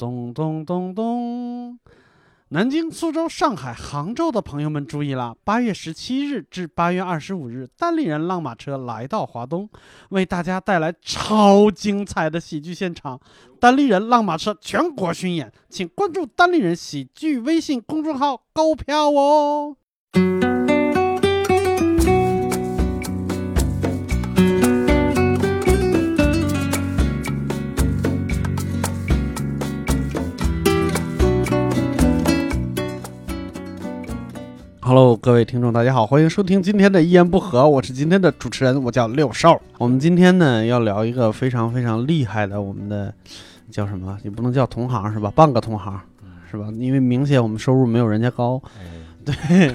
咚咚咚咚！南京、苏州、上海、杭州的朋友们注意了！8月17日至8月25日，单立人浪马车来到华东，为大家带来超精彩的喜剧现场。单立人浪马车全国巡演，请关注单立人喜剧微信公众号购票哦。Hello， 各位听众，大家好，欢迎收听今天的一言不合，我是今天的主持人，我叫六少。我们今天呢要聊一个非常非常厉害的，我们的叫什么？也不能叫同行是吧？半个同行是吧？因为明显我们收入没有人家高，对，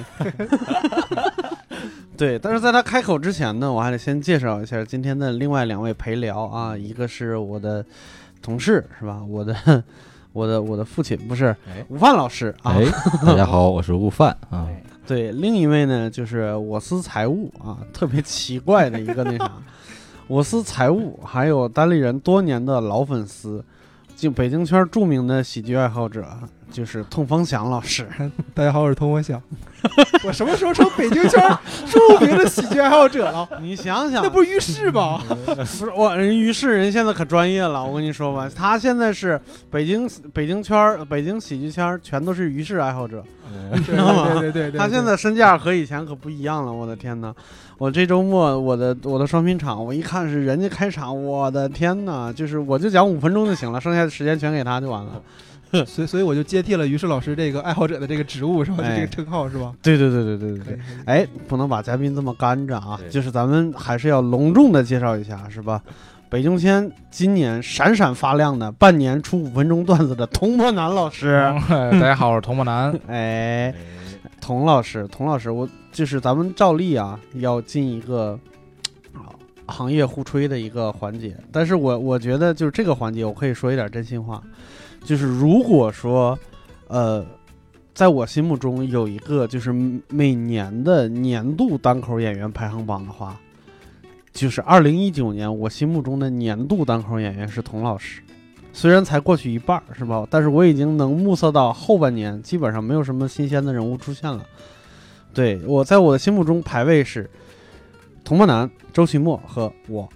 对。但是在他开口之前呢，我还得先介绍一下今天的另外2位陪聊啊，一个是我的同事是吧？我的父亲不是悟饭老师啊。 大家好，我是悟饭啊。 对，另一位呢就是我司财务啊，特别奇怪的一个那啥，我司财务，还有单立人多年的老粉丝，就北京圈著名的喜剧爱好者，就是通风祥老师。 大家好，我是通风祥。我什么时候成北京圈著名的喜剧爱好者了？ 你想想， 那不是于适吗？ 不是我人于适人现在可专业了，我跟你说吧，他现在是北京喜剧圈全都是于适爱好者。 对， 他现在身价和以前可不一样了，我的天哪！我这周末我的双拼场，我一看是人家开场，我的天哪！就是我就讲5分钟就行了，剩下的时间全给他就完了。 所以我就接替了于适老师这个爱好者的这个职务是吧？就这个称号是吧？ 对。哎，不能把嘉宾这么干着啊！就是咱们还是要隆重的介绍一下，是吧？北京签今年闪闪发亮的半年出5分钟段子的童漠南老师。 大家好，我是童漠南。 哎，童老师，我就是咱们照例啊要进一个行业互吹的一个环节，但是我觉得就是这个环节我可以说一点真心话，就是如果说在我心目中有一个就是每年的年度单口演员排行榜的话，就是2019年我心目中的年度单口演员是童老师。虽然才过去一半是吧，但是我已经能目测到后半年基本上没有什么新鲜的人物出现了。对，我在我的心目中排位是童漠南、周奇墨和我，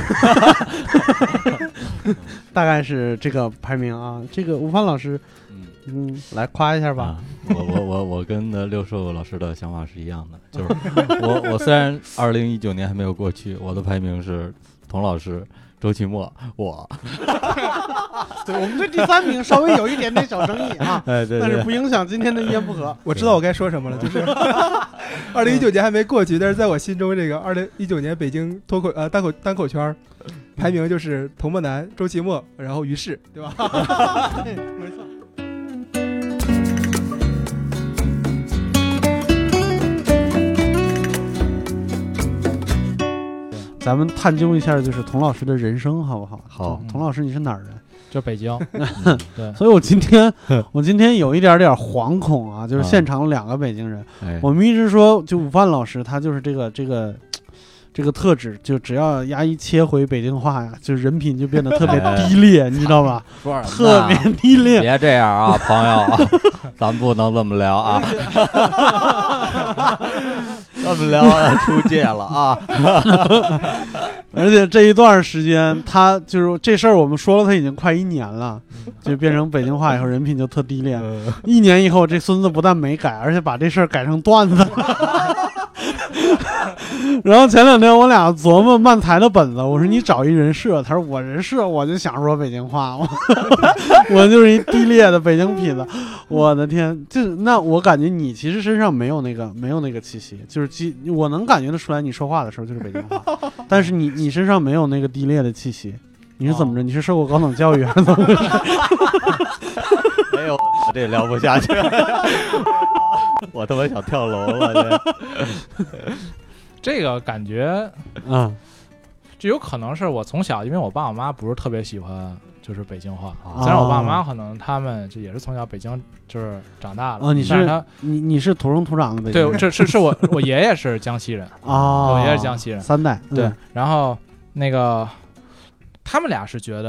大概是这个排名啊。这个悟饭老师来夸一下吧。 我跟六兽老师的想法是一样的，就是我虽然2019年还没有过去，我的排名是童老师、周奇墨，我。 对，我们对第3名稍微有一点点小争议啊， 对， 但是不影响今天的一言不合。 我知道我该说什么了，就是2019年还没过去，但是在我心中，这个2019年北京单口圈排名就是童漠南、周奇墨，然后于适，对吧？ 对，没错。咱们探究一下，就是童老师的人生，好不好？ 好， 童老师，你是哪儿人？ 就北京。对， 所以我今天有一点惶恐啊，就是现场2个北京人，我们一直说，就悟饭老师他就是这个特质，就只要牙一切回北京话呀，就人品就变得特别低劣，你知道吧？特别低劣。 别这样啊，朋友，咱不能这么聊啊。这么聊出界了啊！ 而且这一段时间，他就是这事儿，我们说了他已经快1年了，就变成北京话以后，人品就特低劣。1年以后，这孙子不但没改，而且把这事儿改成段子。然后前2天我俩琢磨漫才的本子，我说你找一人设，他说我人设我就想说北京话，我就是一低劣的北京痞子。我的天，那我感觉你其实身上没有那个气息，就是我能感觉得出来，你说话的时候就是北京话，但是你身上没有那个低劣的气息。你是怎么着？你是受过高等教育还是怎么回事？ 没有，这聊不下去了。我他妈想跳楼了， 这个感觉这有可能是我从小，因为我爸我妈不是特别喜欢就是北京话，虽然我爸妈可能他们就也是从小北京就是长大了。 你是土生土长的北京人？ 对，这是我爷爷是江西人我爷爷是江西人 3代。 对，然后那个他们俩是觉得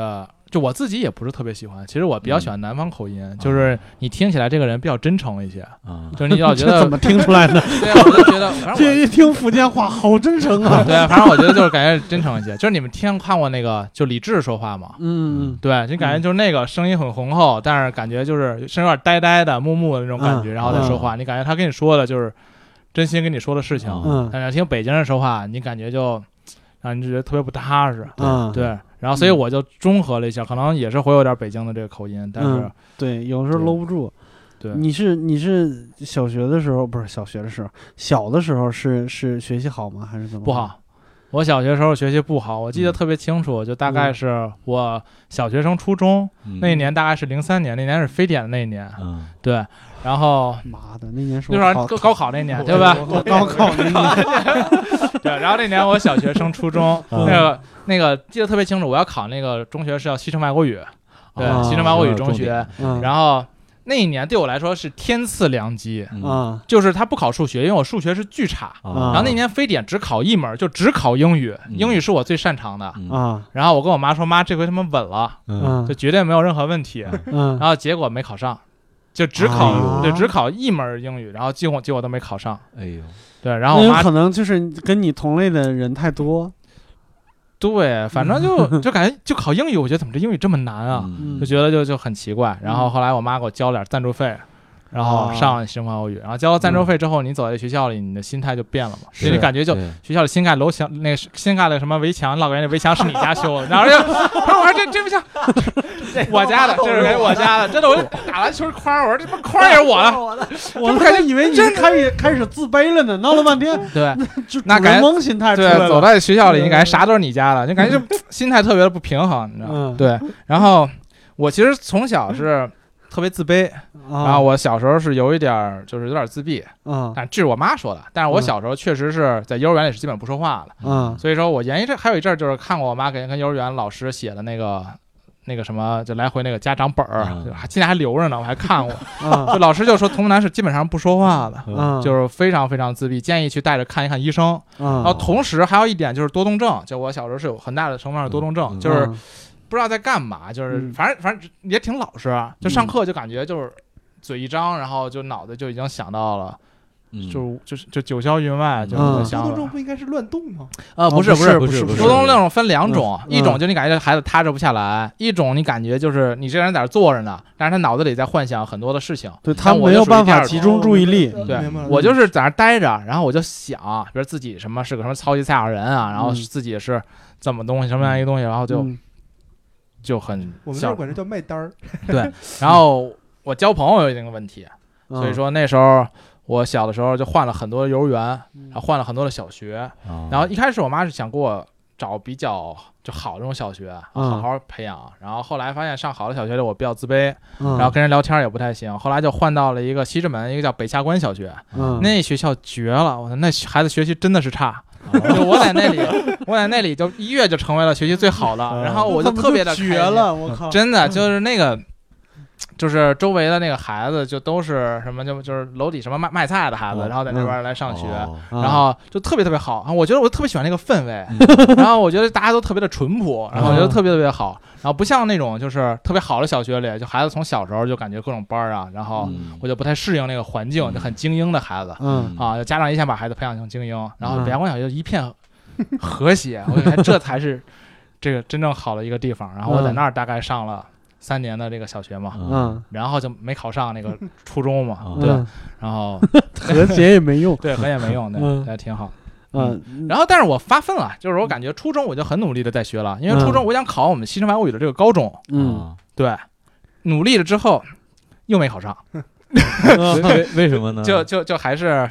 就我自己也不是特别喜欢，其实我比较喜欢南方口音，就是你听起来这个人比较真诚一些，就是你老觉得怎么听出来的？ 对，我就觉得，反正这一听福建话好真诚啊。 对，反正我觉得就是感觉真诚一些。就是你们看过那个就李志说话吗？对，就感觉就是那个声音很浑厚，但是感觉就是声有点呆呆的、木木的那种感觉，然后再说话，你感觉他跟你说的就是真心跟你说的事情。但是听北京人说话，你感觉就让你觉得特别不踏实。对。然后，所以我就综合了一下，可能也是会有点北京的这个口音，但是对，有时候搂不住。 对， 你是小学的时候，不是小学的时候，小的时候是学习好吗？还是怎么？ 不好。我小学时候学习不好，我记得特别清楚，就大概是我小学升初中那一年，大概是03年，那年是非典的那一年。对。然后妈的，那年是就是高考那年，对吧？ 高考那年。 对，然后那年我小学升初中，那个记得特别清楚，我要考那个中学是要西城外国语，对，西城外国语中学。然后那一年对我来说是天赐良机，就是他不考数学，因为我数学是巨差。然后那年非典只考一门，就只考英语，英语是我最擅长的。然后我跟我妈说，妈，这回他妈稳了，就绝对没有任何问题。然后结果没考上。就只考一门英语，然后结果都没考上。哎呦，对，然后我妈可能就是跟你同类的人太多。 对，反正就感觉就考英语，我觉得怎么这英语这么难啊？就觉得就很奇怪。然后后来我妈给我交点赞助费。然后上西城外国语，然后交了赞助费之后，你走在学校里，你的心态就变了嘛，所以你感觉就学校里新盖楼墙，那新盖的什么围墙，老感觉那围墙是你家修的，然后就我说这围墙我家的，这是我家的，真的，我打篮球框，我说这框也是我的， 我感觉以为你开始自卑了呢，闹了半天， 对，那感觉心态出来了， 对，走在学校里，你感觉啥都是你家的，就感觉就心态特别的不平衡，你知道吗？对，然后我其实从小是特别自卑，然后我小时候是有点自闭，但这是我妈说的。但是我小时候确实是在幼儿园里是基本不说话的，所以说我还有一阵就是看过我妈跟幼儿园老师写的那个什么，就来回那个家长本儿，现在还留着呢，我还看过。就老师就说童男是基本上不说话的，就是非常非常自闭，建议去带着看一看医生。然后同时还有一点就是多动症，就我小时候是有很大的成分是多动症，就是不知道在干嘛，就是反正也挺老实，就上课就感觉就是嘴一张，然后就脑子就已经想到了。就九霄云外，就想多动症不应该是乱动吗？ 不是， 多动症分两种，一种就你感觉孩子踏实不下来，一种你感觉就是你这人在这坐着呢，但是他脑子里在幻想很多的事情， 对他没有办法集中注意力。 对，我就是在那待着，然后我就想，比如自己什么是个什么超级赛亚人啊，然后自己是怎么东西什么样一个东西，然后就很我们这管这叫卖单儿。 对，然后我交朋友有一定的问题，所以说那时候。我小的时候就换了很多幼儿园，然后换了很多的小学，然后一开始我妈是想给我找比较就好这种小学，好好培养。然后后来发现上好的小学里我比较自卑，然后跟人聊天也不太行。后来就换到了一个西直门，一个叫北下关小学，那学校绝了，我那孩子学习真的是差。就我在那里就一跃就成为了学习最好的，然后我就特别的绝了，我靠！ 真的就是那个。就是周围的那个孩子就都是什么就是楼底什么卖菜的孩子，然后在那边来上学，然后就特别特别好。我觉得我特别喜欢那个氛围，然后我觉得大家都特别的淳朴，然后我觉得特别特别好。然后不像那种就是特别好的小学里，就孩子从小时候就感觉各种班啊，然后我就不太适应那个环境，就很精英的孩子，家长一下把孩子培养成精英，然后北阳关小学一片和谐，我觉得这才是这个真正好的一个地方。然后我在那儿大概上了3年的这个小学嘛，然后就没考上那个初中嘛，对，然后和谐也没用， 对，和谐也没用，对，还挺好。然后但是我发奋了，就是我感觉初中我就很努力的在学了，因为初中我想考我们西城外国语的这个高中，对，努力了之后又没考上， 为什么呢？ 就还是。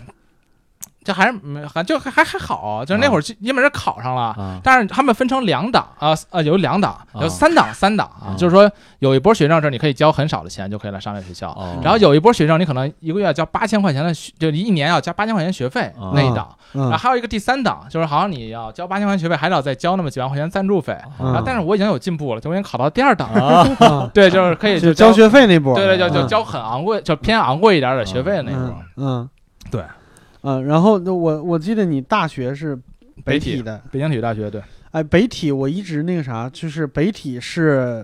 还好，就是那会儿基本上考上了，但是他们分成2档有2档，有3档啊，就是说有一波学生是你可以交很少的钱就可以来上这个学校，然后有一波学生你可能一个月要交8000块钱的，就1年要交8000块钱学费那一档，然后还有一个第3档，就是好像你要交8000块钱学费，还得要再交那么几万块钱赞助费，然后但是我已经有进步了，就我已经考到第2档了，对，就是可以就交学费那波， 对，就交很昂贵，就偏昂贵一点的学费的那波，对。 然后我记得你大学是北体的， 北京体育大学，对。 哎，北体我一直那个啥，就是北体是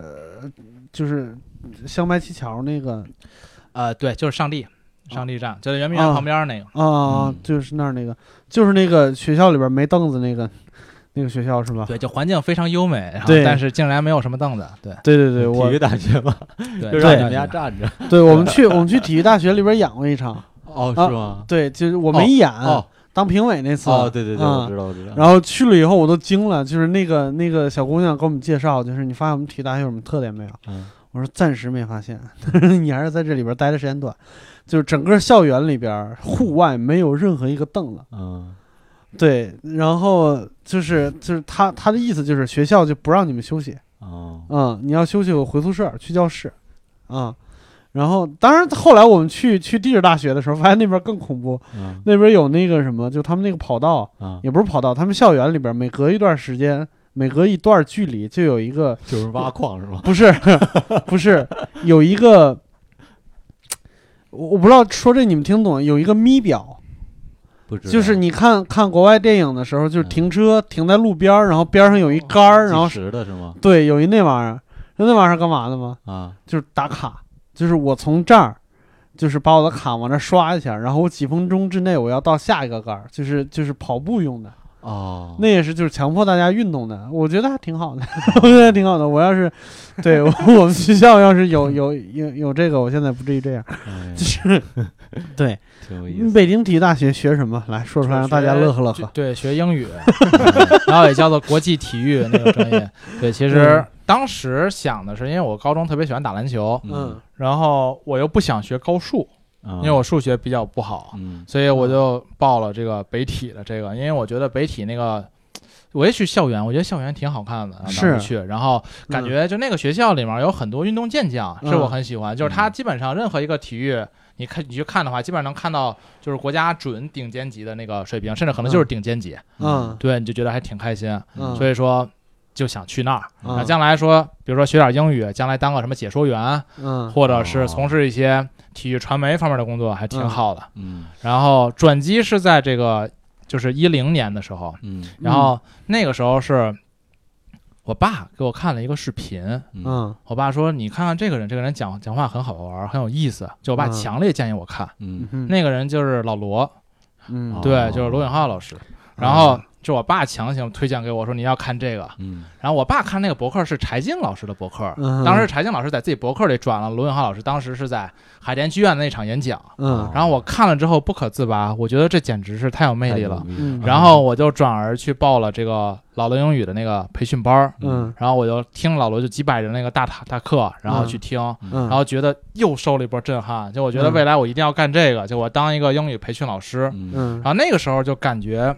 就是镶白旗桥那个对，就是上地站，就在圆明园旁边那个就是那儿那个，就是那个学校里边没凳子那个学校是吧？ 对，就环境非常优美， 对， 但是竟然没有什么凳子。 对，我体育大学嘛， 对， 就让你们家站着。 对，我们去体育大学里边演过一场。 哦，是吗？ 对，就是我没演，当评委那次。 对，我知道。 然后去了以后我都惊了，就是那个小姑娘给我们介绍，就是你发现我们体育大学有什么特点没有？我说暂时没发现，你还是在这里边待的时间短。就是整个校园里边户外没有任何一个凳子。对，然后就是他的意思就是学校就不让你们休息。你要休息我回宿舍去教室。然后当然后来我们去地质大学的时候，发现那边更恐怖。那边有那个什么，就他们那个跑道，也不是跑道，他们校园里边每隔一段时间，每隔一段距离就有一个， 就是挖矿是吗？ 不是，有一个，我不知道说这你们听懂，有一个咪表。 不知道， 就是你看国外电影的时候，就是停车停在路边，然后边上有一杆儿，然后计时的是吗？ 对，有一那玩意儿，那玩意儿干嘛的吗？就是打卡，就是我从这儿，就是把我的卡往这刷一下，然后我几分钟之内我要到下一个杆儿，就是跑步用的。那也是就是强迫大家运动的，我觉得还挺好的，我觉得挺好的。我要是对我们学校要是有这个，我现在不至于这样，就是对。北京体育大学学什么？来说出来让大家乐呵。 对，学英语，然后也叫做国际体育那个专业。对，其实当时想的是，因为我高中特别喜欢打篮球，然后我又不想学高数。因为我数学比较不好，所以我就报了这个北体的这个，因为我觉得北体那个，我也去校园，我觉得校园挺好看的， 是去，然后感觉就那个学校里面有很多运动健将，是我很喜欢，就是它基本上任何一个体育，你去看的话，基本上能看到就是国家准顶尖级的那个水平，甚至可能就是顶尖级，对，你就觉得还挺开心，所以说就想去那儿，将来说，比如说学点英语，将来当个什么解说员，或者是从事一些体育传媒方面的工作，还挺好的。然后转机是在这个就是2010年的时候，然后那个时候是我爸给我看了一个视频，我爸说你看看这个人讲话很好玩，很有意思，就我爸强烈建议我看，那个人就是老罗，对，就是罗永浩老师，然后。就我爸强行推荐给我说你要看这个，然后我爸看那个博客是柴静老师的博客，当时柴静老师在自己博客里转了罗永浩老师当时是在海淀剧院的那场演讲，然后我看了之后不可自拔，我觉得这简直是太有魅力了，然后我就转而去报了这个老罗英语的那个培训班，然后我就听老罗就几百人那个大课，然后去听，然后觉得又受了一波震撼，就我觉得未来我一定要干这个，就我当一个英语培训老师，然后那个时候就感觉。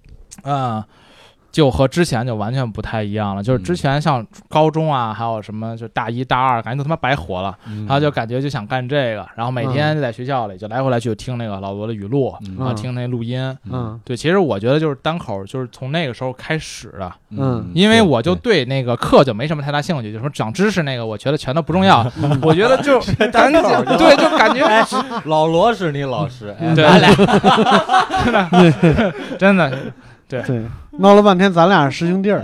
就和之前就完全不太一样了，就是之前像高中啊，还有什么就大一大二，感觉都他妈白活了，然后就感觉就想干这个，然后每天就在学校里就来回来去听那个老罗的语录，然后听那录音，对，其实我觉得就是单口就是从那个时候开始的，因为我就对那个课就没什么太大兴趣，就是说长知识那个，我觉得全都不重要，我觉得就单口，对，就感觉老罗是你老师， 对，真的。对， 闹了半天，咱俩是师兄弟儿。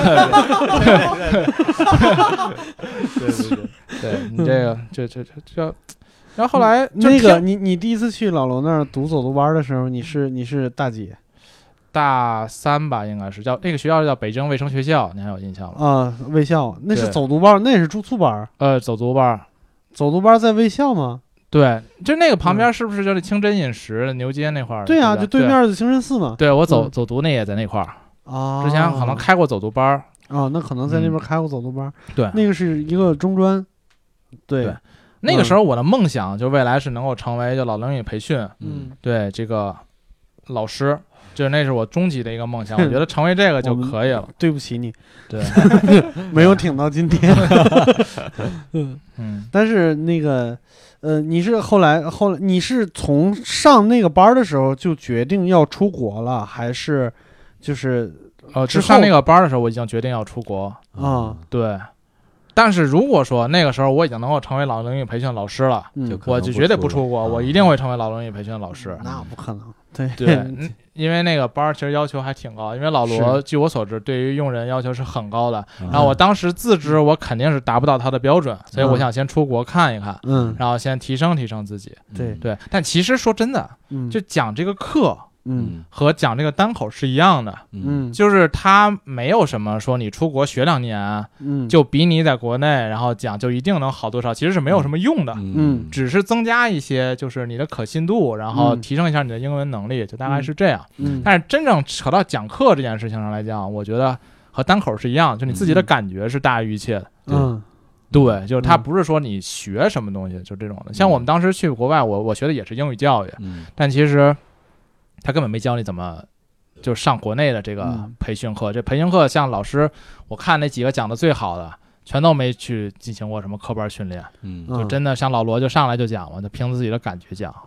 对，你这个这，然后后来那个你第一次去老罗那儿读走读班的时候，你是大几？ 大3吧，应该是叫那个学校叫北京卫生学校，你还有印象吗？ 卫校那是走读班，那也是住宿班。 走读班在卫校吗？ 对，就那个旁边是不是就是清真饮食牛街那块儿？ 对啊，就对面的清真寺嘛。 对，我走读那也在那块儿之前可能开过走读班那可能在那边开过走读班。 对， 那个是一个中专。对， 那个时候我的梦想就未来是能够成为就老英语培训，对这个老师，就是那是我终极的一个梦想，我觉得成为这个就可以了。 对不起你， 对， 没有挺到今天。但是那个。你是后来你是从上那个班的时候就决定要出国了，还是就是就上那个班的时候我已经决定要出国啊？ 对， 但是如果说那个时候我已经能够成为老龄英语培训老师了，我就绝对不出国，我一定会成为老龄英语培训老师。 那不可能，对对，因为那个班其实要求还挺高，因为老罗据我所知对于用人要求是很高的。然后我当时自知我肯定是达不到他的标准，所以我想先出国看一看，然后先提升提升自己。对，但其实说真的，就讲这个课。和讲这个单口是一样的，就是他没有什么说你出国学2年，就比你在国内然后讲就一定能好多少，其实是没有什么用的，只是增加一些就是你的可信度，然后提升一下你的英文能力，就大概是这样。但是真正扯到讲课这件事情上来讲，我觉得和单口是一样，就你自己的感觉是大于一切的。对，就是他不是说你学什么东西，就这种的。像我们当时去国外，我学的也是英语教育，但其实他根本没教你怎么就上国内的这个培训课。这培训课像老师，我看那几个讲的最好的，全都没去进行过什么课班训练。就真的像老罗就上来就讲嘛，就凭自己的感觉讲。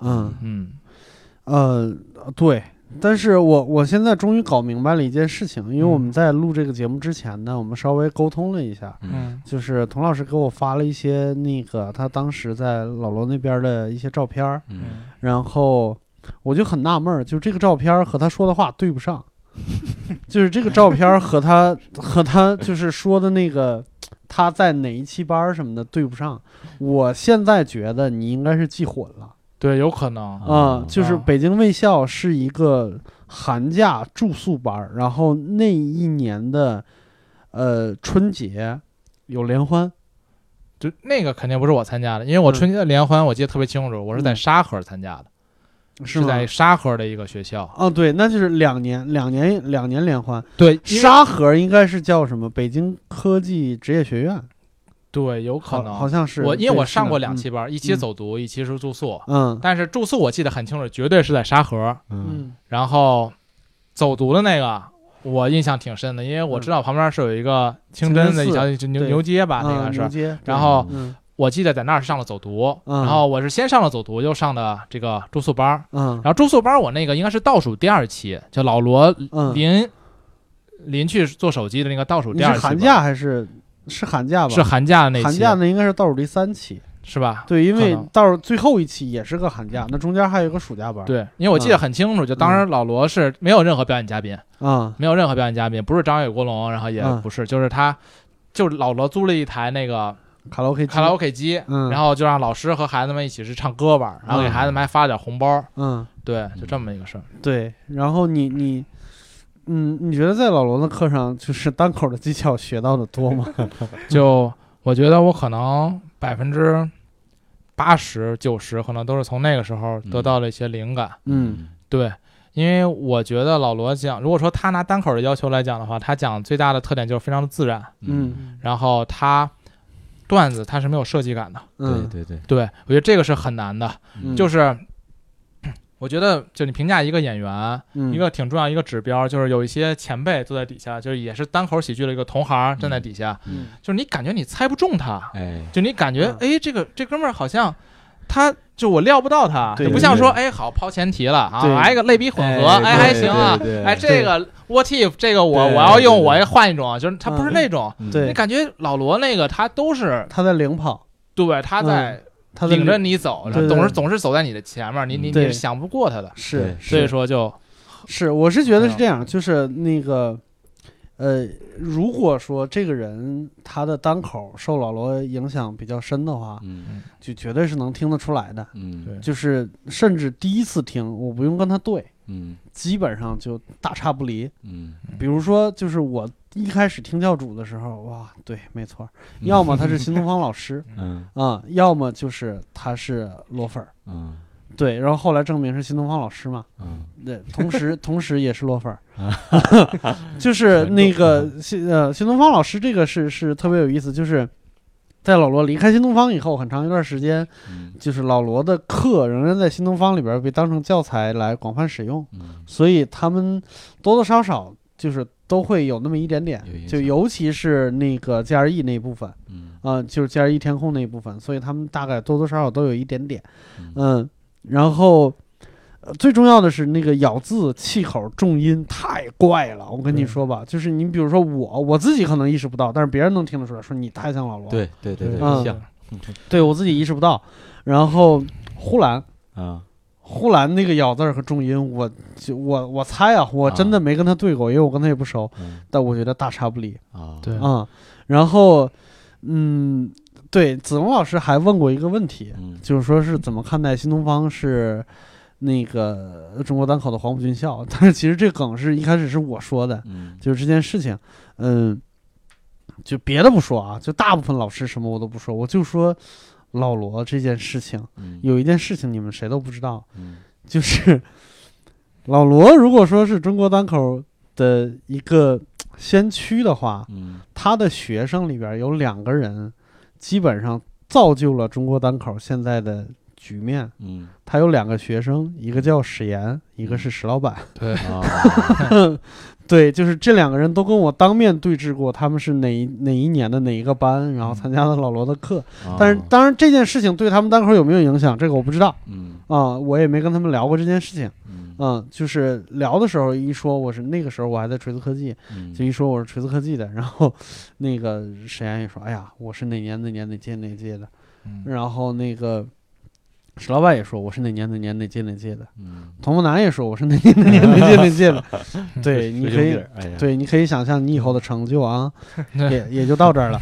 对。但是我现在终于搞明白了一件事情，因为我们在录这个节目之前呢，我们稍微沟通了一下，就是童老师给我发了一些那个他当时在老罗那边的一些照片，然后我就很纳闷，就是这个照片和他说的话对不上，就是这个照片和他就是说的那个他在哪一期班什么的对不上。我现在觉得你应该是记混了。 对，有可能就是北京卫校是一个寒假住宿班，然后那一年的春节有联欢， 就那个肯定不是我参加的，因为我春节的联欢我记得特别清楚，我是在沙河参加的。是在沙河的一个学校。 对，那就是两年联欢。 对， 沙河应该是叫什么？北京科技职业学院。 对，有可能， 好像是因为我上过2期班，一期走读，一期是住宿。但是住宿我记得很清楚，绝对是在沙河。然后走读的那个我印象挺深的，因为我知道旁边是有一个清真的一条牛街吧，那个是。然后我记得在那儿上了走读，然后我是先上了走读，又上的这个住宿班。然后住宿班我那个应该是倒数第2期，就老罗临去做手机的那个倒数第2期。 是寒假还是？是寒假吧？ 是寒假那期。 寒假那应该是倒数第3期， 是吧？ 对，因为到最后一期也是个寒假，那中间还有一个暑假班。 对，因为我记得很清楚，就当时老罗是没有任何表演嘉宾没有任何表演嘉宾，不是张伟国龙，然后也不是，就是老罗租了一台那个卡拉 OK 机，然后就让老师和孩子们一起是唱歌玩，然后给孩子们还发点红包。对，就这么一个事儿。 对，然后你觉得在老罗的课上，就是单口的技巧学到的多吗？ 就我觉得我可能80%、90%可能都是从那个时候得到了一些灵感。对，因为我觉得老罗讲，如果说他拿单口的要求来讲的话，他讲最大的特点就是非常的自然。然后他段子他是没有设计感的。对，我觉得这个是很难的，就是。我觉得就你评价一个演员，一个挺重要一个指标，就是有一些前辈坐在底下，就是也是单口喜剧的一个同行站在底下，就是你感觉你猜不中他，就你感觉这哥们儿好像他就我料不到他，就不像说好抛前提了啊，来一个类比混合，还行啊，这个 what if 这个我要用我要换一种，就是他不是那种，你感觉老罗那个他都是他在领跑， 对，他在。他领着你走，总是走在你的前面，你是想不过他的， 是， 所以说我是觉得是这样，就是那个，如果说这个人他的单口受老罗影响比较深的话，就绝对是能听得出来的，就是甚至第一次听我不用跟他对，基本上就大差不离，比如说就是我。一开始听教主的时候，哇，对，没错，要么他是新东方老师，要么就是他是罗粉，对，然后后来证明是新东方老师嘛，对，同时也是罗粉，就是那个新东方老师这个是特别有意思，就是在老罗离开新东方以后，很长一段时间，就是老罗的课仍然在新东方里边被当成教材来广泛使用，所以他们多多少少就是都会有那么一点点，就尤其是那个 GRE 那一部分，就是 GRE 天空那一部分，所以他们大概多多少少都有一点点，然后最重要的是那个咬字、气口、重音太怪了。我跟你说吧，就是你比如说我自己可能意识不到，但是别人能听得出来，说你太像老罗。 对对对对，像。 对我自己意识不到。然后呼兰啊。 呼兰那个咬字和重音，我猜啊，我真的没跟他对过，因为我跟他也不熟，但我觉得大差不离啊。 对然后对，子龙老师还问过一个问题，就是说是怎么看待新东方是那个中国单口的黄埔军校，但是其实这梗是一开始是我说的，就是这件事情，就别的不说啊，就大部分老师什么我都不说，我就说老罗这件事情，有一件事情你们谁都不知道，就是老罗如果说是中国单口的一个先驱的话，他的学生里边有2个人基本上造就了中国单口现在的局面。他有2个学生，一个叫史岩，一个是石老板。 对对，就是这2个人都跟我当面对质过，他们是哪一年的哪一个班，然后参加了老罗的课。但是当然这件事情对他们单口有没有影响，这个我不知道。我也没跟他们聊过这件事情。就是聊的时候一说我是那个时候我还在锤子科技，就一说我是锤子科技的，然后那个沈岩也说，哎呀，我是哪年哪届的，然后那个史老板也说我是哪年哪届的，童木南也说我是哪年哪届的，对，你可以，对，你可以想象你以后的成就啊，也就到这儿了。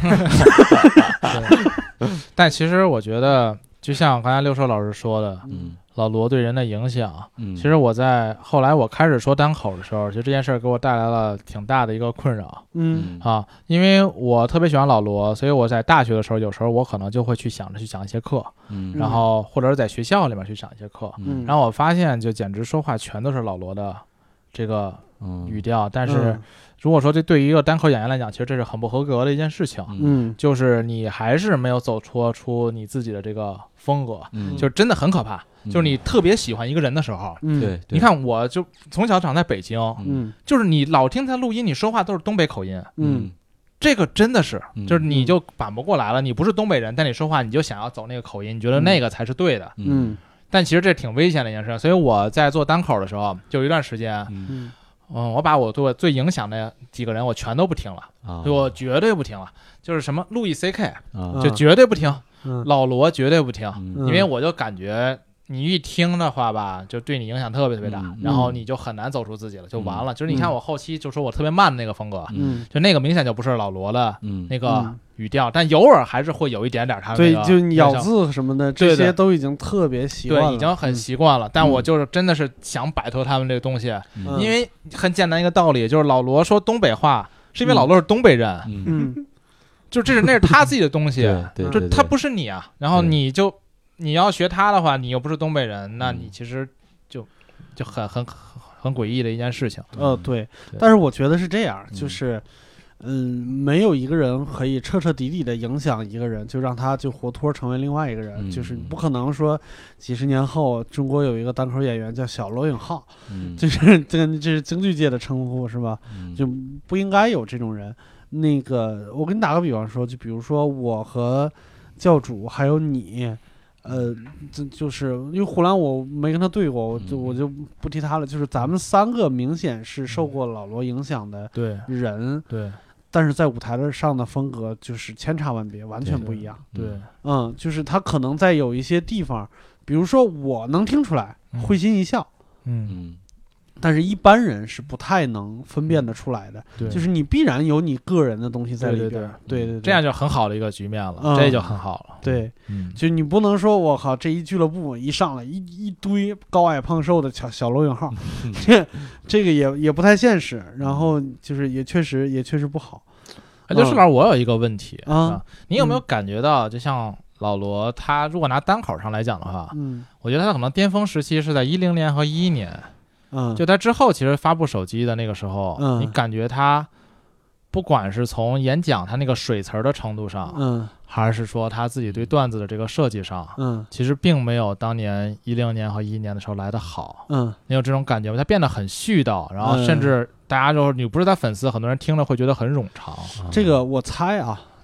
但其实我觉得，就像刚才六兽老师说的，老罗对人的影响，其实我在后来我开始说单口的时候，其实这件事给我带来了挺大的一个困扰。因为我特别喜欢老罗，所以我在大学的时候，有时候我可能就会去想着去讲一些课，然后或者是在学校里面去讲一些课，然后我发现就简直说话全都是老罗的这个语调，但是如果说这对于一个单口演员来讲，其实这是很不合格的一件事情。就是你还是没有走出你自己的这个风格，就是真的很可怕。就是你特别喜欢一个人的时候， 对， 你看我就从小长在北京，就是你老听他录音，你说话都是东北口音，这个真的是，就是你就扳不过来了。你不是东北人，但你说话你就想要走那个口音，你觉得那个才是对的，但其实这挺危险的一件事。所以我在做单口的时候，就有一段时间，我把我对我最影响的几个人我全都不听了，我绝对不听了，就是什么路易 CK 就绝对不听，老罗绝对不听，因为我就感觉你一听的话吧，就对你影响特别特别大，然后你就很难走出自己了，就完了。就是你看我后期就说我特别慢的那个风格，就那个明显就不是老罗的那个语调，但偶尔还是会有一点点他的那个， 对，就咬字什么的，这些都已经特别习惯了， 对，已经很习惯了。但我就是真的是想摆脱他们这个东西，因为很简单一个道理，就是老罗说东北话是因为老罗是东北人，就那是他自己的东西，就他不是你啊，然后你要学他的话，你又不是东北人，那你其实就很诡异的一件事情。 对，但是我觉得是这样，就是没有一个人可以彻彻底底的影响一个人，就让他就活脱成为另外一个人，就是不可能说几十年后中国有一个单口演员叫小罗永浩，就是这是京剧界的称呼是吧？就不应该有这种人。那个我给你打个比方说，就比如说我和教主还有你。就是因为胡兰我没跟他对过，我就不提他了。就是咱们3个明显是受过老罗影响的人， 对， 但是在舞台上的风格就是千差万别，完全不一样。 对， 就是他可能在有一些地方，比如说我能听出来会心一笑，但是一般人是不太能分辨得出来的，就是你必然有你个人的东西在里边，对， 这样就很好的一个局面了，这就很好了。 对，就你不能说我靠这一俱乐部一上来一堆高矮胖瘦的小罗永浩，这个也不太现实，然后就是也确实不好。 就是老师，我有一个问题啊，你有没有感觉到，就像老罗他如果拿单口上来讲的话，我觉得他可能巅峰时期是在10年和11年。就他之后其实发布手机的那个时候，你感觉他不管是从演讲他那个水词的程度上，还是说他自己对段子的这个设计上，其实并没有当年10年和11年的时候来得好。你有这种感觉吗？他变得很絮叨，然后甚至大家就是你不是他粉丝，很多人听了会觉得很冗长。 这个我猜啊，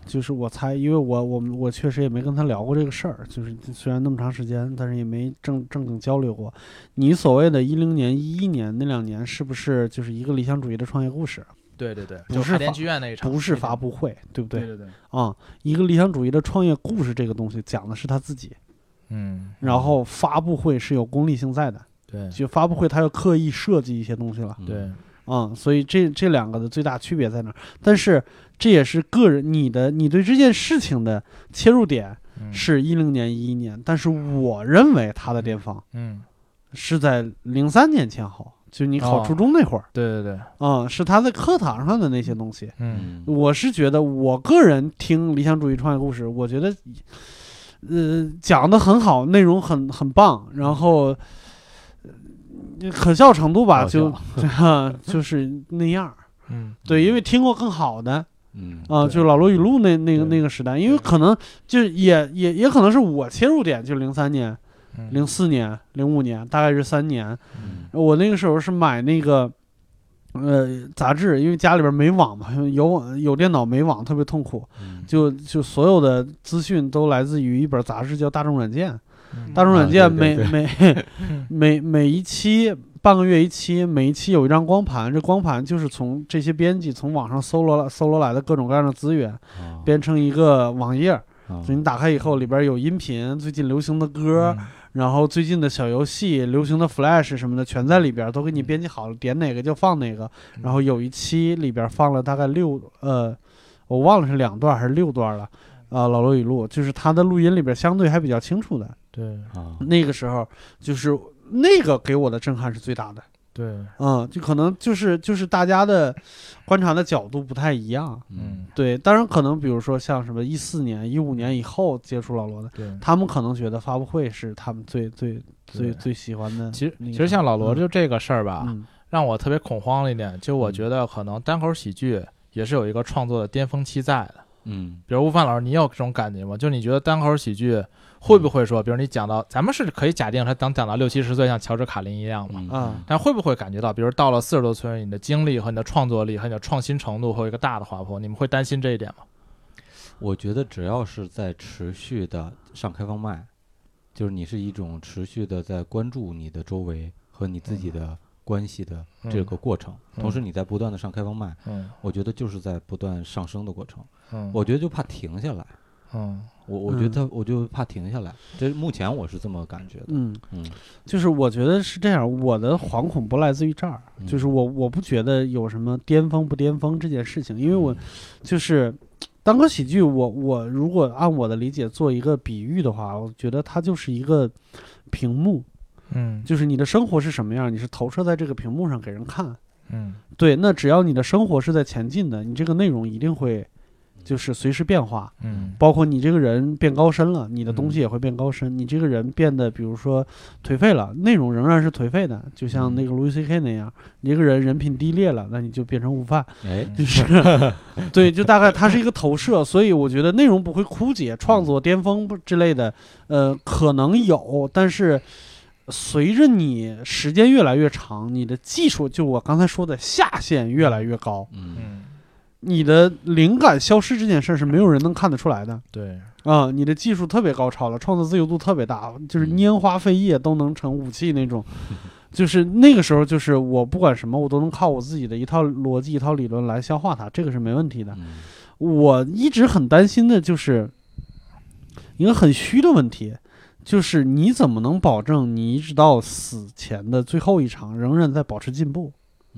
就是我猜，因为我确实也没跟他聊过这个事儿，就是虽然那么长时间，但是也没正经交流过。你所谓的10年、11年那2年，是不是就是一个理想主义的创业故事？ 对对对， 不是就海淀剧院那一场， 不是发布会，对不对？ 对对对， 一个理想主义的创业故事，这个东西讲的是他自己，然后发布会是有功利性在的， 对， 就发布会他要刻意设计一些东西了， 对， 所以这两个的最大区别在哪儿？但是这也是个人你对这件事情的切入点是10年、11年，但是我认为他的巅峰，是在03年前后。就你考初中那会儿， 对对对， 是他在课堂上的那些东西。我是觉得我个人听理想主义创业故事，我觉得，讲得很好，内容很棒，然后，可笑程度吧，就是那样。对，因为听过更好的，就老罗语录那个时代，因为可能就也可能是我切入点，就03年。04年、05年，大概是3年。我那个时候是买那个杂志，因为家里边没网嘛，有电脑没网特别痛苦，就所有的资讯都来自于一本杂志叫《大众软件》。大众软件每一期半个月一期，每一期有一张光盘，这光盘就是从这些编辑从网上搜罗来的各种各样的资源，编成一个网页。就你打开以后，里边有音频，最近流行的歌，然后最近的小游戏，流行的 Flash 什么的全在里边，都给你编辑好了，点哪个就放哪个。然后有一期里边放了大概我忘了是2段还是6段了。老罗语录就是他的录音里边相对还比较清楚的。 对， 那个时候就是那个给我的震撼是最大的。 对， 就可能就是大家的观察的角度不太一样，对，当然可能比如说像什么14年、15年以后接触老罗的， 对， 他们可能觉得发布会是他们最喜欢的。 其实像老罗就这个事儿吧，让我特别恐慌了一点，就我觉得可能单口喜剧也是有一个创作的巅峰期在的。比如吴范老师，你有这种感觉吗？就你觉得单口喜剧会不会说，比如你讲到，咱们是可以假定他讲到60、70岁，像乔治卡林一样嘛？但会不会感觉到，比如到了40多岁，你的精力和你的创作力和你的创新程度会有一个大的滑坡？你们会担心这一点吗？ 我觉得只要是在持续的上开放麦，就是你是一种持续的在关注你的周围和你自己的关系的这个过程，同时你在不断的上开放麦，我觉得就是在不断上升的过程。我觉得就怕停下来。我觉得我就怕停下来，这目前我是这么感觉的。 就是我觉得是这样，我的惶恐不来自于这儿，就是我不觉得有什么巅峰不巅峰这件事情，因为我就是单口喜剧，我如果按我的理解做一个比喻的话，我觉得它就是一个屏幕，就是你的生活是什么样，你是投射在这个屏幕上给人看，对，那只要你的生活是在前进的，你这个内容一定会就是随时变化，包括你这个人变高深了，你的东西也会变高深。你这个人变得，比如说颓废了，内容仍然是颓废的，就像那个路易 C.K 那样。你这个人人品低劣了，那你就变成悟饭，就是对，就大概它是一个投射。所以我觉得内容不会枯竭，创作巅峰之类的，可能有，但是随着你时间越来越长，你的技术就我刚才说的下限越来越高，你的灵感消失这件事是没有人能看得出来的。 对你的技术特别高超了，创作自由度特别大，就是拈花飞叶都能成武器那种。就是那个时候，就是我不管什么，我都能靠我自己的一套逻辑、一套理论来消化它，这个是没问题的。我一直很担心的就是一个很虚的问题，就是你怎么能保证你一直到死前的最后一场仍然在保持进步？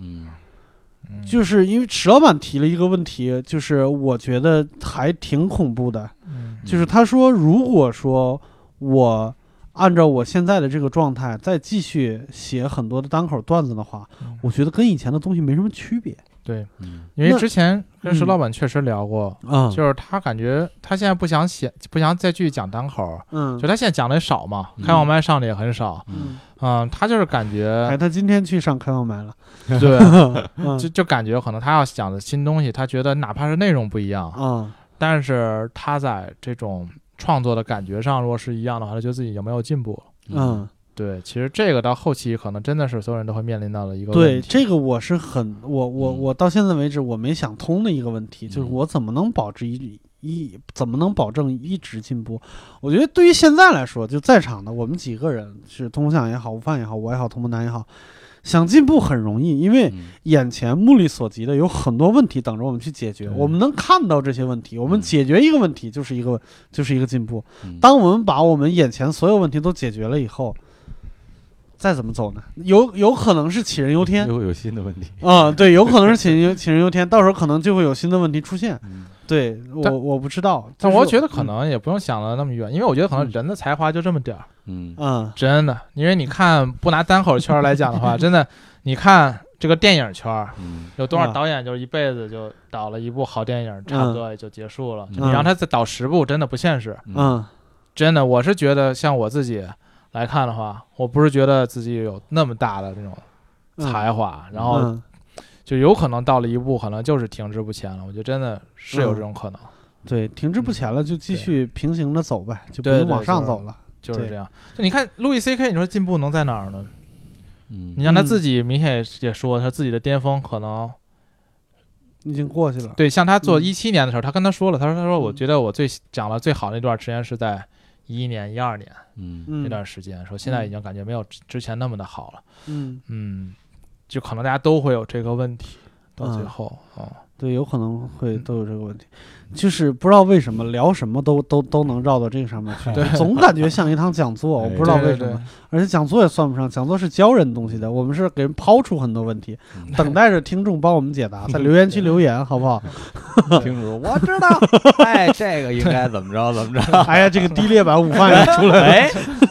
就是因为石老板提了一个问题，就是我觉得还挺恐怖的，就是他说如果说我按照我现在的这个状态再继续写很多的单口段子的话，我觉得跟以前的东西没什么区别。 对，因为之前跟石老板确实聊过，就是他感觉他现在不想再继续讲单口，就他现在讲的也少嘛，开放麦上的也很少，他就是感觉， 他今天去上开放麦了， 对，就感觉可能他要讲的新东西，他觉得哪怕是内容不一样，但是他在这种创作的感觉上，如果是一样的话，他觉得自己就没有进步了。对，其实这个到后期可能真的是所有人都会面临到的一个问题。对， 这个我是我到现在为止我没想通的一个问题，就是我怎么能保持怎么能保证一直进步？我觉得对于现在来说，就在场的我们几个人，是通向也好，悟饭也好，我也好，童梦楠也好，想进步很容易，因为眼前目力所及的有很多问题等着我们去解决，我们能看到这些问题，我们解决一个问题就是一个进步。当我们把我们眼前所有问题都解决了以后，再怎么走呢？有可能是杞人忧天， 又有新的问题啊、对，有可能是杞人忧天，到时候可能就会有新的问题出现。对我不知道， 但我觉得可能也不用想的那么远，因为我觉得可能人的才华就这么点儿。真的，因为你看，不拿单口圈来讲的话，真的，你看这个电影圈，有多少导演就是一辈子就导了一部好电影，差不多也就结束了。你让他再导10部，真的不现实。真的，我是觉得像我自己来看的话，我不是觉得自己有那么大的这种才华，然后就有可能到了一步，可能就是停滞不前了。我觉得真的是有这种可能。 对，停滞不前了，就继续平行的走呗，就不用往上走了。 就是这样。就你看路易 C.K.， 你说进步能在哪儿呢？你让他自己明显也说，他自己的巅峰可能已经过去了。 对，像他做17年的时候，他跟他说了，他说我觉得我讲了最好那段时间是在11年、12年，那段时间，说现在已经感觉没有之前那么的好了。就可能大家都会有这个问题，到最后对，有可能会都有这个问题，就是不知道为什么聊什么都能绕到这个上面去，总感觉像一堂讲座，我不知道为什么，而且讲座也算不上，讲座是教人东西的，我们是给人抛出很多问题，等待着听众帮我们解答，在留言区留言好不好？ 听众我知道，哎，这个应该怎么着怎么着， 哎呀，这个低劣版午饭也出来了，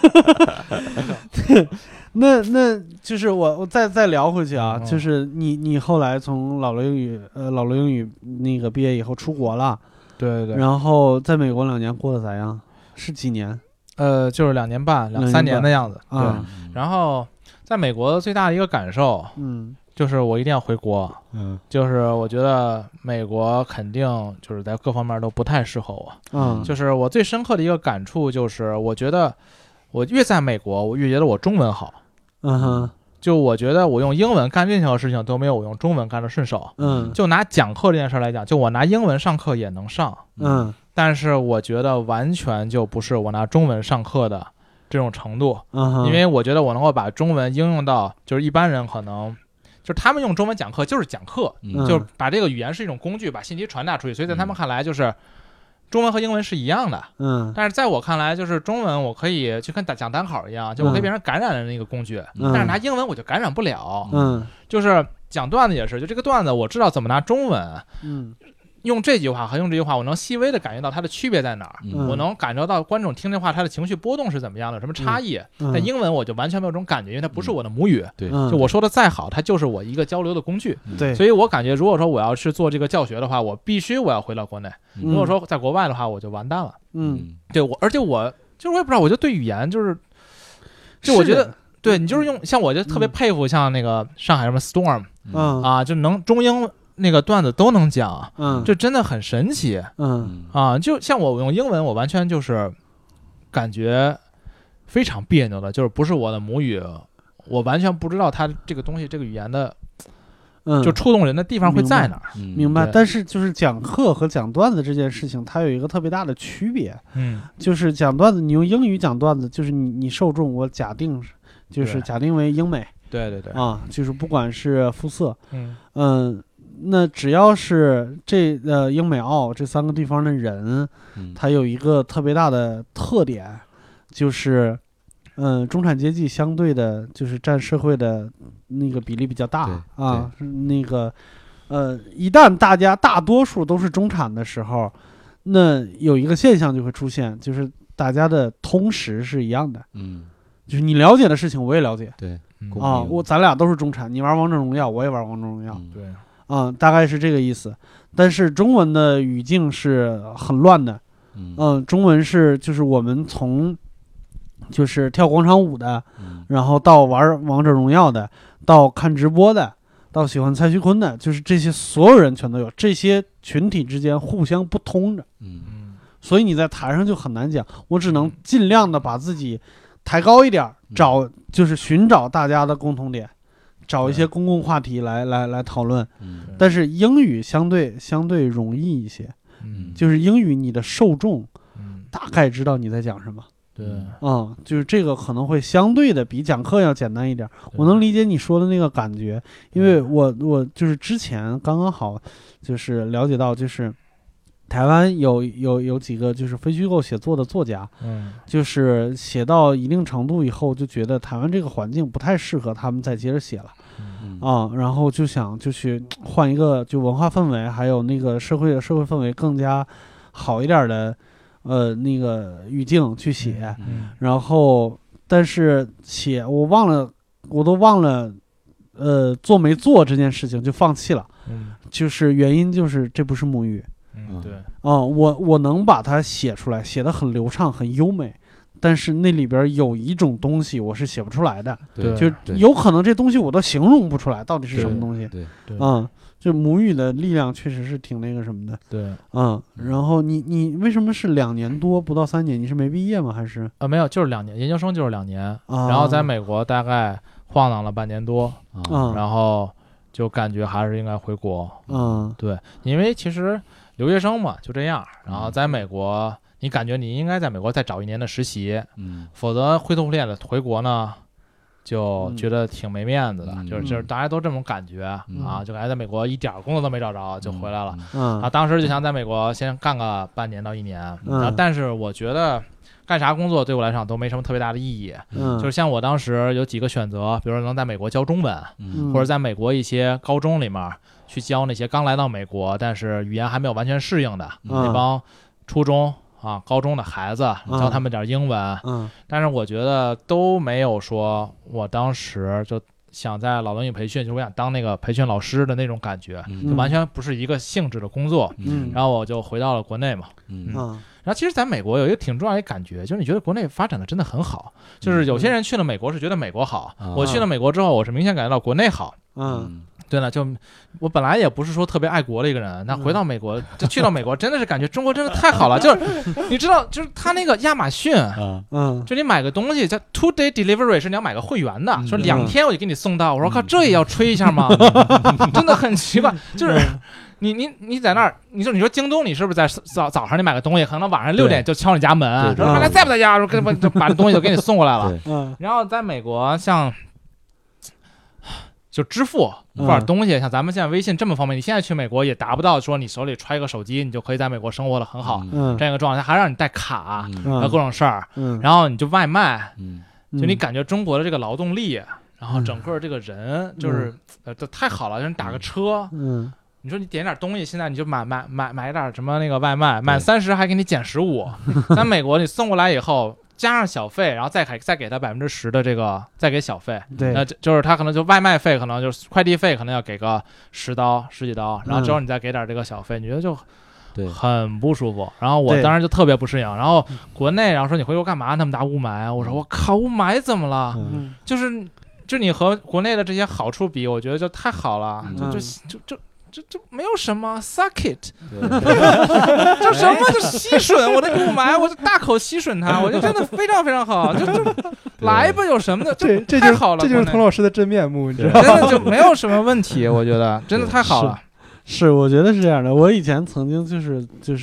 那就是我再聊回去啊，就是你后来从老罗英语那个毕业以后出国了， 对， 然后在美国2年过得咋样？是几年？ 就是2年半、2-3年的样子啊。 然后在美国最大的一个感受，就是我一定要回国，就是我觉得美国肯定就是在各方面都不太适合我，就是我最深刻的一个感触就是，我觉得我越在美国，我越觉得我中文好。就我觉得我用英文干任何事情都没有我用中文干得顺手。就拿讲课这件事来讲，就我拿英文上课也能上，但是我觉得完全就不是我拿中文上课的这种程度，因为我觉得我能够把中文应用到，就是一般人可能就是他们用中文讲课就是讲课，就是把这个语言是一种工具，把信息传达出去，所以在他们看来就是中文和英文是一样的，但是在我看来，就是中文我可以就跟讲单口一样，就我可以变成感染的那个工具，但是拿英文我就感染不了，就是讲段子也是，就这个段子我知道怎么拿中文，用这句话和用这句话，我能细微的感觉到它的区别在哪儿，我能感受到观众听这话他的情绪波动是怎么样的，什么差异。但英文我就完全没有这种感觉，因为它不是我的母语， 对， 就我说的再好，它就是我一个交流的工具。 对， 所以我感觉如果说我要去做这个教学的话，我必须我要回到国内。如果说在国外的话，我就完蛋了。对，而且我就是我也不知道，我就对语言就我觉得。对你就是像我就特别佩服像那个上海什么 Storm 就能中英那个段子都能讲，这真的很神奇，就像我用英文，我完全就是感觉非常别扭的，就是不是我的母语，我完全不知道它这个东西这个语言的，就触动人的地方会在哪儿。 明白。但是就是讲课和讲段子这件事情，它有一个特别大的区别，就是讲段子，你用英语讲段子，就是你受众，我假定就是假定为英美， 对就是不管是肤色，那只要是英美澳这3个地方的人，他有一个特别大的特点，就是中产阶级相对的就是占社会的那个比例比较大啊，那个一旦大多数都是中产的时候，那有一个现象就会出现，就是大家的通识是一样的，就是你了解的事情我也了解， 对咱俩都是中产，你玩王者荣耀我也玩王者荣耀， 对。 大概是这个意思，但是中文的语境是很乱的，中文是就是我们从就是跳广场舞的，然后到玩王者荣耀的，到看直播的，到喜欢蔡徐坤的，就是这些所有人全都有，这些群体之间互相不通着，所以你在台上就很难讲，我只能尽量的把自己抬高一点，就是寻找大家的共同点，找一些公共话题来讨论，但是英语相对容易一些， 就是英语你的受众大概知道你在讲什么。 对， 就是这个可能会相对的比讲课要简单一点。我能理解你说的那个感觉，因为我就是之前刚刚好就是了解到，就是台湾有几个就是非虚构写作的作家，就是写到一定程度以后，就觉得台湾这个环境不太适合他们再接着写了，然后就想就去换一个就文化氛围还有那个社会氛围更加好一点的那个语境去写，然后但是我都忘了做没做这件事情就放弃了，就是原因就是这不是母语。 对， 我能把它写出来，写得很流畅很优美，但是那里边有一种东西我是写不出来的， 对， 就有可能这东西我都形容不出来到底是什么东西。 对， 就母语的力量确实是挺那个什么的。 对， 然后你为什么是2年多不到3年？你是没毕业吗？还是没有，就是2年，研究生就是2年，然后在美国大概晃荡了半年多，然后就感觉还是应该回国。对，因为其实留学生嘛就这样，然后在美国你感觉你应该在美国再找1年的实习，否则灰头土脸的回国呢就觉得挺没面子的，就是大家都这种感觉就感觉在美国一点工作都没找着就回来了，当时就想在美国先干个半年到1年，但是我觉得干啥工作对我来讲都没什么特别大的意义，就是像我当时有几个选择，比如说能在美国教中文，或者在美国一些高中里面去教那些刚来到美国但是语言还没有完全适应的那帮初中高中的孩子，教他们点英文，但是我觉得都没有说我当时就想在劳动力培训，就是我想当那个培训老师的那种感觉，就完全不是一个性质的工作，然后我就回到了国内嘛，然后其实在美国有一个挺重要的感觉，就是你觉得国内发展的真的很好，就是有些人去了美国是觉得美国好，我去了美国之后我是明显感觉到国内好，对呢，就我本来也不是说特别爱国的一个人，但回到美国，就去到美国，真的是感觉中国真的太好了。就是你知道，就是他那个亚马逊，就你买个东西叫 2-day delivery， 是你要买个会员的，说2天我就给你送到。我说靠，这也要吹一下吗？真的很奇怪，就是你在那儿，你说京东，你是不是在早上你买个东西，可能晚上6点就敲你家门，说大家在不在家，说就把这东西就给你送过来了。然后在美国像。就支付或者东西，像咱们现在微信这么方便，你现在去美国也达不到说你手里揣个手机，你就可以在美国生活的很好，这样一个状态，还让你带卡，各种事儿，然后你就外卖，就你感觉中国的这个劳动力，然后整个这个人就是都太好了，就是你打个车，你说你点点东西，现在你就买点什么那个外卖，满30还给你减15，在美国你送过来以后。加上小费，然后再给他10%的这个，再给小费， 对， 那就是他可能就外卖费，可能就是快递费，可能要给个10刀、10几刀，然后之后你再给点这个小费，你觉得就很不舒服。然后我当时就特别不适应。然后国内，然后说你回国干嘛？那么大雾霾，我说我靠，雾霾怎么了？就是你和国内的这些好处比，我觉得就太好了，就没有什么 suck it， 就什么就吸吮我的雾霾，我就大口吸吮它，我就真的非常非常好，就来吧，有什么的，这太好了， 这就是童老师的真面目，你知道吗？ 真的就没有什么问题，我觉得真的太好了。 是，我觉得是这样的。我以前曾经就是，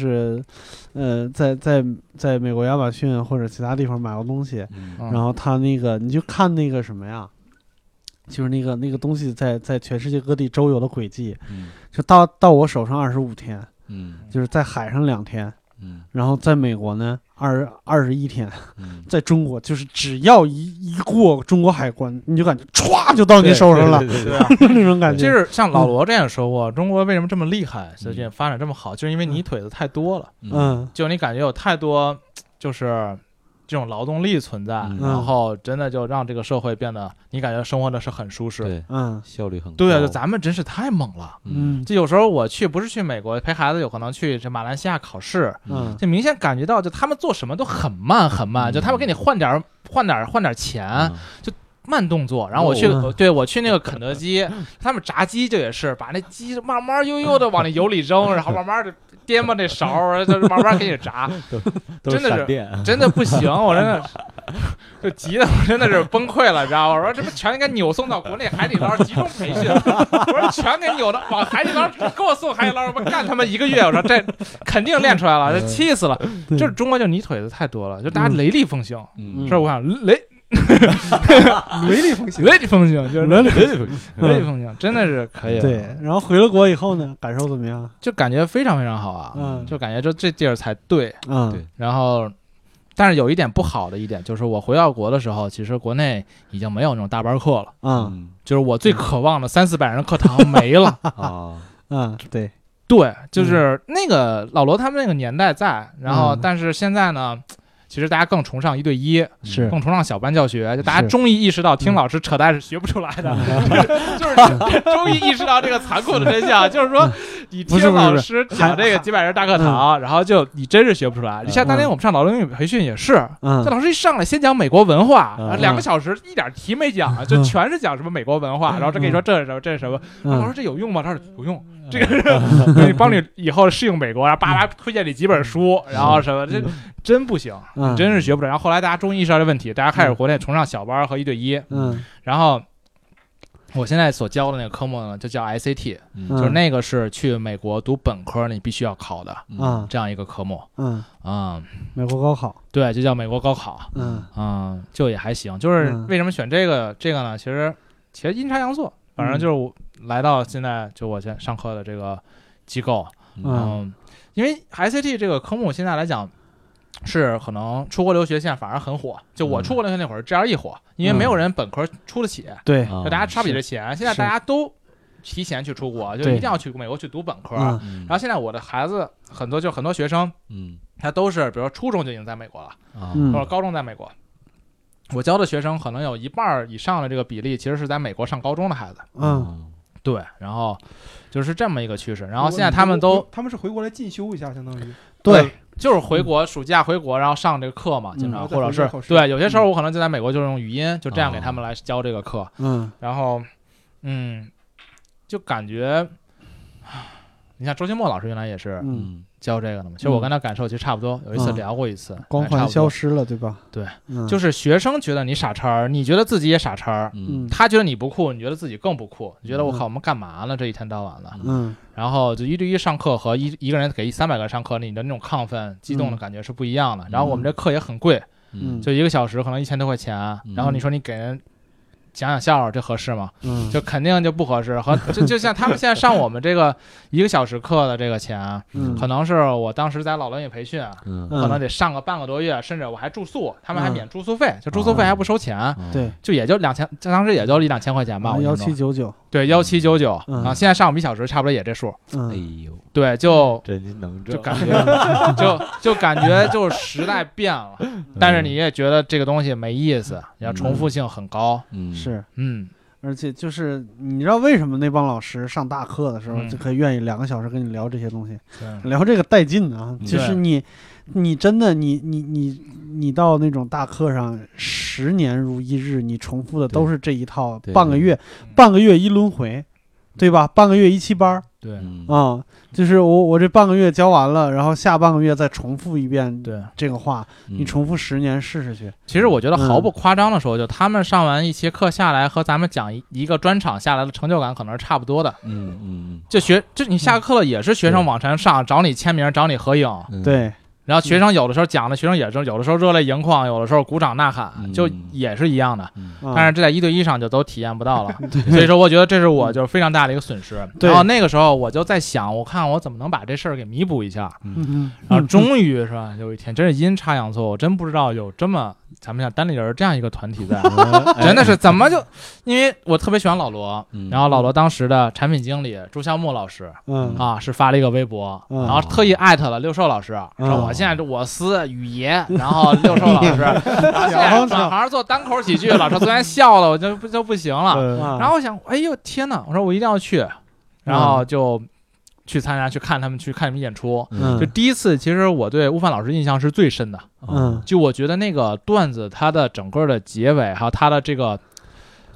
在美国亚马逊或者其他地方买过东西，然后他那个你就看那个什么呀？就是那个东西在全世界各地周游的轨迹，就到我手上25天，就是在海上2天，然后在美国呢21天，在中国就是只要一过中国海关，你就感觉歘就到你手上了，那种感觉。 就是像老罗这样说过，中国为什么这么厉害，最近发展这么好，就是因为泥腿子太多了，就你感觉有太多就是这种劳动力存在，然后真的就让这个社会变得你感觉生活的是很舒适， 对，效率很高。 对啊，就咱们真是太猛了。就有时候我不是去美国陪孩子，有可能去这马来西亚考试，就明显感觉到就他们做什么都很慢很慢，就他们给你换点钱，就慢动作。然后我去那个肯德基，他们炸鸡就也是把那鸡慢慢悠悠的往那油里扔，然后慢慢的颠吧那勺，就慢慢给你炸，真的是真的不行，我真的就急的我真的是崩溃了，知道吗？我说这不全给扭送到国内海底捞集中培训，我说全给扭到往海底捞给我送海底捞，我干他们1个月，我说这肯定练出来了，这气死了。就是中国就泥腿子太多了，就大家雷厉风行，是我想雷厉风行，就是雷厉风行，真的是可以。 对，然后回了国以后呢，感受怎么样？ 就感觉非常非常好啊，就感觉这地儿才对， 对。 然后，但是有一点不好的一点就是，我回到国的时候，其实国内已经没有那种大班课了，就是我最渴望的300-400人课堂没了啊，对。 对，就是那个老罗他们那个年代在，然后但是现在呢，其实大家更崇尚1对1， 是更崇尚小班教学，就大家终于意识到听老师扯淡是学不出来的，就是终于意识到这个残酷的真相，就是说你听老师讲这个几百人大课堂，然后就你真是学不出来。你像当年我们上老罗英语培训也是，这老师一上来先讲美国文化，2个小时一点题没讲，就全是讲什么美国文化，然后这跟你说这是什么这是什么，老师这有用吗？他说有用。这个是帮你以后适应美国，然后叭推荐你几本书，然后什么这真不行，真是学不了。然后后来大家终于意识到这问题，大家开始国内崇尚小班和1对1。然后我现在所教的那个科目呢，就叫 SAT，就是那个是去美国读本科你必须要考的这样一个科目。 美国高考， 对，就叫美国高考。就也还行。就是为什么选这个呢？其实阴差阳错，反正就是我来到现在就我现在上课的这个机构，因为 SAT 这个科目现在来讲是可能出国留学现在反而很火，就我出国留学那会儿 GRE 火，因为没有人本科出得起， 对， 就大家差不起这钱，现在大家都提前去出国，就一定要去美国去读本科。然后现在我的孩子很多学生，他都是比如说初中就已经在美国了，或者高中在美国。我教的学生可能有1半以上的这个比例，其实是在美国上高中的孩子。对，然后就是这么一个趋势。然后现在他们是回国来进修一下，相当于对， 就是回国暑假回国，然后上这个课嘛，经常或者是对，有些时候我可能就在美国就用语音，就这样给他们来教这个课。然后就感觉，你像周新墨老师原来也是教这个的嘛，其实我跟他感受其实差不多，有一次聊过一次， 光环消失了，对吧？ 对，就是学生觉得你傻叉，你觉得自己也傻叉，他觉得你不酷，你觉得自己更不酷，你觉得我靠我们干嘛呢？这一天到晚的，然后就1对1上课和一个人给300个人上课，你的那种亢奋、激动的感觉是不一样的。然后我们这课也很贵，就1个小时可能1000多块钱，然后你说你给人讲讲笑话，这合适吗？就肯定就不合适。就像他们现在上我们这个1个小时课的这个钱，可能是我当时在老罗英语培训，可能得上个半个多月，甚至我还住宿，他们还免住宿费，就住宿费还不收钱， 对， 就也就2000，当时也就1-2000块钱吧 ，1799， 对，1799，然后现在上我们1小时差不多也这数， 哎呦， 对，就真能挣， 就感觉就感觉就是时代变了，但是你也觉得这个东西没意思，你要重复性很高， 是，而且就是你知道为什么那帮老师上大课的时候就可以愿意2个小时跟你聊这些东西，聊这个带劲啊！就是你真的你到那种大课上10年如一日，你重复的都是这一套，半个月一轮回，对吧？半个月1期班， 对就是我这半个月教完了，然后下半个月再重复一遍这个话，你重复10年试试去。 其实我觉得毫不夸张的说，就他们上完一节课下来和咱们讲一个专场下来的成就感可能是差不多的。就你下课了也是学生往前上找你签名找你合影， 对。 然后学生有的时候讲的，学生也是有的时候热泪盈眶，有的时候鼓掌呐喊，就也是一样的。但是这在1对1上就都体验不到了，所以说我觉得这是我就是非常大的一个损失。然后那个时候我就在想，我看我怎么能把这事儿给弥补一下。然后终于是吧，有一天真是阴差阳错，我真不知道有这么咱们像单立人这样一个团体在，真的是怎么就，因为我特别喜欢老罗，然后老罗当时的产品经理朱孝木老师，是发了一个微博，然后特意艾特了六兽老师，说我现在我司雨爷，然后六兽老师，然后现在转行做单口喜剧了，说昨天笑了我就不行了，然后我想，哎呦天哪，我说我一定要去，然后就去参加去看他们演出，就第一次，其实我对悟饭老师印象是最深的，就我觉得那个段子它的整个的结尾还有它的这个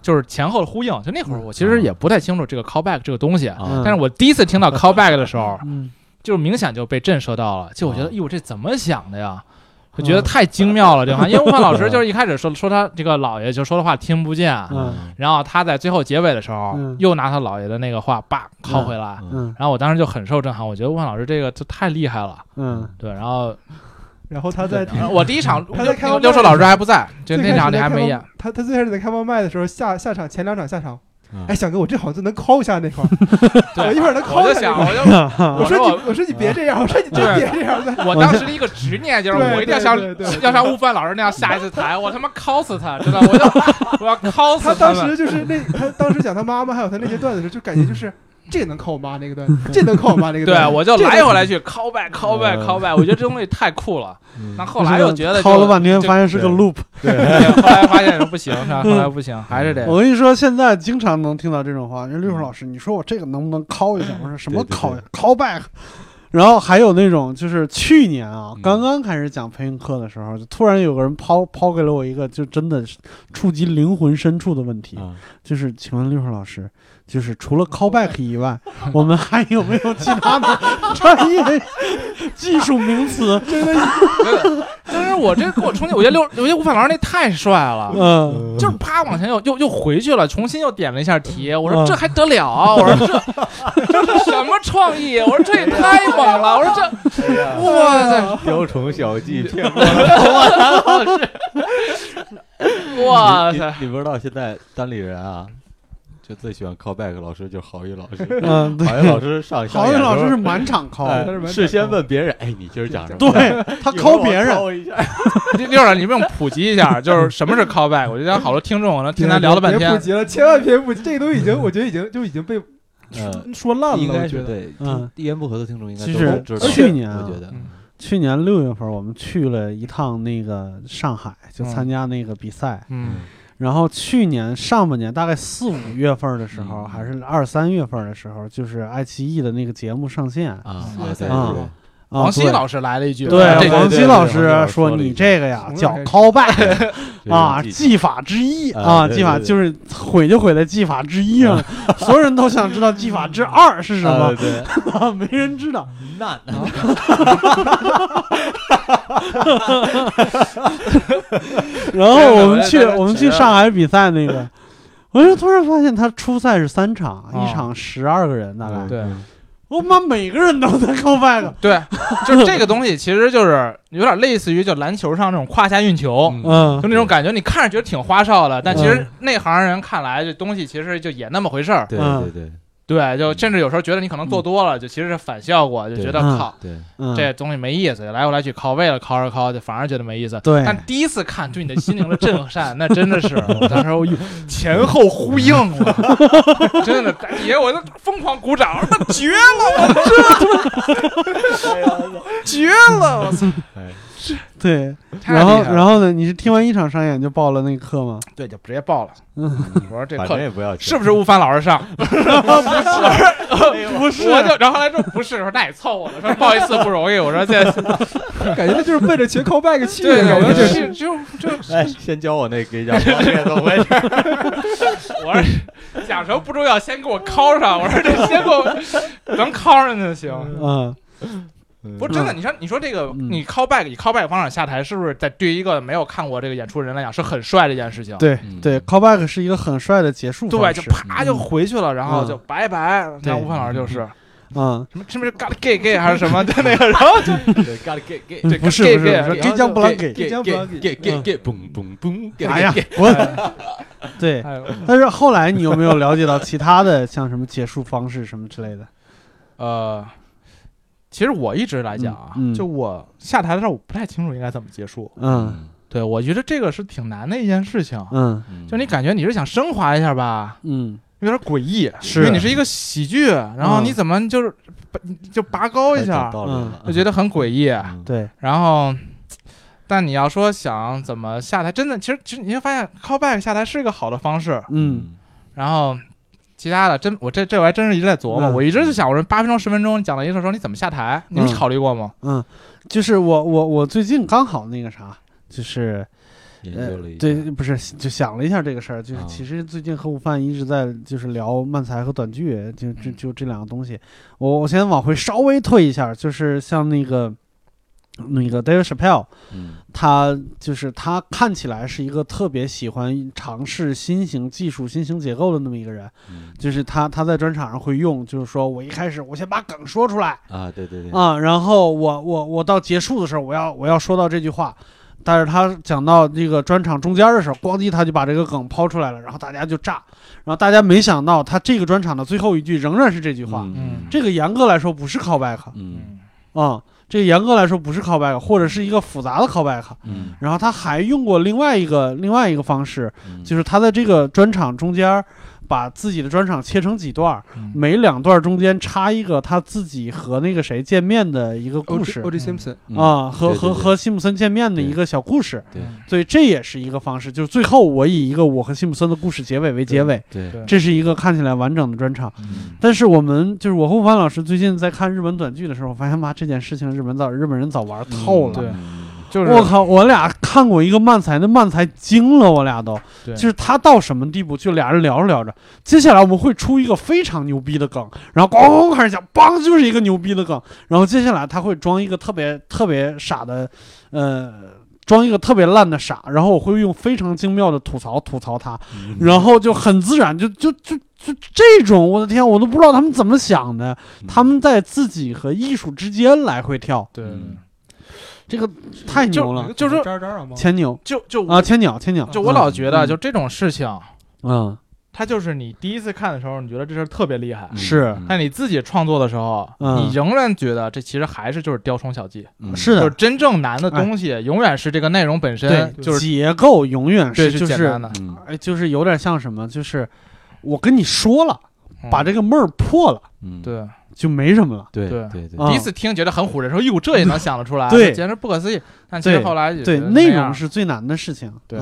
就是前后的呼应。就那会儿我其实也不太清楚这个 callback 这个东西， 啊但是我第一次听到 callback 的时候， 嗯就明显就被震慑到了。就我觉得，哟，这怎么想的呀？我觉得太精妙了，这话，因为悟饭老师就是一开始说他这个姥爷就说的话听不见，然后他在最后结尾的时候又拿他姥爷的那个话叭拷回来，然后我当时就很受震撼，我觉得悟饭老师这个就太厉害了，对，然后他在我第一场他在开六叔老师还不在，就那场你还没演， 他最开始在开放麦的时候下场前2场下场。哎，想哥，我这好像就能敲一下那块儿，我一会儿能敲一下。我说你别这样，我说你真别这样。 我当时的一个执念就是，我一定要像悟饭老师那样下一次台，我他妈敲死他，知道？我要敲死他。 他当时就是他当时讲他妈妈还有他那些段子的时候，就感觉就是这个能靠我妈那个段子，这能靠我妈那个段子。 对，我就来回来去 call back， 我觉得这东西太酷了。那后来又觉得敲了半天，发现是个 loop。 对，后来发现不行，是吧？后来不行，还是得。 我跟你说，现在经常能听到这种话，就律师老师，你说我这个能不能call一下？我说什么call back？然后还有那种就是去年啊，刚刚开始讲培训课的时候，就突然有个人抛给了我一个就真的触及灵魂深处的问题，就是请问律师老师，就是除了 callback 以外，我们还有没有其他的专业技术名词？真的， 但是我这给我冲击，我觉得悟饭老师那太帅了，就是啪往前又回去了，重新又点了一下题，我说这还得了啊？我说这是什么创意？我说这也太猛了！我说这，哇塞， 雕虫小技骗过了老师。 哇塞！ 你不知道现在单立人啊，就最喜欢 callback 老师就是郝宇老师。 对， 郝宇老师上郝宇老师是满场 call， 事先问别人，哎，你今儿讲什么？ 对他 call 别人。 六儿，你不用普及一下，就是什么是 callback？ 我觉得好多听众可能听咱聊了半天， 别普及了，千万别普及，这个东西我觉得已经被说烂了。 应该是对，一言不合的听众应该都知道。 去年我觉得。 去年6月份，我们去了一趟那个上海，就参加那个比赛。然后去年上半年大概4、5月份的时候，还是2、3月份的时候，就是爱奇艺的那个节目上线王希老师来了一句， 对，王希老师说你这个呀叫 callback 啊，技法之一啊，技法就是毁就毁在技法之一上，所有人都想知道技法之2是什么，对，没人知道。 难。 然后我们去上海比赛那个，我就突然发现他初赛是3场，一场12个人大概。 对。 我妈每个人都在 callback， 对，就是这个东西，其实就是有点类似于就篮球上那种胯下运球，就那种感觉，你看着觉得挺花哨的，但其实内行人看来这东西其实就也那么回事儿。对，就甚至有时候觉得你可能做多了，就其实是反效果，就觉得靠，这东西没意思，来回来去靠，为了靠而靠，就反而觉得没意思。 对， 但第一次看对你的心灵的震撼，那真的是，当时我前后呼应了，真的，底下我就疯狂鼓掌，那绝了，我绝了，我操！ 对，然后呢？你是听完1场商演就报了那个课吗？ 对，就直接报了。我说这课也不要是不是悟饭老师上？不是，我就然后来说不是，说那也凑合了，说报一次不容易。我说这感觉他就是奔着学 callback 去的， 感觉就哎，先教我那给讲这个怎么回事？ 我说讲什么不重要，先给我敲上。我说这先给我能敲上就行。不是真的，你说这个，你 callback 以 callback 方式下台，是不是在对于一个没有看过这个演出的人来讲是很帅的一件事情？ 对，callback 是一个很帅的结束方式。 对，就啪就回去了，然后就拜拜。那悟饭老师就是，什么是 gotta gay 还是什么的那个，然后就 gotta gay， 不是给将不让给， 嘣嘣嘣， 哎呀，我对。但是后来你有没有了解到其他的像什么结束方式什么之类的？ 其实我一直来讲啊，就我下台的时候，我不太清楚应该怎么结束。对，我觉得这个是挺难的一件事情。就你感觉你是想升华一下吧，有点诡异，因为你是一个喜剧，然后你怎么就拔高一下，就觉得很诡异。 对， 然后，但你要说想怎么下台，真的，其实你会发现 callback 下台是一个好的方式。然后。其他的我还真是一直在琢磨，我一直就想，我说8分钟10分钟讲了一个时候，你怎么下台？你们考虑过吗？ 就是我最近刚好那个啥，就是研究了一下， 对，不是就想了一下这个事儿，就是啊其实最近和午饭一直在就是聊漫才和短剧，就这两个东西。我先往回稍微退一下，就是像那个 Dave Chappelle，他看起来是一个特别喜欢尝试新型技术、新型结构的那么一个人，就是他在专场上会用，就是说我一开始我先把梗说出来啊，对对对啊，然后我到结束的时候我要说到这句话。但是他讲到这个专场中间的时候，咣叽他就把这个梗抛出来了，然后大家就炸，然后大家没想到他这个专场的最后一句仍然是这句话，这个严格来说不是 callback， 这个严格来说不是 callback， 或者是一个复杂的 callback，然后他还用过另外一个方式，就是他在这个专场中间把自己的专场切成几段，每2段中间插一个他自己和那个谁见面的一个故事 ，O.J. Simpson 啊，和辛普森见面的一个小故事，所以这也是一个方式，就是最后我以一个我和辛普森的故事结尾为结尾，这是一个看起来完整的专场。但是我和午饭老师最近在看日本短剧的时候，发现妈这件事情日本人早玩透了。就是我靠，我俩看过一个漫才，那漫才惊了，我俩都，就是他到什么地步，就俩人聊着聊着，接下来我们会出一个非常牛逼的梗，然后咣开始讲，梆就是一个牛逼的梗，然后接下来他会装一个特别傻的，装一个特别烂的傻，然后我会用非常精妙的吐槽他，然后就很自然，就这种，我的天，我都不知道他们怎么想的，他们在自己和艺术之间来回跳， 对。 这个太牛了， 就是千牛，千鸟， 就我老觉得，就这种事情，它就是你第一次看的时候，你觉得这事特别厉害， 是， 但你自己创作的时候，你仍然觉得这其实还是就是雕虫小技， 是的， 就是真正难的东西，永远是这个内容本身，就是结构永远是简单的， 就是有点像什么，就是我跟你说了，把这个闷儿破了， 对。 就没什么了。 对， 第一次听觉得很唬人，说哟这也能想得出来， 对， 简直不可思议。但其实后来对内容是最难的事情。 对，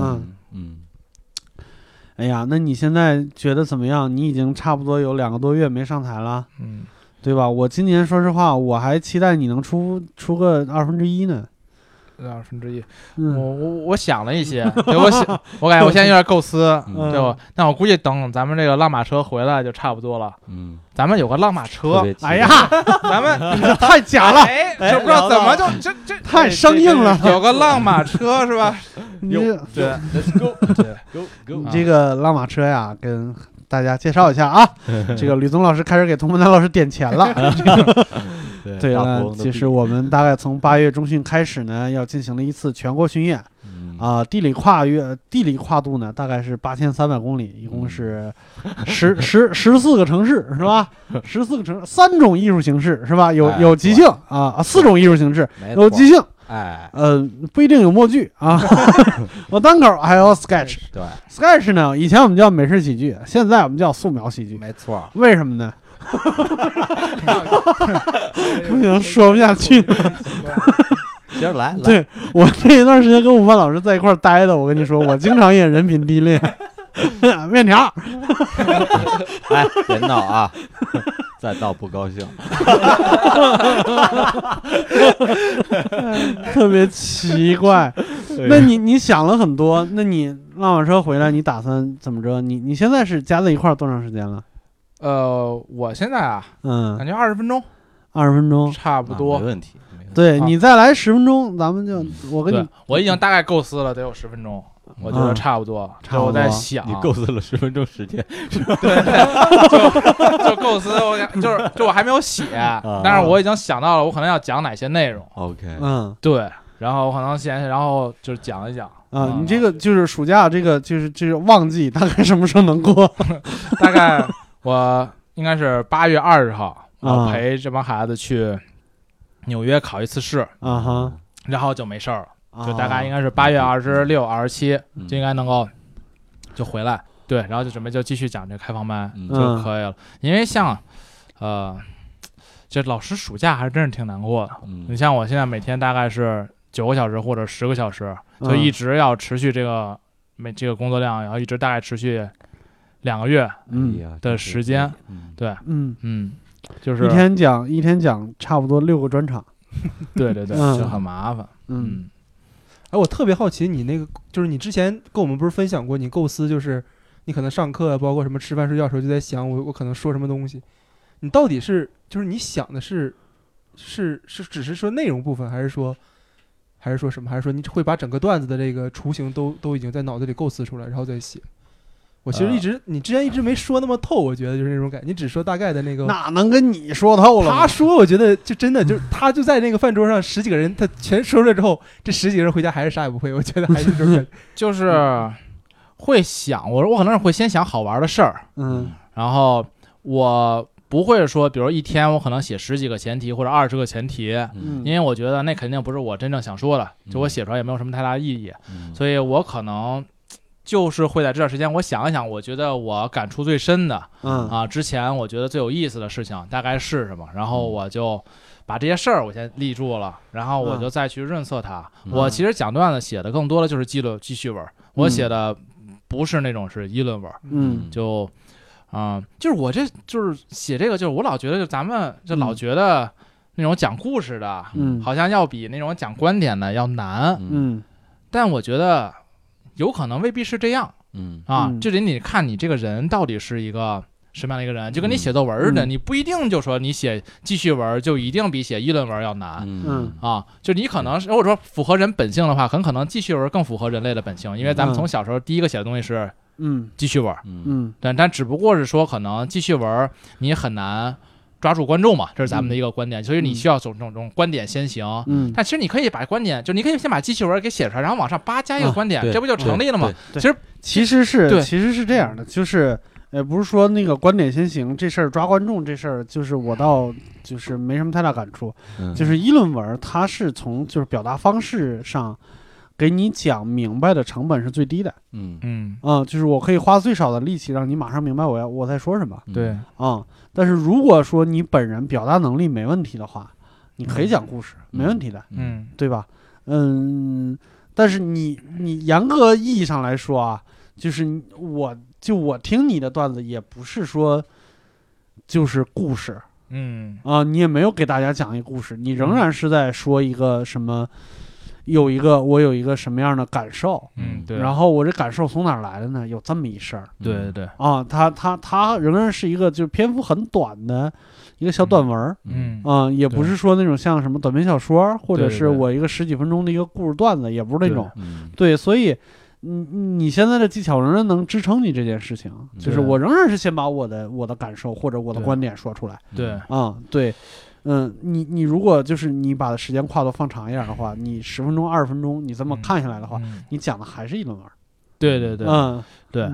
哎呀，那你现在觉得怎么样？你已经差不多有2个多月没上台了，对吧？我今年说实话，我还期待你能出个1/2呢。 1/2，我想了一些，对，我感觉我现在有点构思，对吧？但我估计等咱们这个浪马车回来就差不多了。咱们有个浪马车， 哎呀， 咱们太假了， 就不知道怎么就这太生硬了。 有个浪马车是吧？ 对 ，Let's go， 你这个浪马车呀，跟大家介绍一下啊，这个吕宗老师开始给童梦楠老师点钱了。对了，就是我们大概从8月中旬开始呢，要进行了一次全国巡演，地理跨度呢大概是8300公里，一共是14个城市，是吧？14个城市，3种艺术形式，是吧？有即兴啊，4种艺术形式，有即兴，不一定有默剧啊，我单口还有 sketch， 对 ，sketch 呢，以前我们叫美式喜剧，现在我们叫素描喜剧， 没错， 为什么呢？不行，说不下去了。 接着来。 对，我这一段时间跟午饭老师在一块待的，我跟你说，我经常也人品低劣。面条， 哎，别闹啊！再闹不高兴。 特别奇怪。那你想了很多，那你浪马车回来，你打算怎么着？你现在是加在一块多长时间了？ 我现在啊，感觉20分钟 ，20分钟差不多， 没问题。 对，你再来10分钟，咱们就我已经大概构思了，得有10分钟，我觉得差不多。我在想， 你构思了10分钟时间， 对，就构思，就我还没有写，但是我已经想到了，我可能要讲哪些内容。 OK， 对，然后可能然后就是讲一讲。 你这个就是暑假，这个就是旺季，大概什么时候能过？ 大概我应该是8月20号，我陪这帮孩子去纽约考一次试，然后就没事儿了，就大概应该是8月26、27就应该能够就回来，对，然后就准备就继续讲这开放麦就可以了。因为像这老师暑假还真是挺难过的。你像我现在每天大概是9个小时或者10个小时，就一直要持续这个工作量，然后一直大概持续2个月的时间，对，就是一天讲差不多6个专场， 对，就很麻烦， 哎，我特别好奇你那个，就是你之前跟我们不是分享过你构思，就是你可能上课包括什么吃饭睡觉的时候就在想我可能说什么东西，你到底是就是你想的是只是说内容部分，还是说什么，还是说你会把整个段子的这个雏形都已经在脑子里构思出来然后再写？我其实你之前一直没说那么透，我觉得就是那种感觉，你只说大概的那个。 哪能跟你说透了？ 他说，我觉得就真的就是他就在那个饭桌上10几个人，他全说出来之后，这10几个人回家还是啥也不会，我觉得还是这种感觉。 就是会想，我可能是会先想好玩的事儿，然后我不会说，比如一天我可能写10几个前提或者20个前提，因为我觉得那肯定不是我真正想说的，就我写出来也没有什么太大的意义，所以我可能就是会在这段时间我想一想，我觉得我感触最深的，之前我觉得最有意思的事情大概是什么，然后我就把这些事儿我先立住了，然后我就再去润色它。我其实讲段子写的更多的就是记叙文，我写的不是那种是议论文，就是我这就是写这个，就是我老觉得就咱们就老觉得那种讲故事的，好像要比那种讲观点的要难，但我觉得有可能未必是这样，这得你看你这个人到底是一个什么样的一个人，就跟你写作文似的，你不一定就说你写记叙文就一定比写议论文要难，就你可能如果说符合人本性的话，很可能记叙文更符合人类的本性，因为咱们从小时候第一个写的东西是记叙文，但只不过是说可能记叙文你很难抓住观众嘛，这是咱们的一个观点，所以你需要这种观点先行。但其实你可以把观点，就你可以先把记叙文给写出来，然后往上加一个观点，这不就成立了吗？ 其实是这样的，就是不是说那个观点先行这事儿抓观众这事儿，就是我倒就是没什么太大感触。就是议论文它是从就是表达方式上给你讲明白的成本是最低的。就是我可以花最少的力气让你马上明白我在说什么。 对但是如果说你本人表达能力没问题的话，你可以讲故事，没问题的，对吧？但是你严格意义上来说啊，就是我听你的段子也不是说就是故事，你也没有给大家讲一个故事，你仍然是在说一个什么。我有一个什么样的感受， 对， 然后我这感受从哪儿来的呢？有这么一事儿， 对对它仍然是一个就篇幅很短的一个小短文，也不是说那种像什么短篇小说，或者是我一个10几分钟的一个故事段子，也不是那种，对，所以你现在的技巧仍然能支撑你这件事情，就是我仍然是先把我的感受或者我的观点说出来， 对， 对。你如果就是你把时间跨度放长一点的话，你10分钟、20分钟，你这么看下来的话，你讲的还是议论文。 对对对，对。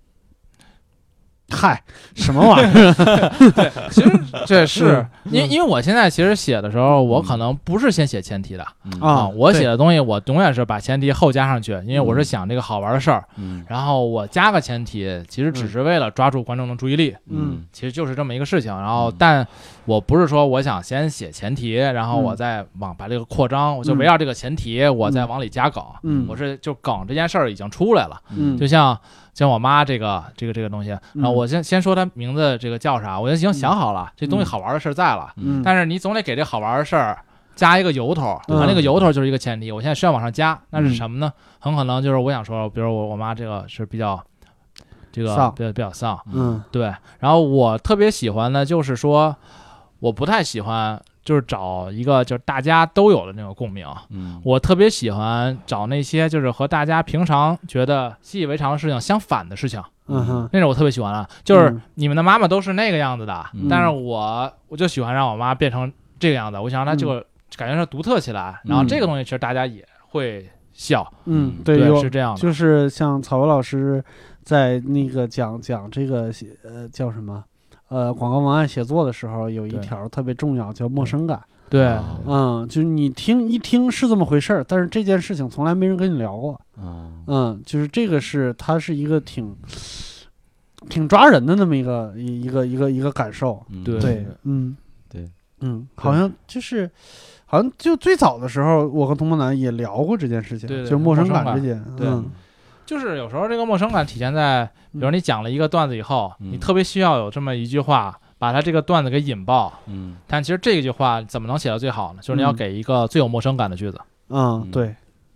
嗨，什么玩意儿？ 对，其实这是因为我现在其实写的时候，我可能不是先写前提的我写的东西我永远是把前提后加上去，因为我是想这个好玩的事儿，然后我加个前提，其实只是为了抓住观众的注意力，其实就是这么一个事情。然后，但我不是说我想先写前提，然后我再把这个扩张，我就围绕这个前提，我再往里加梗。我是就梗这件事儿已经出来了，就像我妈这个东西，然后我先说她名字这个叫啥，我就已经想好了，这东西好玩的事在了，但是你总得给这好玩的事儿加一个由头，那个由头就是一个前提，我现在需要往上加，那是什么呢？很可能就是我想说，比如我妈这个是比较丧，对，然后我特别喜欢的就是说，我不太喜欢就是找一个就是大家都有的那种共鸣，我特别喜欢找那些就是和大家平常觉得习以为常的事情相反的事情，那种我特别喜欢的，就是你们的妈妈都是那个样子的，但是我就喜欢让我妈变成这个样子，我想让她这个感觉是独特起来，然后这个东西其实大家也会笑，对，是这样的， 就是像草薇老师在那个讲这个叫什么？广告文案写作的时候有一条特别重要，叫陌生感。 对， 就是你一听是这么回事儿，但是这件事情从来没人跟你聊过。就是这个它是一个挺抓人的那么一个感受。 对， 对，好像就最早的时候，我和童梦楠也聊过这件事情，就陌生感这件。 对。就是有时候这个陌生感体现在，比如你讲了一个段子以后，你特别需要有这么一句话把它这个段子给引爆，但其实这句话怎么能写到最好呢？就是你要给一个最有陌生感的句子。 对，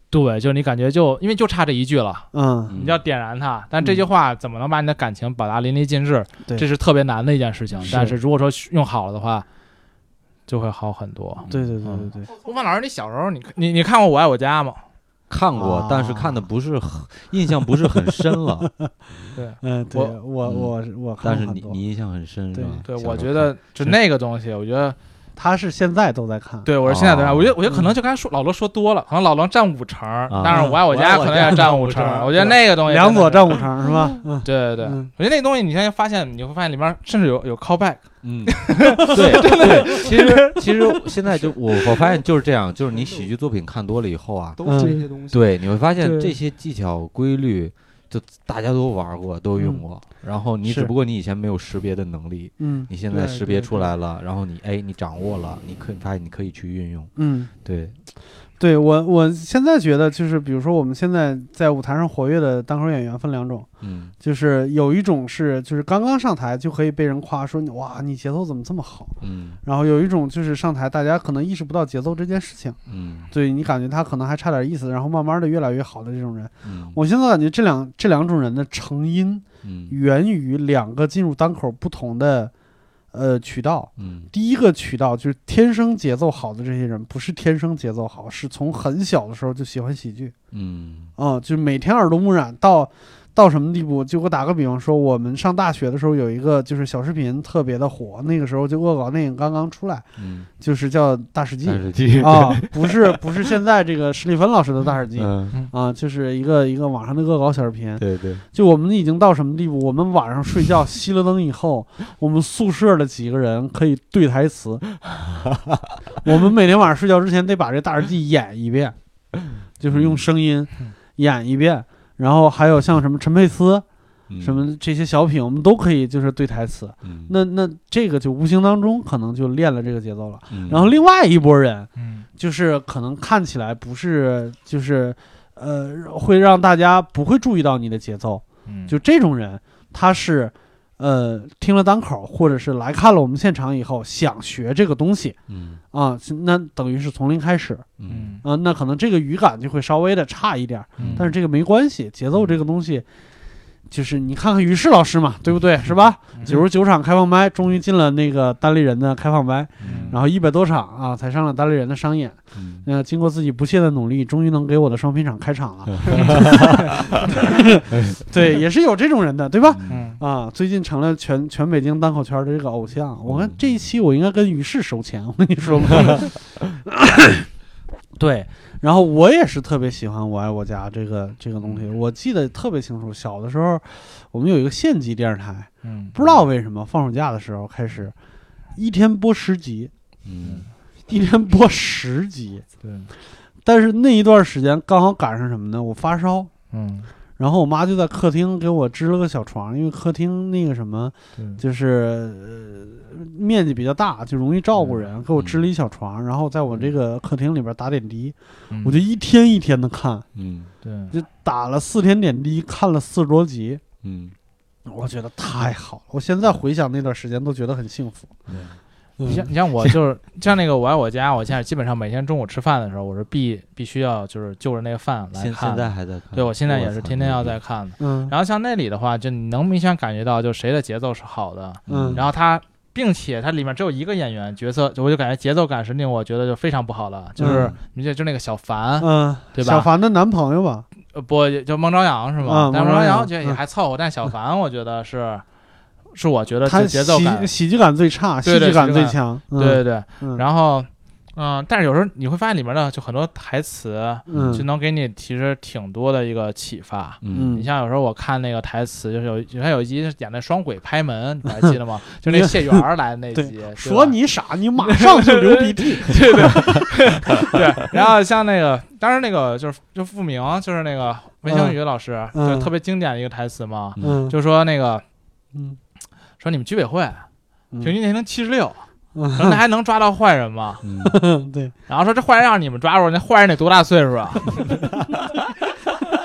对，就你感觉因为就差这一句了，你要点燃它，但这句话怎么能把你的感情表达淋漓尽致？这是特别难的一件事情。但是如果说用好了的话，就会好很多。 对。 吴凡老师，你小时候你看过《我爱我家》吗？ 看过，但是看的不是印象不是很深了。 对， 我看过， 但是你印象很深是吧？ 对，我觉得就那个东西，我觉得。 他是现在都在看， 对，我是现在都在看。我觉得可能就刚才老罗说多了，可能老罗占50%，但是我爱我家可能也占50%。我觉得那个东西两左占50%是吧？ 对，我觉得那个东西你现在发现，你会发现里面甚至有 callback。 对，其实现在就我发现就是这样，就是你喜剧作品看多了以后啊， 都是这些东西。 对，你会发现这些技巧规律。就大家都玩过，都用过，然后你只不过你以前没有识别的能力，你现在识别出来了，然后你掌握了，你发现你可以去运用， 对，我现在觉得就是比如说我们现在在舞台上活跃的单口演员分2种，就是有一种是就是刚刚上台就可以被人夸说哇你节奏怎么这么好，然后有一种就是上台大家可能意识不到节奏这件事情，对你感觉他可能还差点意思，然后慢慢的越来越好的这种人，我现在感觉这两种人的成因，源于2个进入单口不同的。渠道，第一个渠道就是天生节奏好的这些人，不是天生节奏好，是从很小的时候就喜欢喜剧，就是每天耳朵目染到什么地步？就我打个比方说，我们上大学的时候有一个就是小视频特别的火，那个时候就恶搞电影刚刚出来，就是叫大世纪啊，不是现在这个史蒂芬老师的大世纪啊，就是一个网上的恶搞小视频。 对， 就我们已经到什么地步？我们晚上睡觉熄了灯以后，我们宿舍的几个人可以对台词，我们每天晚上睡觉之前得把这大世纪演一遍，就是用声音演一遍。然后还有像什么陈佩斯，什么这些小品，我们都可以就是对台词。那这个就无形当中可能就练了这个节奏了。然后另外一拨人，就是可能看起来不是就是会让大家不会注意到你的节奏。就这种人，他是听了单口或者是来看了我们现场以后想学这个东西，那等于是从零开始，那可能这个语感就会稍微的差一点，但是这个没关系，节奏这个东西就是你看看于适老师嘛，对不对？是吧？99场开放麦，终于进了那个单立人的开放麦，然后100多场啊，才上了单立人的商演。经过自己不懈的努力，终于能给我的双拼场开场了。对，也是有这种人的，对吧？最近成了全北京单口圈的这个偶像。我看这一期我应该跟于适收钱，我跟你说吧。对。然后我也是特别喜欢《我爱我家》这个东西，我记得特别清楚。小的时候，我们有一个县级电视台，不知道为什么放暑假的时候开始，一天播10集，一天播10集， 对。 但是那一段时间刚好赶上什么呢？我发烧，然后我妈就在客厅给我支了个小床，因为客厅那个什么，就是面积比较大，就容易照顾人，给我支了一小床，然后在我这个客厅里边打点滴，我就一天一天的看，就打了4天点滴，看了40多集，我觉得太好了，我现在回想那段时间都觉得很幸福。 你像我就是像那个《我爱我家》，我现在基本上每天中午吃饭的时候，我是必须要就是就着那个饭来看。 现在还在看？ 对，我现在也是天天要在看的。然后像那里的话，就你能明显感觉到，就谁的节奏是好的。然后并且它里面只有一个演员角色，我就感觉节奏感是令我觉得就非常不好的，就是就那个小凡，对吧？ 小凡的男朋友吧？ 不，就孟朝阳是吗？但孟朝阳觉得也还凑合，但小凡我觉得是我觉得他节奏感喜剧感最差，戏剧感最强。 对，然后但是有时候你会发现里面的就很多台词，就能给你其实挺多的一个启发。你像有时候我看那个台词，就是有一集演那双轨拍门，你还记得吗？就那谢元来的那集， 说你傻，你马上就流鼻涕。 对。然后像那个，当时那个就付明，就是那个文星宇老师，就特别经典的一个台词嘛，就说那个，说你们居委会平均年龄76。那还能抓到坏人吗？ 对。 然后说这坏人让你们抓住，那坏人得多大岁数啊？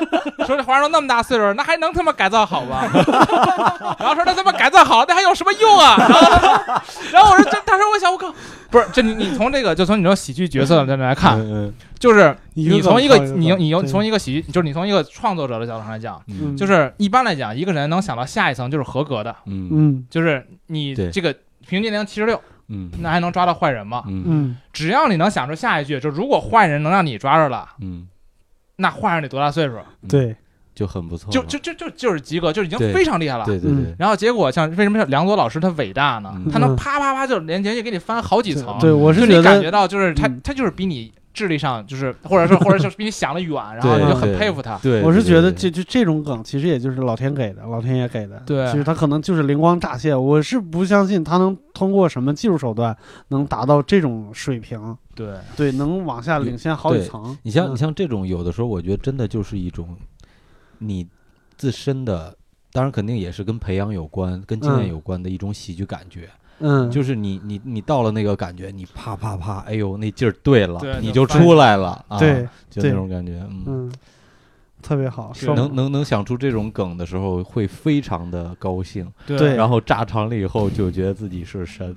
说这皇上都那么大岁数，那还能他妈改造好吗？然后说那他妈改造好，那还有什么用啊？然后我说这，他说我想我靠，不是这你从这个就从你这种喜剧角色来看，就是你从一个你从一个喜剧，就是你从一个创作者的角度上来讲，就是一般来讲，一个人能想到下一层就是合格的，就是你这个平均年龄76。那还能抓到坏人吗？只要你能想出下一句，就如果坏人能让你抓着了，那坏人得多大岁数？ 对， 就很不错， 就是及格，就已经非常厉害了。对。然后结果像为什么梁左老师他伟大呢？他能啪啪啪就连续给你翻好几层。 对，我是就你感觉到就是他就是比你智力上就是或者就是比你想的远，然后你就很佩服他。 对， 我是觉得这种梗其实也就是老天爷给的。 对， 其实他可能就是灵光乍现，我是不相信他能通过什么技术手段能达到这种水平。对，能往下领先好几层。 你像这种有的时候，我觉得真的就是一种你自身的，当然肯定也是跟培养有关、跟经验有关的一种喜剧感觉。就是你到了那个感觉，你啪啪啪，哎呦那劲儿对了，你就出来了啊， 对， 就那种感觉， 特别好。 能想出这种梗的时候，会非常的高兴， 对， 然后炸场了以后就觉得自己是神。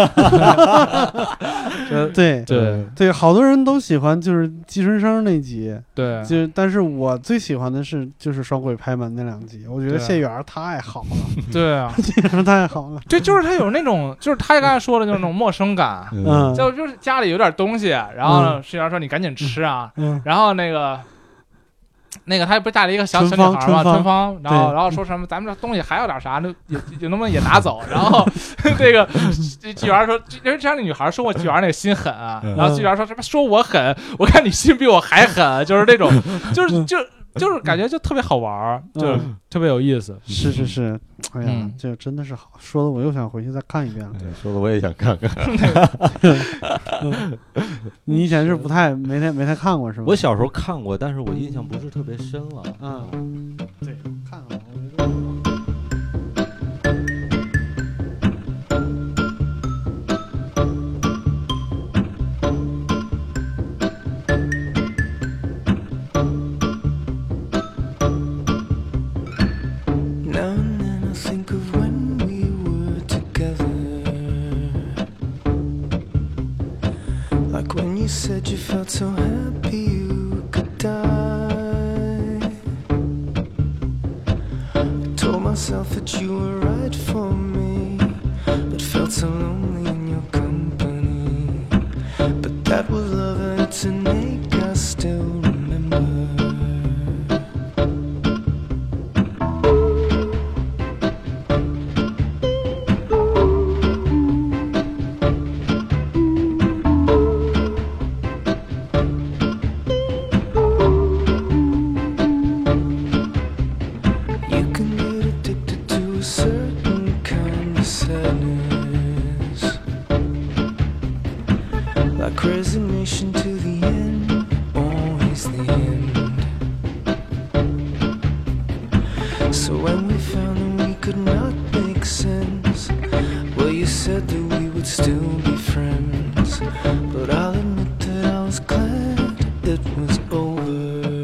对，好多人都喜欢就是寄生生那集， 对， 但是我最喜欢的是就是双轨拍门那2集，我觉得谢元太好了， 对啊， 谢元太好了， 对，就是他有那种，就是他刚才说的就是那种陌生感，就是家里有点东西，然后谢元说你赶紧吃啊，然后那个他不是带了一个小女孩吗？春芳，然后说什么咱们这东西还有点啥，有能不能也拿走？然后这个剧员说，因为这样的女孩说我剧员那个心狠啊，然后剧员说什么说我狠，我看你心比我还狠，就是那种，就是感觉就特别好玩，就特别有意思。 是，哎呀，这真的是好，说的我又想回去再看一遍了。 说的我也想看看。 你以前是没太看过是吗？ 我小时候看过，但是我印象不是特别深了。 对，看看我觉得。 Said you felt so happy you could die. I told myself that you were right for me, but felt so lonely in your company. But that was love and it's an ache I still remember. Resignation to the end, always the end. So when we found that we could not make sense, well, you said that we would still be friends. But I'll admit that I was glad it was over.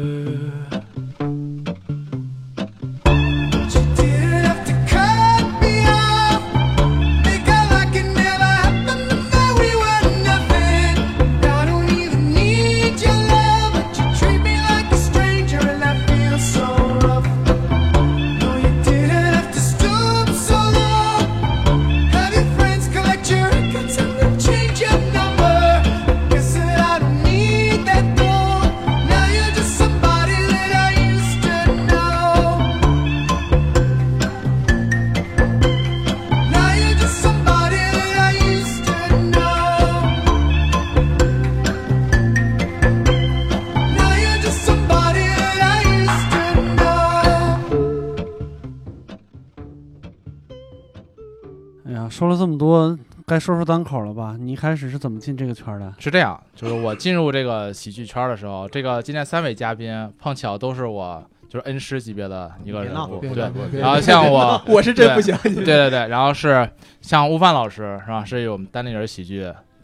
说了这么多，该说说单口了吧？你一开始是怎么进这个圈的？ 是这样，就是我进入这个喜剧圈的时候，这个今天3位嘉宾碰巧都是我就是恩师级别的一个人物，对。然后像我， 我是真不行。 对，然后是像悟饭老师是吧？是我们单立人喜剧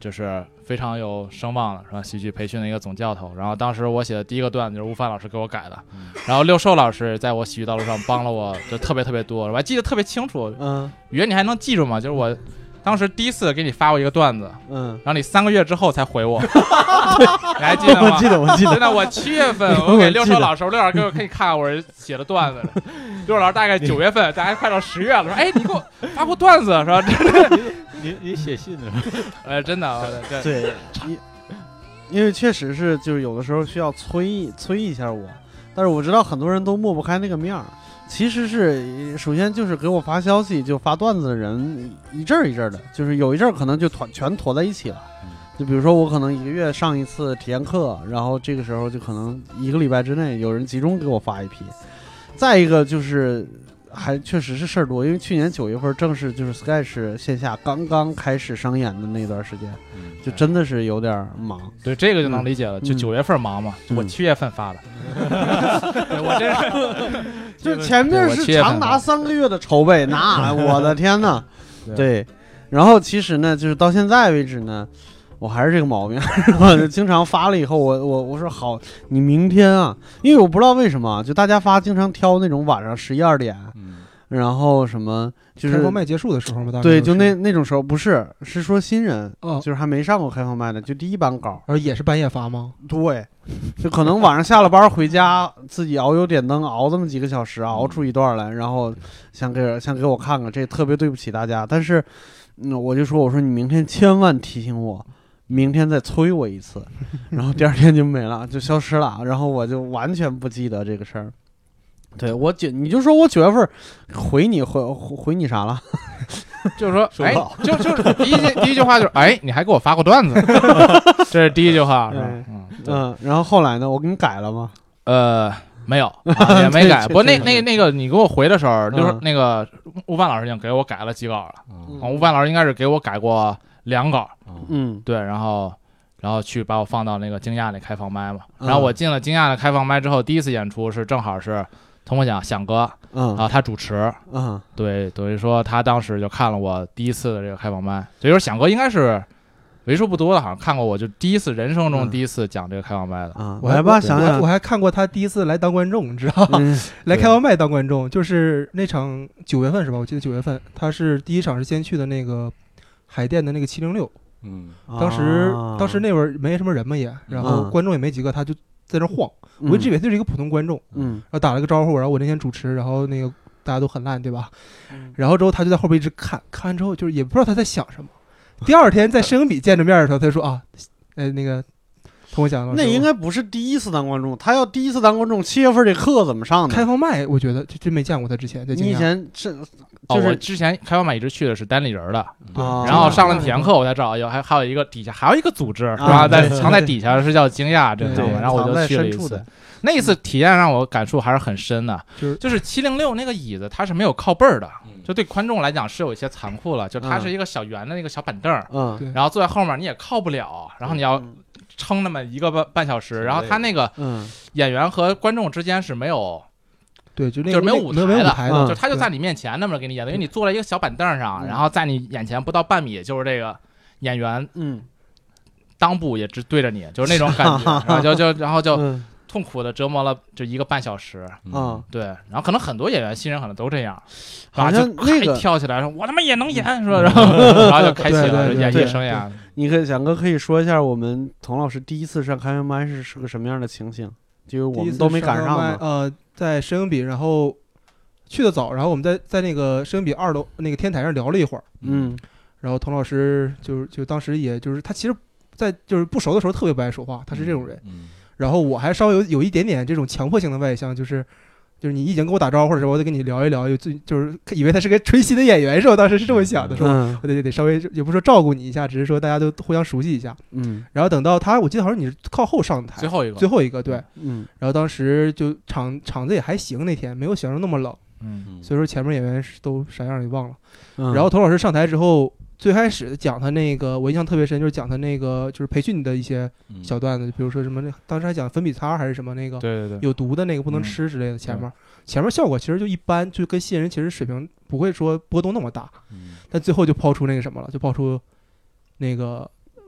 就是非常有声望的是吧？喜剧培训的一个总教头。然后当时我写的第一个段子就是吴帆老师给我改的，然后六兽老师在我喜剧道路上帮了我就特别特别多，我还记得特别清楚。宇哥你还能记住吗？就是我当时第一次给你发过一个段子，然后你3个月之后才回我，你还记得吗？ 我记得。 真的，我7月份我给六兽老师，六老师给我可以看我写的段子，六老师大概9月份，大概快到10月了，说哎你给我发过段子是吧？ 你写信的， 真的对，因为确实是就是有的时候需要催一下我，但是我知道很多人都抹不开那个面儿。其实是首先就是给我发消息就发段子的人一阵一阵的，就是有一阵可能就全坨在一起了。就比如说我可能1个月上一次体验课，然后这个时候就可能1个礼拜之内有人集中给我发一批。再一个就是还确实是事儿多，因为去年9月份正是就是 Sketch 线下刚刚开始商演的那段时间，就真的是有点忙。 对，这个就能理解了，就9月份忙嘛，我7月份发的。我真是就前面是长达3个月的筹备，那我的天哪！对，然后其实呢，就是到现在为止呢，我还是这个毛病，我就经常发了以后，我说好，你明天啊，因为我不知道为什么，就大家发经常挑那种晚上11、12点，然后什么就是开放麦结束的时候嘛， 对，就那种时候，不是说新人， 哦， 就是还没上过开放麦的，就第一版稿， 而也是半夜发吗？ 对，就可能晚上下了班回家，自己熬油点灯，熬这么几个小时，熬出一段来，然后想给我看看，这特别对不起大家，但是，我就说你明天千万提醒我。明天再催我一次，然后第二天就没了，就消失了，然后我就完全不记得这个事儿。对你就说我9月份回你啥了？ 就是说，哎，就是第一句话就是，哎，你还给我发过段子，这是第一句话，是吧？ 然后后来呢？我给你改了吗？ 没有，也没改。不过那个你给我回的时候，就是那个吴帆老师已经给我改了几稿了。吴帆老师应该是给我改过2稿。对，然后去把我放到那个惊讶那开放麦嘛。然后我进了惊讶的开放麦之后，第一次演出是正好是童梦想哥，然后他主持，对，等于说他当时就看了我第一次的这个开放麦，所以说想哥应该是为数不多的，好像看过我就人生中第一次讲这个开放麦的。 我来吧，想想， 我还看过他第一次来当观众，你知道吗？来开放麦当观众，就是那场9月份是吧？我记得9月份，他是第一场是先去的那个海淀的那个706。当时那会儿没什么人嘛也，然后观众也没几个，他就在那晃，我一直以为他就是一个普通观众，然后打了个招呼，然后我那天主持，然后那个大家都很烂，对吧？然后之后他就在后边一直看完之后，就是也不知道他在想什么。第二天在摄影笔见着面的时候，他就说那个童想老师， 那应该不是第一次当观众，他要第一次当观众，7月份这课怎么上的？ 开放麦，我觉得真没见过他之前在你以前是。 我之前开放麦一直去的是单立人的，然后上了体验课我才知道还有一个底下还有一个组织是吧？藏在底下是叫惊讶，这种，然后我就去了一次。那一次体验让我感触还是很深的，就是706那个椅子它是没有靠背的，就对观众来讲是有一些残酷了，就它是一个小圆的那个小板凳，然后坐在后面你也靠不了，然后你要撑那么1个半小时，然后他那个演员和观众之间是没有。 对， 就是没有舞台的， 就他就在你面前那么给你演的，因为你坐在一个小板凳上，然后在你眼前不到半米就是这个演员，裆部也直对着你，就是那种感觉，然后就痛苦的折磨了就1个半小时，对，然后可能很多演员新人可能都这样， 好像那个跳起来说我他妈也能演，是吧？然后就开启了演艺生涯。 你想哥可以说一下我们童老师第一次上开放麦是个什么样的情形？就是我们都没赶上嘛。 在摄影笔，然后去的早，然后我们在那个摄影笔2楼那个天台上聊了一会儿，然后童老师就当时也就是他其实，在就是不熟的时候特别不爱说话，他是这种人，然后我还稍微有一点点这种强迫性的外向，就是你已经跟我打招呼的时候，我得跟你聊一聊，就是以为他是个吹戏的演员是吧？当时是这么想的，说我得稍微也不是说照顾你一下，只是说大家都互相熟悉一下。然后等到我记得好像你是靠后上台，最后一个对，然后当时就场子也还行，那天没有想象那么冷，所以说前面演员都啥样也忘了。然后童老师上台之后，最开始讲他那个我印象特别深，就是讲他那个就是培训的一些小段子，比如说什么当时还讲粉笔擦还是什么那个对有毒的那个不能吃之类的，前面效果其实就一般，就跟新人其实水平不会说波动那么大，但最后就抛出那个什么了，就抛出那个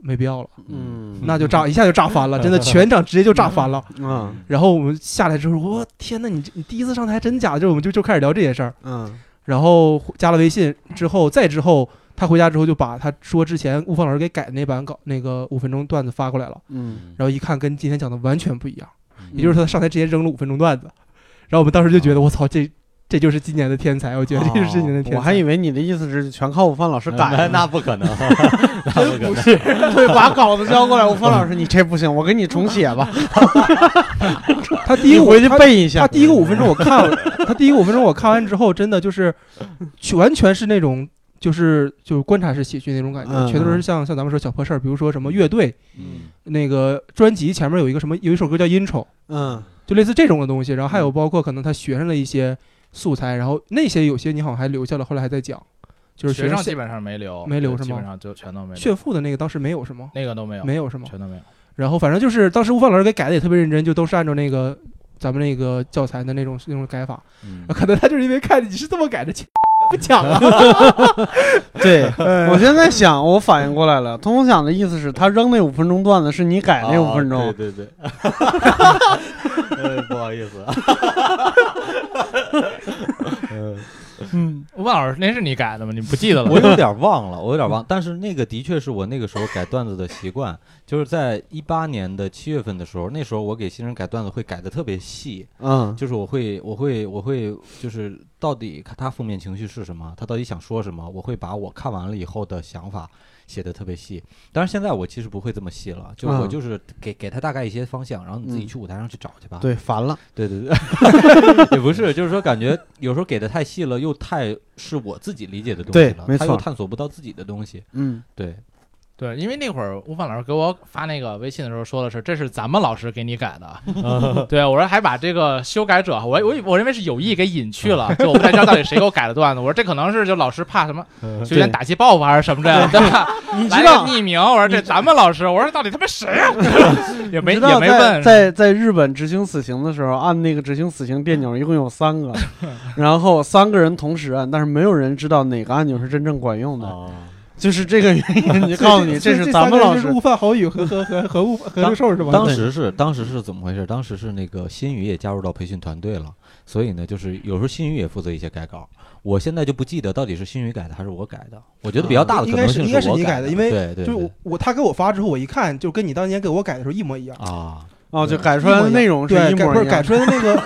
没必要了， 那一下就炸翻了，真的全场直接就炸翻了。然后我们下来之后，我天哪，你第一次上台真假的？就我们就开始聊这件事儿。然后加了微信之后，他回家之后就把他说之前悟饭老师给改的那版稿那个5分钟段子发过来了。然后一看跟今天讲的完全不一样，也就是他上台直接扔了5分钟段子。然后我们当时就觉得我操，这就是今年的天才，我觉得这就是今年的天才。 我还以为你的意思是全靠悟饭老师改， 那不可能， 真不是，对，把稿子交过来，悟饭老师你这不行，我给你重写吧。 他第一个回去背一下， 他第一个5分钟我看了，我看完之后，真的就是完全是那种就是观察式喜剧那种感觉，全都是像咱们说小破事儿，比如说什么乐队，那个专辑前面有一首歌叫 intro， 就类似这种的东西，然后还有包括可能他学上了一些素材，然后那些有些你好像还留下了，后来还在讲，就是学生基本上没留是吗？基本上就全都没留。 炫富的那个当时没有是吗？ 那个都没有， 没有是吗？ 全都没有。 然后反正就是当时悟饭老师给改的也特别认真，就都是按照那个咱们那个教材的那种改法。可能他就是因为看你是这么改的，不讲了。 对，我现在想，我反应过来了，通想的意思是他扔那5分钟段子是你改那5分钟。 对。不好意思。 悟饭老师，那是你改的吗？你不记得了？ 我有点忘了，但是那个的确是我那个时候改段子的习惯，就是在18年的7月份的时候，那时候我给新人改段子会改的特别细，就是我会就是到底他负面情绪是什么，他到底想说什么，我会把我看完了以后的想法写的特别细。但是现在我其实不会这么细了，就我就是给他大概一些方向，然后你自己去舞台上去找去吧。 对，烦了。 对，也不是，就是说感觉有时候给的太细了，又太是我自己理解的东西了， 对，没错， 他又探索不到自己的东西。 对，因为那会儿悟饭老师给我发那个微信的时候说的是，这是咱们老师给你改的。对，我说还把这个修改者，我认为是有意给隐去了，就我不太知道到底谁给我改的段子。我说这可能是就老师怕什么学员打击报复还是什么这样，对吧？ 你知道匿名，我说这咱们老师，我说到底他妈谁啊？也没问。 在日本执行死刑的时候，按那个执行死刑电钮一共有3个，然后3个人同时按，但是没有人知道哪个按钮是真正管用的。就是这个原因，就告诉你，这是咱们老师。 悟饭好语和这个事儿是吧？ 当时是怎么回事？当时是那个新宇也加入到培训团队了，所以呢，就是有时候新宇也负责一些改稿。我现在就不记得到底是新宇改的还是我改的。我觉得比较大的可能性应该是你改的，因为对， 就他给我发之后，我一看就跟你当年给我改的时候一模一样啊。 就改出来的内容是一模一样， 不是改出来的那个。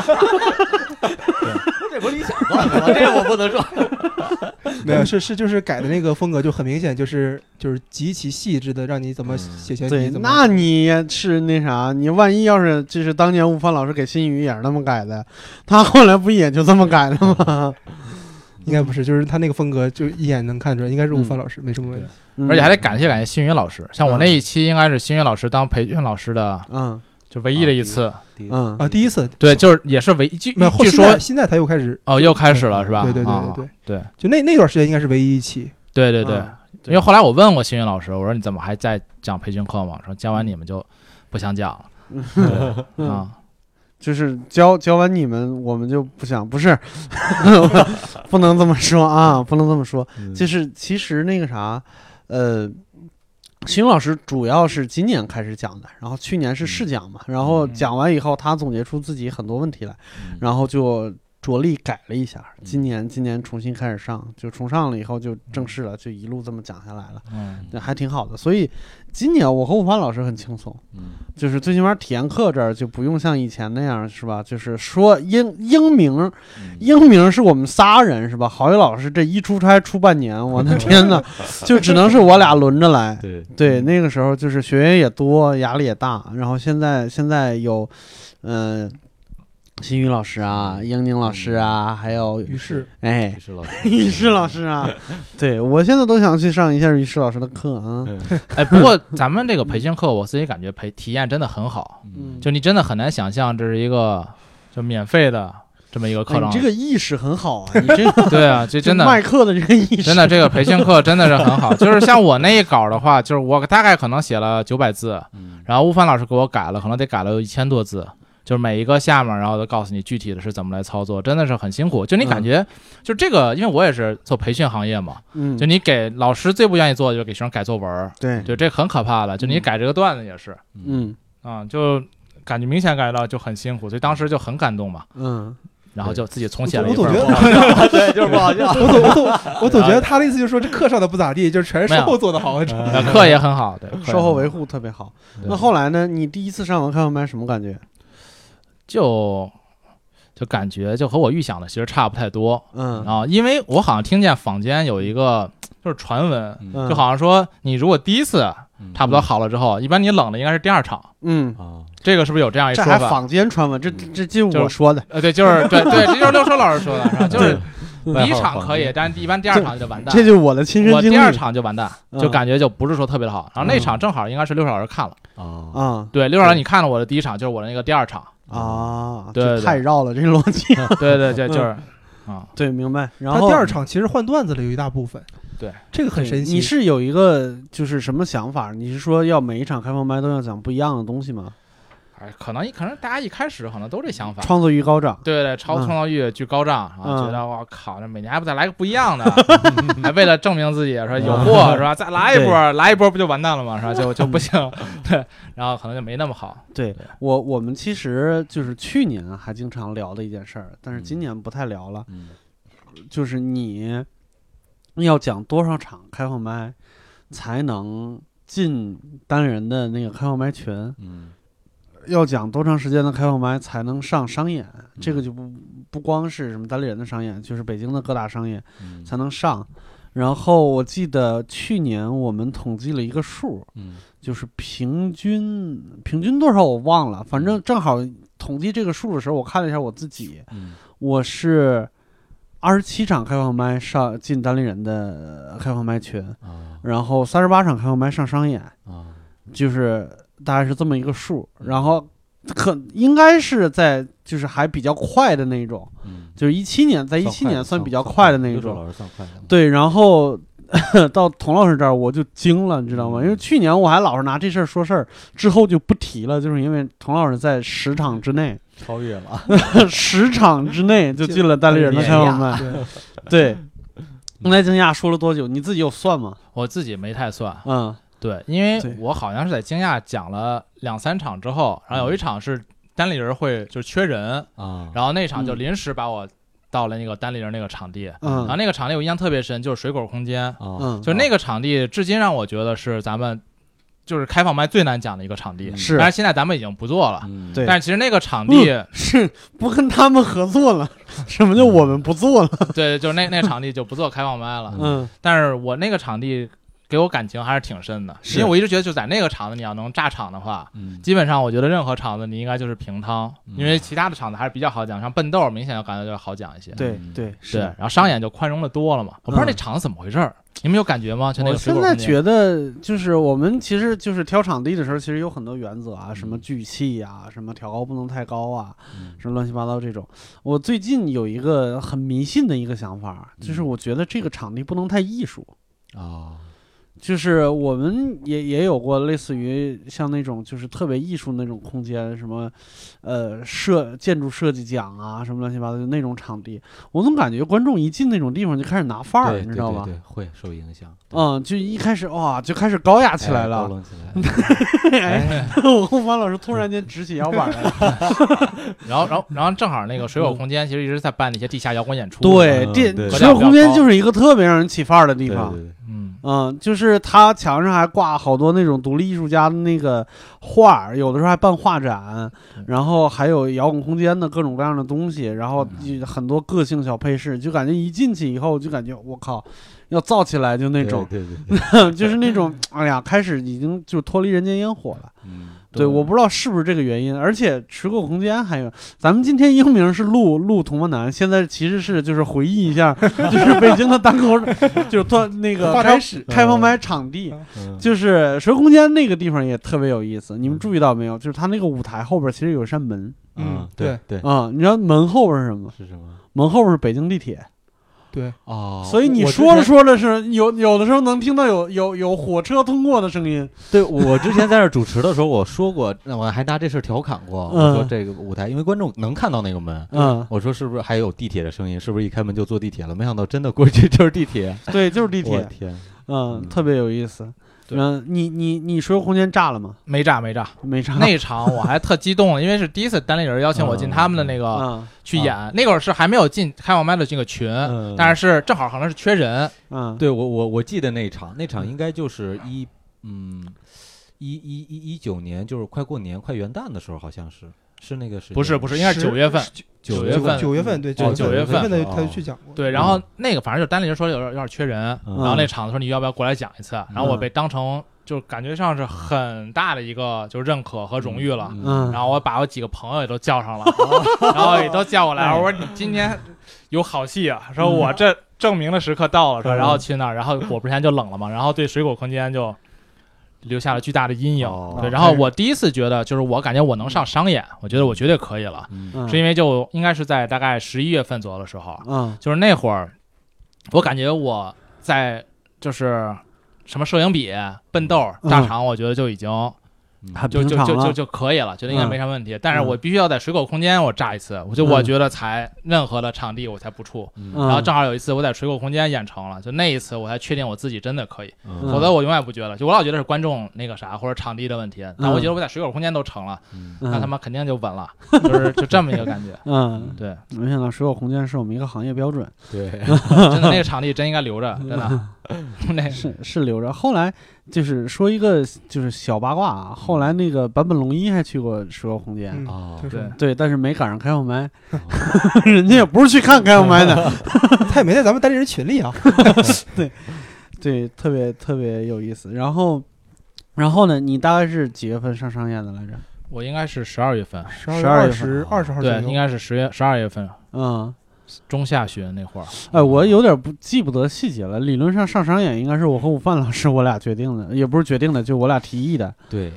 这不理想段子吗？这我不能说。 没有，就是改的那个风格就很明显，就是极其细致的，让你怎么写前提。 对，那你是那啥，你万一要是就是当年悟饭老师给新宇也是那么改的，他后来不也就这么改了吗？ 应该不是，就是他那个风格就一眼能看出来，应该是悟饭老师，没什么问题。 而且还得感谢新宇老师，像我那一期应该是新宇老师当培训老师的，就唯一的一次。 第一次。 对，就是也是唯一。据说现在他又开始又开始了是吧？ 对，就那段时间应该是唯一一期。 对，因为后来我问过新宇老师，我说你怎么还在讲培训课吗？说教完你们就不想讲了。 就是教完你们，我们就不想，不是，不能这么说啊，不能这么说。就是其实那个啥，新宇老师主要是今年开始讲的，然后去年是试讲嘛，然后讲完以后，他总结出自己很多问题来，然后就着力改了一下。今年重新开始上，就重上了以后就正式了，就一路这么讲下来了，还挺好的。所以今年我和悟饭老师很轻松，就是最起码体验课这儿就不用像以前那样，是吧？就是说英明是我们仨人，是吧？郝宇老师这一出差出半年，我的天哪，就只能是我俩轮着来。对，那个时候就是学员也多，压力也大，然后现在有新宇老师啊，英宁老师啊，还有于适， 于适老师啊，对，我现在都想去上一下于适老师的课啊。 不过咱们这个培训课，我自己感觉体验真的很好，就你真的很难想象这是一个就免费的这么一个课程。 你这个意识很好啊，你这个对啊，这真的卖课的这个意识， 真的这个培训课真的是很好。就是像我那一稿的话，就是我大概可能写了900字，然后悟饭老师给我改了，可能得改了1000多字。 就是每一个下面，然后都告诉你具体的是怎么来操作，真的是很辛苦。就你感觉，就这个，因为我也是做培训行业嘛，就你给老师最不愿意做的就是给学生改作文， 对， 就这很可怕的。就你改这个段子也是，就感觉明显感觉到就很辛苦，所以当时就很感动嘛，然后就自己重写了一份。 对，就是不好笑。 我总觉得他的意思就是说这课上的不咋地，就是全是售后做的好， 课也很好，对， 售后维护特别好。那后来呢？你第一次上完开放麦什么感觉？ 就感觉就和我预想的其实差不太多，因为我好像听见坊间有一个就是传闻，就好像说你如果第一次差不多好了之后，一般你冷的应该是第二场，这个是不是有这样一说法？ 这还坊间传闻，这就是我说的， 对，就是对，这就是六叔老师说的，是吧？就是第一场可以，但一般第二场就完蛋。 这就是我的亲身经历。 我第二场就完蛋，就感觉就不是说特别的好。然后那场正好应该是六叔老师看了对，六叔老师你看了我的第一场，就是我的那个第二场。对， 太绕了这逻辑。 对，就是对，明白。然后他第二场其实换段子了，有一大部分。 对， 这个很神奇。 你是有一个就是什么想法？你是说要每一场开放麦都要讲不一样的东西吗？ 可能大家一开始可能都这想法， 创作欲高涨。 对，创造欲巨高涨，觉得我靠，这每年还不再来个不一样的，还为了证明自己说有货是吧？再来一波不就完蛋了吗？是吧？就不行。对，然后可能就没那么好。 对，我们其实就是去年还经常聊的一件事儿，但是今年不太聊了。就是你要讲多少场开放麦才能进单人的那个开放麦群？要讲多长时间的开放麦才能上商演？这个就不光是什么单立人的商演，就是北京的各大商演才能上。然后我记得去年我们统计了一个数，就是平均多少我忘了，反正正好统计这个数的时候，我看了一下我自己，我是27场开放麦上进单立人的开放麦群，然后38场开放麦上商演，就是大概是这么一个数，然后应该是在就是还比较快的那种，就是17年算比较快的那种，对，然后到童老师这儿我就惊了，你知道吗？因为去年我还老是拿这事儿说事儿，之后就不提了，就是因为童老师在10场之内超越了 10场之内就进了单立人的开放麦，对。你在惊讶说了多久？你自己有算吗？ 我自己没太算，对，因为我好像是在惊讶讲了2-3场之后，然后有一场是单立人会就是缺人然后那场就临时把我到了那个单立人那个场地，然后那个场地我印象特别深，就是水果空间，就那个场地至今让我觉得是咱们就是开放麦最难讲的一个场地， 是， 但是现在咱们已经不做了， 对， 但是其实那个场地是不跟他们合作了，什么叫我们不做了？ 对，就是那场地就不做开放麦了，但是我那个场地给我感情还是挺深的，因为我一直觉得就在那个场子你要能炸场的话，基本上我觉得任何场子你应该就是平汤，因为其他的场子还是比较好讲，像笨豆明显就感觉就好讲一些， 对， 然后商演就宽容的多了嘛，我不知道那场子怎么回事你们有感觉吗？就那个我现在觉得就是我们其实就是挑场地的时候，其实有很多原则啊，什么聚气啊，什么调高不能太高啊，什么乱七八糟这种。我最近有一个很迷信的一个想法，就是我觉得这个场地不能太艺术就是我们也有过类似于像那种就是特别艺术那种空间，什么建筑设计奖啊，什么乱七八糟的那种场地，我总感觉观众一进那种地方就开始拿范儿，你知道吧？ 对，会受影响。 就一开始哇就开始高雅起来了， 高冷起来。 我跟樊老师突然间直起腰板来了。 然后正好那个水果空间其实一直在办那些地下摇滚演出。 对，水果空间就是一个特别让人起范儿的地方。就是他墙上还挂好多那种独立艺术家的那个画，有的时候还办画展，然后还有摇滚空间的各种各样的东西，然后很多个性小配饰，就感觉一进去以后就感觉我靠要造起来就那种，对就是那种哎呀开始已经就脱离人间烟火了。对，我不知道是不是这个原因，而且水果空间还有，咱们今天英名是录童梦男，现在其实是就是回忆一下，就是北京的单口，就是那个开放麦场地，就是水果空间那个地方也特别有意思。你们注意到没有？就是它那个舞台后边其实有一扇门。 对你知道门后边是什么？ 是什么？ 门后边是北京地铁。 对哦， 所以你我之说着前说着是有的时候能听到有火车通过的声音。 对我之前在这主持的时候，我说过，我还拿这事调侃过，我说这个舞台，因为观众能看到那个门，我说是不是还有地铁的声音？是不是一开门就坐地铁了？没想到真的过去就是地铁。 对，就是地我铁。 天， 特别有意思。你水果空间炸了吗？ 没炸。那场我还特激动，因为是第一次单立人邀请我进他们的那个去演，那会儿是还没有进开放麦的这个群，但是正好可能是缺人。 对我记得那场应该就是19年，就是快过年快元旦的时候，好像是那个时间。 不是，应该是9月份。9月份，对 ，9月份的他就去讲过。 对，然后那个反正就单立人说有点缺人，然后那场子说你要不要过来讲一次，然后我被当成就感觉上是很大的一个就认可和荣誉了。然后我把我几个朋友也都叫上了，然后也都叫过来，我说你今天有好戏啊，说我这证明的时刻到了，说然后去那儿，然后果不其然就冷了嘛，然后对水果空间就留下了巨大的阴影。对，然后我第一次觉得就是我感觉我能上商演，我觉得我绝对可以了，是因为就应该是在大概11月份左右的时候，就是那会儿我感觉我在就是什么摄影笔、笨豆、炸场，我觉得就已经就可以了，觉得应该没啥问题。但是我必须要在水果空间我炸一次，我觉得才任何的场地我才不怵。然后正好有一次我在水果空间演成了，就那一次我才确定我自己真的可以，否则我永远不觉得。就我老觉得是观众那个啥或者场地的问题，但我觉得我在水果空间都成了，那他妈肯定就稳了，就这么一个感觉。对， 没想到水果空间是我们一个行业标准。 对， 真的那个场地真应该留着，真的。那是留着。后来就是说一个就是小八卦啊，后来那个坂本龙一还去过水果空间对，但是没赶上开放麦，人家也不是去看开放麦的， 他也没在咱们单立人群里啊。 对，特别有意思。然后呢，你大概是几月份上商演的来着？ 我应该是12月份 ，12月20号， 对，应该是12月份，中下旬那会儿。 我有点记不得细节了。理论上上商演应该是我和午饭老师我俩决定的，也不是决定的，就我俩提议的。 对，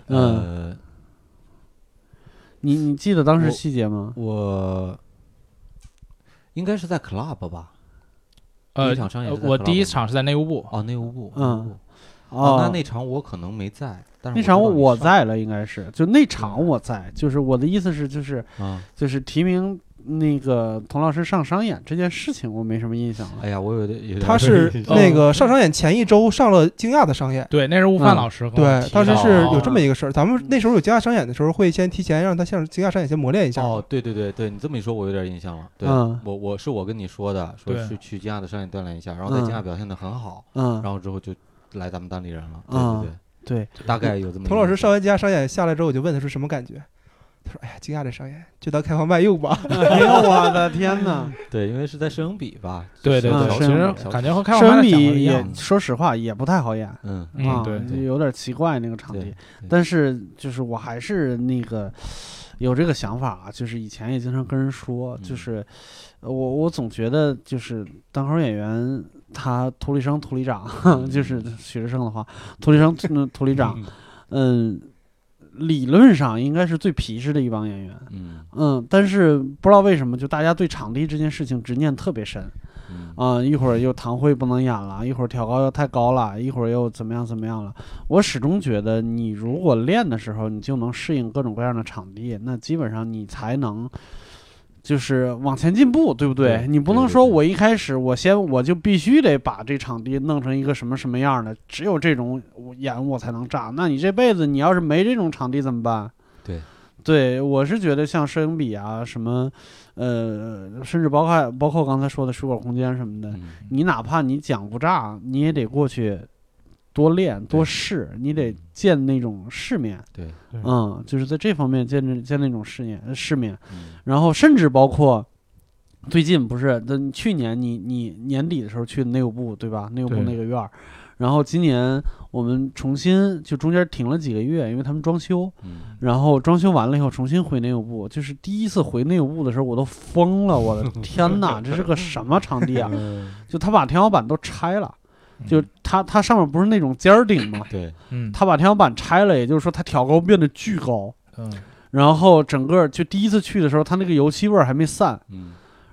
你记得当时细节吗？ 我应该是在 club 吧。 第一场商演我第一场是在内务部。 内务部。那场我可能没在，但是那场我在了，应该是就那场我在，就是我的意思是就是提名那个童老师上商演这件事情我没什么印象了。 哎呀，我有点他是那个上商演前一周上了惊讶的商演。 对，那是悟饭老师对，当时是有这么一个事儿。咱们那时候有惊讶商演的时候，会先提前让他向惊讶商演先磨练一下。 对，你这么一说，我有点印象了。对，我跟你说的，说是去惊讶的商演锻炼一下，然后在惊讶表现得很好，然后之后就来咱们单立人了。对，大概有这么。 童老师上完惊讶商演下来之后，我就问他是什么感觉。他说：“哎呀，惊讶这商演就当开放麦用吧。” 哎呦我的天哪！ 对，因为是在摄影笔吧。 对，其实感觉和开放麦的摄影笔也说实话也不太好演。 对， 有点奇怪那个场地。但是就是我还是那个有这个想法啊，就是以前也经常跟人说，就是我总觉得就是单口演员他涂里生涂里长，就是许志胜的话，涂里生涂里长，理论上应该是最皮实的一帮演员，但是不知道为什么，就大家对场地这件事情执念特别深，一会儿又堂会不能演了，一会儿挑高又太高了，一会儿又怎么样了。我始终觉得，你如果练的时候，你就能适应各种各样的场地，那基本上你才能就是往前进步，对不对？你不能说我一开始我就必须得把这场地弄成一个什么样的，只有这种演我才能炸。那你这辈子你要是没这种场地怎么办？对，我是觉得像摄影笔啊什么，甚至包括刚才说的水果空间什么的，你哪怕你讲不炸，你也得过去多练多试，你得见那种世面。就是在这方面见那种世面，然后甚至包括最近不是去年你年底的时候去的内务部对吧？内务部那个院儿，然后今年我们重新就中间停了几个月，因为他们装修，然后装修完了以后重新回内务部，就是第一次回内务部的时候我都疯了，我的天哪，这是个什么场地啊？就他把天花板都拆了。就它上面不是那种尖儿顶吗？ 对， 他把天花板拆了，也就是说它挑高变得巨高，然后整个就第一次去的时候，它那个油漆味儿还没散，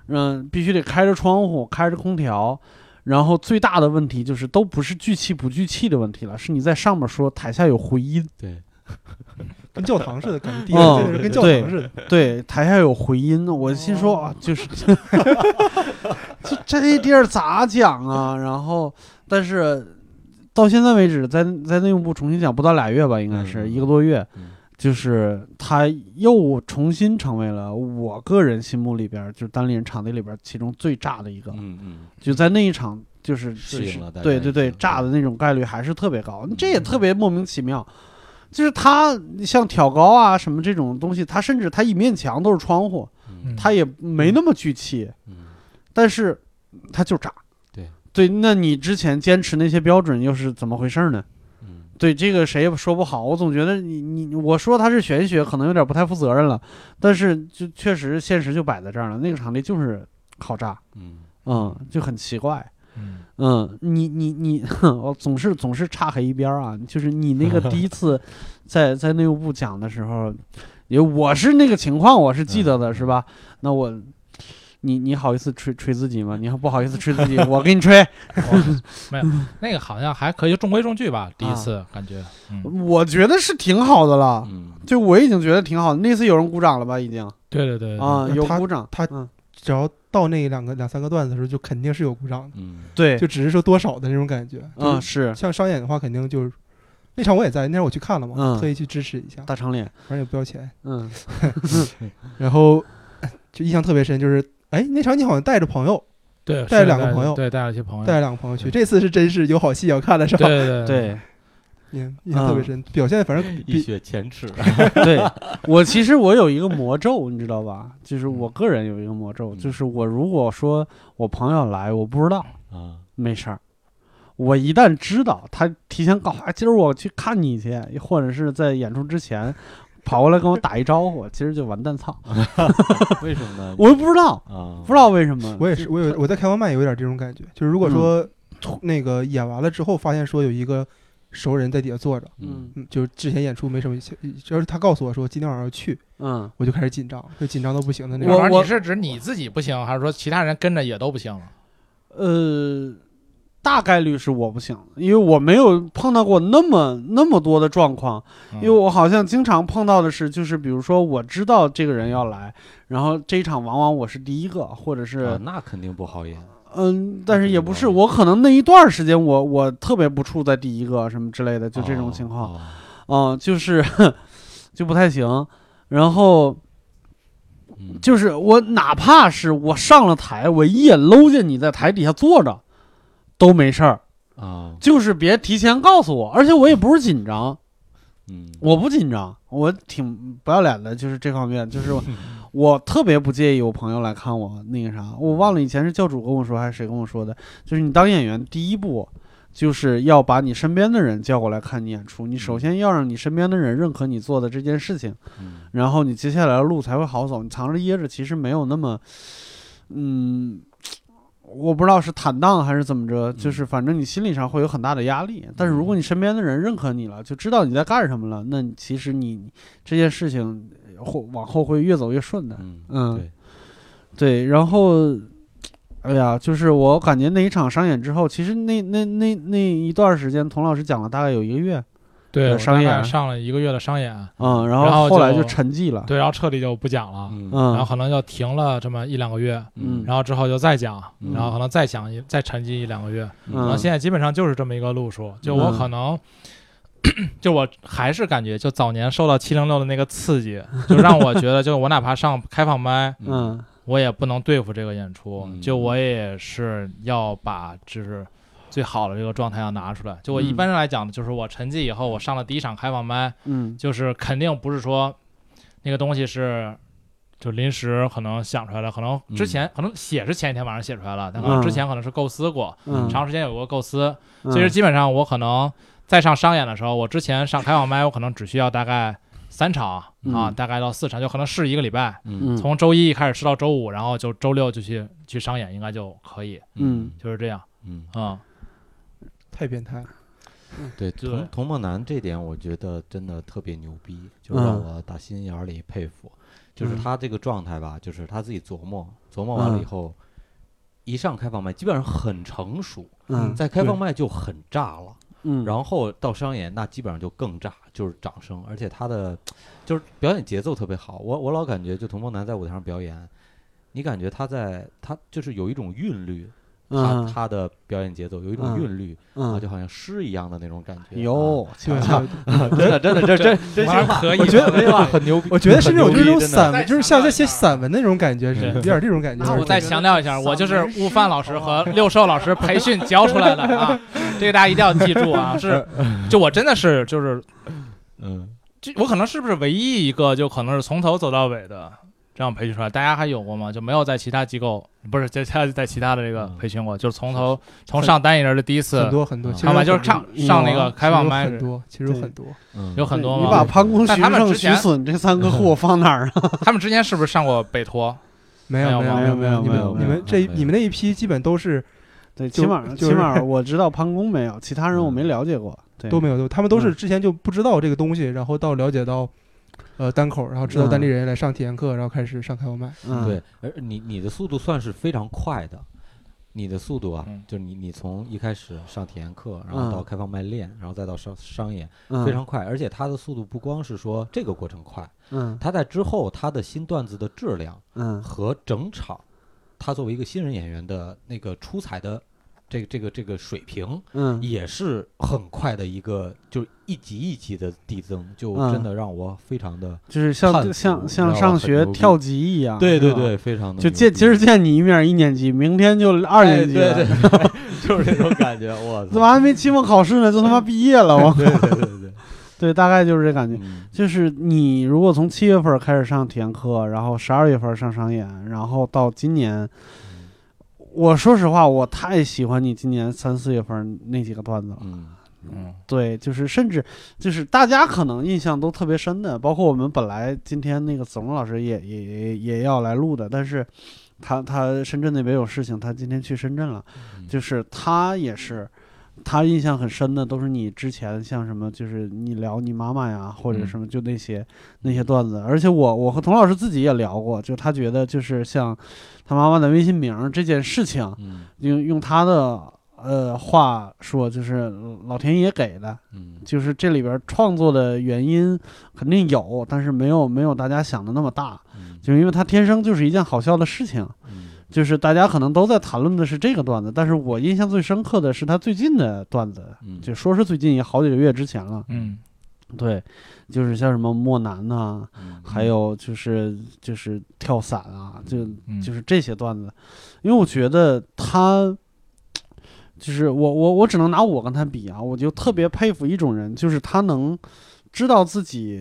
必须得开着窗户，开着空调。然后最大的问题就是都不是聚气不聚气的问题了，是你在上面说台下有回音， 对， 跟教堂似的，感觉地上跟教堂似的。 对，台下有回音，我心说啊，就是这地儿咋讲啊？然后，但是到现在为止，在内务部重新讲不到2月吧，应该是1个多月，就是他又重新成为了我个人心目里边，就是单立人场地里边其中最炸的一个。就在那一场，就是对，炸的那种概率还是特别高，这也特别莫名其妙。就是他像挑高啊什么这种东西，他甚至他一面墙都是窗户，他也没那么聚气，但是他就炸。对，那你之前坚持那些标准又是怎么回事呢？对，这个谁也说不好。我总觉得我说他是玄学，可能有点不太负责任了，但是就确实现实就摆在这儿了。那个场地就是好炸，就很奇怪。你我总是差黑一边啊。就是你那个第一次在内务部讲的时候，我是那个情况，我是记得的，是吧？那你好意思吹自己吗？你不好意思吹自己，我给你吹。 没有，那个好像还可以，中规中矩吧。第一次感觉， 我觉得是挺好的了。就我已经觉得挺好的。那次有人鼓掌了吧？已经。 对有鼓掌。 他只要到那2、3个段子的时候，就肯定是有鼓掌的。 对， 就只是说多少的那种感觉。 是。 像商演的话，肯定就是那场我也在，那场我去看了嘛，特意去支持一下。 大长脸， 反正也不要钱。然后就印象特别深，就是那场你好像带着朋友， 对， 带了2个朋友， 对，带了一些朋友， 带了2个朋友去。这次是真是有好戏要看了，是吧？ 对， 印象特别深，表现反正一雪前耻。 对，其实我有一个魔咒，你知道吧？就是我个人有一个魔咒，就是我如果说我朋友来，我不知道没事儿。我一旦知道他提前告诉今儿我去看你去，或者是在演出之前跑过来跟我打一招呼，其实就完蛋操。 为什么呢？ 我又不知道不知道为什么。 我也是，我在开放麦有点这种感觉，就是如果说那个演完了之后，发现说有一个熟人在底下坐着，就之前演出没什么，要是他告诉我说今天晚上要去，我就开始紧张，就紧张到不行的那种。 你是指你自己不行，还是说其他人跟着也都不行了？ 大概率是我不行，因为我没有碰到过那么多的状况，因为我好像经常碰到的是，就是比如说我知道这个人要来，然后这一场往往我是第一个，或者是那肯定不好演。 但是也不是，我可能那一段时间我特别不处在第一个什么之类的，就这种情况，就是就不太行。然后就是我哪怕是我上了台，我一眼搂见你在台底下坐着都没事儿就是别提前告诉我，而且我也不是紧张，我不紧张，我挺不要脸的，就是这方面，就是我特别不介意我朋友来看我那个啥，我忘了以前是教主跟我说还是谁跟我说的，就是你当演员第一步就是要把你身边的人叫过来看你演出，你首先要让你身边的人认可你做的这件事情，然后你接下来的路才会好走。你藏着掖着其实没有那么我不知道是坦荡还是怎么着，就是反正你心理上会有很大的压力，但是如果你身边的人认可你了，就知道你在干什么了，那其实你这件事情往后会越走越顺的。对，然后哎呀，就是我感觉那一场商演之后，其实那一段时间童老师讲了大概有1个月， 对， 商演上了1个月的商演， 然后后来就沉寂了， 对，然后彻底就不讲了，然后可能就停了这么1-2个月，然后之后就再讲，然后可能再讲再沉寂1-2个月，然后现在基本上就是这么一个路数，就我可能。就我还是感觉，就早年受到706的那个刺激，就让我觉得，就我哪怕上开放麦，我也不能对付这个演出，就我也是要把就是最好的这个状态要拿出来。就我一般来讲，就是我沉寂以后，我上了第一场开放麦，就是肯定不是说那个东西是就临时可能想出来的，可能之前可能写是前一天晚上写出来了，但可能之前可能是构思过，长时间有过构思，所以基本上我可能。在上商演的时候，我之前上开放麦，我可能只需要大概3场大概到4场，就可能试1个礼拜，从周1开始试到周5，然后就周6就去商演，应该就可以，就是这样， 太变态了。 对，童梦楠这点我觉得真的特别牛逼，就让我打心眼里佩服。就是他这个状态吧，就是他自己琢磨完了以后，一上开放麦基本上很成熟，在开放麦就很炸了。然后到商演那基本上就更炸，就是掌声，而且他的就是表演节奏特别好。我老感觉就童梦楠在舞台上表演，你感觉他就是有一种韵律，他的表演节奏有一种韵律，就好像诗一样的那种感觉。 有， 真的真心话可以， 我觉得这话很牛逼。 我觉得是那种就是那种散文，就是像在写散文那种感觉，是有点这种感觉。 那我再强调一下，我就是悟饭老师和六兽老师培训教出来的啊，这个大家一定要记住啊！就我真的是就是我可能是不是唯一一个就可能是从头走到尾的这样培训出来？大家还有过吗？就没有在其他机构，不是在其他的这个培训过，就是从上单一人的第一次很多， 好吧，就是上那个开放麦很多，其实有很多， 有很多吗？ 你把潘公、徐胜、徐隼这三个货放哪儿啊？ 他们之前是不是上过北托？ 没有，你们那一批基本都是。 对，起码我知道潘公没有，其他人我没了解过，对， 都没有，他们都是之前就不知道这个东西，然后到了解到，单口，然后知道单立人来上体验课，然后开始上开放麦。 对，而你的速度算是非常快的，你的速度啊，就是你从一开始上体验课，然后到开放麦练，然后再到商演，非常快，而且他的速度不光是说这个过程快，他在之后他的新段子的质量，和整场。他作为一个新人演员的那个出彩的这个水平，也是很快的一个，就一级一级的递增，就真的让我非常的就是像上学跳级一样， 对，非常的就今儿见你一面1年级，明天就2年级了， 对，就是这种感觉，我怎么还没期末考试呢，就他妈毕业了，我对，大概就是这感觉。就是你如果从7月份开始上体验课，然后12月份上商演，然后到今年，我说实话，我太喜欢你今年3、4月份那几个段子了。对，就是甚至就是大家可能印象都特别深的，包括我们本来今天那个子龙老师也要来录的，但是他深圳那边有事情，他今天去深圳了，就是他也是。他印象很深的都是你之前像什么，就是你聊你妈妈呀，或者什么，就那些段子。而且我和童老师自己也聊过，就他觉得就是像他妈妈的微信名这件事情，用他的话说，就是老天爷给的，就是这里边创作的原因肯定有，但是没有大家想的那么大，就是因为他天生就是一件好笑的事情。就是大家可能都在谈论的是这个段子，但是我印象最深刻的是他最近的段子，就说是最近也好几个月之前了。对，就是像什么莫南呐，还有就是跳伞啊，就是这些段子，因为我觉得他就是我只能拿我跟他比啊，我就特别佩服一种人，就是他能知道自己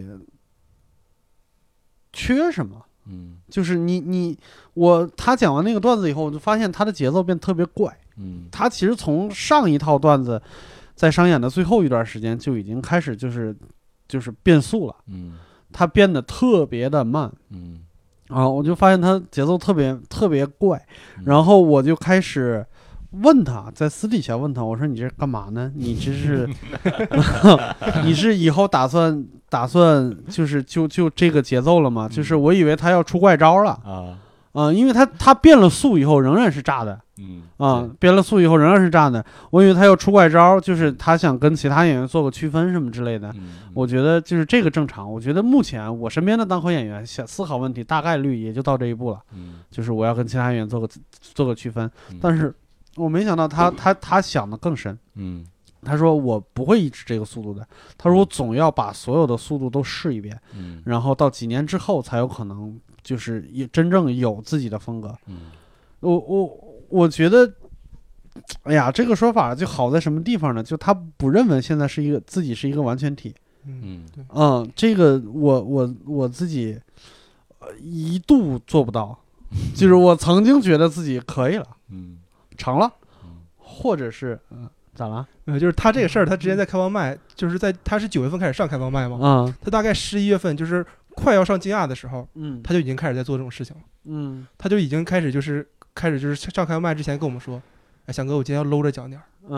缺什么。就是他讲完那个段子以后，我就发现他的节奏变特别怪。他其实从上一套段子在商演的最后一段时间就已经开始就是变速了。他变得特别的慢。我就发现他节奏特别怪，然后我就开始问他，在私底下问他，我说你这干嘛呢？你这是你是以后打算就是就这个节奏了吗？就是我以为他要出怪招了因为他变了速以后仍然是炸的，变了速以后仍然是炸的。我以为他要出怪招，就是他想跟其他演员做个区分什么之类的。我觉得就是这个正常。我觉得目前我身边的单口演员想思考问题，大概率也就到这一步了。就是我要跟其他演员做个区分，但是我没想到他想的更深。他说我不会一直这个速度的，他说我总要把所有的速度都试一遍，然后到几年之后才有可能就是真正有自己的风格。我觉得，哎呀，这个说法就好在什么地方呢？就他不认为现在自己是一个完全体。这个我自己一度做不到，就是我曾经觉得自己可以了，成了，或者是咋了？ 就是他这个事儿，他之前在开放麦，就是他是9月份开始上开放麦嘛，他大概11月份就是快要上惊讶的时候，他就已经开始在做这种事情了，他就已经开始就是上开放麦之前跟我们说，哎，翔哥，我今天要搂着讲点儿，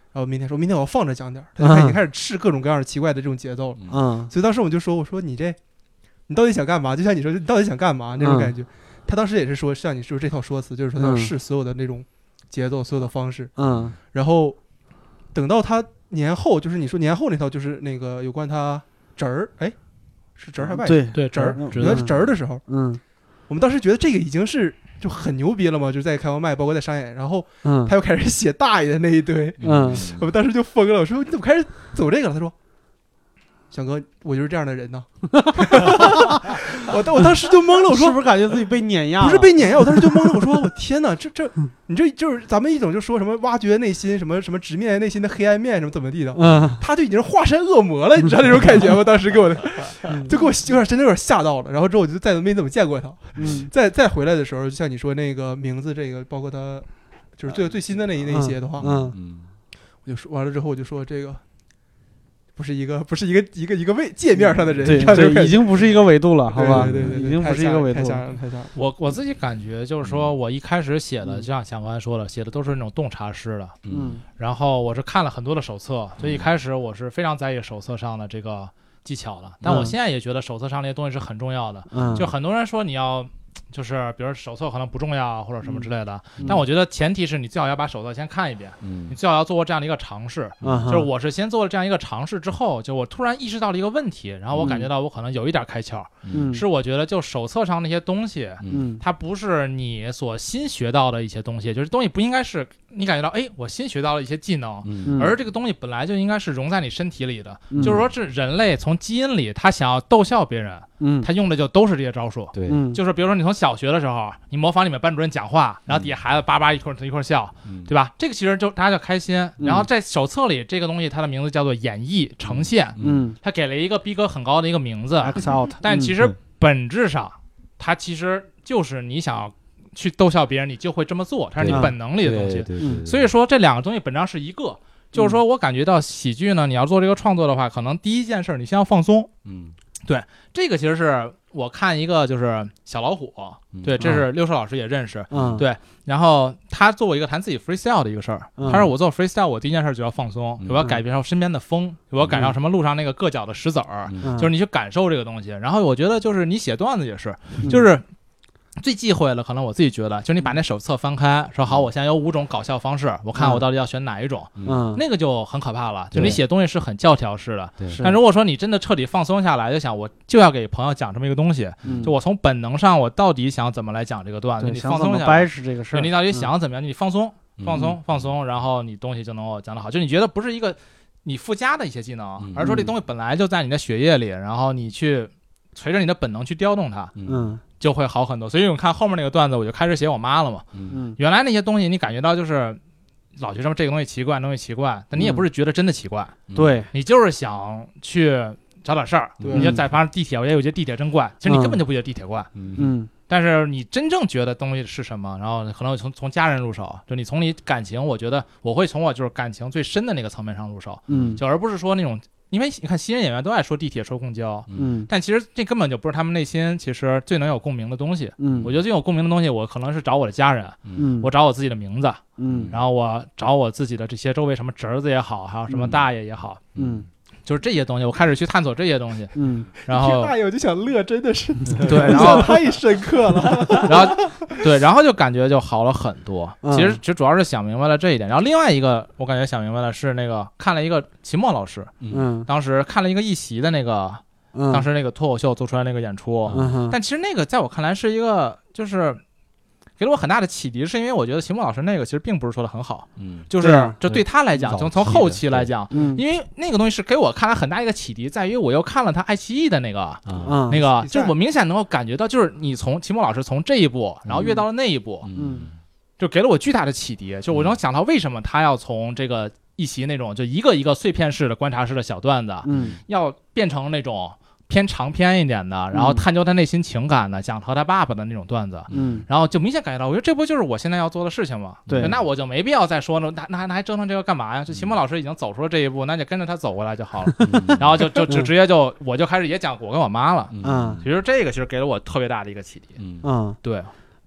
然后明天说明天我要放着讲点儿，他就已经开始试各种各样的奇怪的这种节奏了。 嗯所以当时我就说，我说你到底想干嘛？就像你说，你到底想干嘛那种感觉。他当时也是说，像你说这套说辞，就是说他要试所有的那种节奏，所有的方式。然后等到他年后，就是你说年后那套，就是那个有关他侄儿，哎，是侄儿还外对对侄儿，有关侄儿的时候，我们当时觉得这个已经是就很牛逼了嘛，就在开放麦，包括在商演，然后他又开始写大爷的那一堆，我们当时就疯了，我说你怎么开始走这个了？他说。翔哥，我就是这样的人呢。我当时就懵了，我说是不是感觉自己被碾压？ 不是被碾压，我当时就懵了，我说我天哪，你这就是咱们一种就说什么挖掘内心，什么什么直面内心的黑暗面，什么怎么地的，他就已经是化身恶魔了，你知道那种感觉吗？当时给我的，就给我有点真的有点吓到了。然后之后我就再没怎么见过他。再回来的时候，就像你说那个名字，这个包括他就是最新的那一些的话，我就说完了之后，我就说这个。不是一个界面上的人， 对，已经不是一个维度了，好吧？ 对， 已经不是一个维度了。 太吓人了。 我自己感觉就是说，我一开始写的，就像像刚才说的，写的都是那种洞察式的，然后我是看了很多的手册，所以一开始我是非常在意手册上的这个技巧的。但我现在也觉得手册上那些东西是很重要的。就很多人说你要。就是比如手册可能不重要或者什么之类的，但我觉得前提是你最好要把手册先看一遍，你最好要做过这样的一个尝试。就是我是先做了这样一个尝试之后，就我突然意识到了一个问题，然后我感觉到我可能有一点开窍，是我觉得就手册上那些东西，它不是你所新学到的一些东西，就是东西不应该是你感觉到哎我新学到了一些技能，而这个东西本来就应该是融在你身体里的，就是说这人类从基因里他想要逗笑别人，他用的就都是这些招数。 对， 就是比如说你从小学的时候，你模仿你们班主任讲话，然后底下孩子叭叭一块笑，对吧？这个其实就大家就开心。然后在手册里，这个东西它的名字叫做演绎呈现，它给了一个逼格很高的一个名字 ，X out。 但其实本质上，它其实就是你想要去逗笑别人，你就会这么做，它是你本能里的东西。所以说这两个东西本质上是一个。就是说我感觉到喜剧呢，你要做这个创作的话，可能第一件事你先要放松。对，这个其实是我看一个就是小老虎，对，这是六兽老师也认识，对，然后他做过一个谈自己 freestyle 的一个事儿，他说我做 freestyle 我第一件事就要放松，我要改变身边的风，我要感受什么路上那个硌脚的石子儿，就是你去感受这个东西。然后我觉得就是你写段子也是，就是最忌讳了，可能我自己觉得，就是你把那手册翻开，说好，我现在有5种搞笑方式，我看我到底要选哪一种，那个就很可怕了。就你写东西是很教条式的，但如果说你真的彻底放松下来，就想我就要给朋友讲这么一个东西，就我从本能上我到底想怎么来讲这个段子，你放松下来， 是这个事儿， 你到底想怎么样，你放松，然后你东西就能够讲得好。就你觉得不是一个你附加的一些技能，而是说这东西本来就在你的血液里，然后你去随着你的本能去调动它，就会好很多。所以我看后面那个段子，我就开始写我妈了嘛。原来那些东西你感觉到就是老觉得这个东西奇怪，但你也不是觉得真的奇怪， 对， 你就是想去找点事儿。你就在反正地铁，我也有些地铁真怪，其实你根本就不觉得地铁怪，但是你真正觉得东西是什么，然后可能从家人入手，就你从你感情，我觉得我会从我就是感情最深的那个层面上入手，就而不是说那种。因为你看新人演员都爱说地铁说公交，但其实这根本就不是他们内心其实最能有共鸣的东西。我觉得最有共鸣的东西，我可能是找我的家人，我找我自己的名字，然后我找我自己的这些周围什么侄子也好，还有什么大爷也好，就是这些东西，我开始去探索这些东西，然后大爷我就想乐，真的是对，然后太深刻了， 然后就感觉就好了很多。其实主要是想明白了这一点，然后另外一个我感觉想明白了是那个看了一个秦墨老师，当时看了一个一席的那个，当时那个脱口秀做出来那个演出，但其实那个在我看来是一个就是给了我很大的启迪，是因为我觉得秦墨老师那个其实并不是说的很好，就是这对他来讲，从后期来讲，因为那个东西是给我看来很大一个启迪，在于我又看了他爱奇艺的那个，就是我明显能够感觉到，就是你从秦墨老师从这一步，然后越到了那一步，就给了我巨大的启迪，就我能想到为什么他要从这个一席那种就一个一个碎片式的观察式的小段子，要变成那种偏长篇一点的，然后探究他内心情感的，讲和他爸爸的那种段子，然后就明显感觉到，我觉得这不就是我现在要做的事情吗？对，那我就没必要再说了，那还折腾这个干嘛呀？这秦墨老师已经走出了这一步，那就跟着他走过来就好了。然后就直接我就开始也讲我跟我妈了。其实这个其实给了我特别大的一个启迪。对。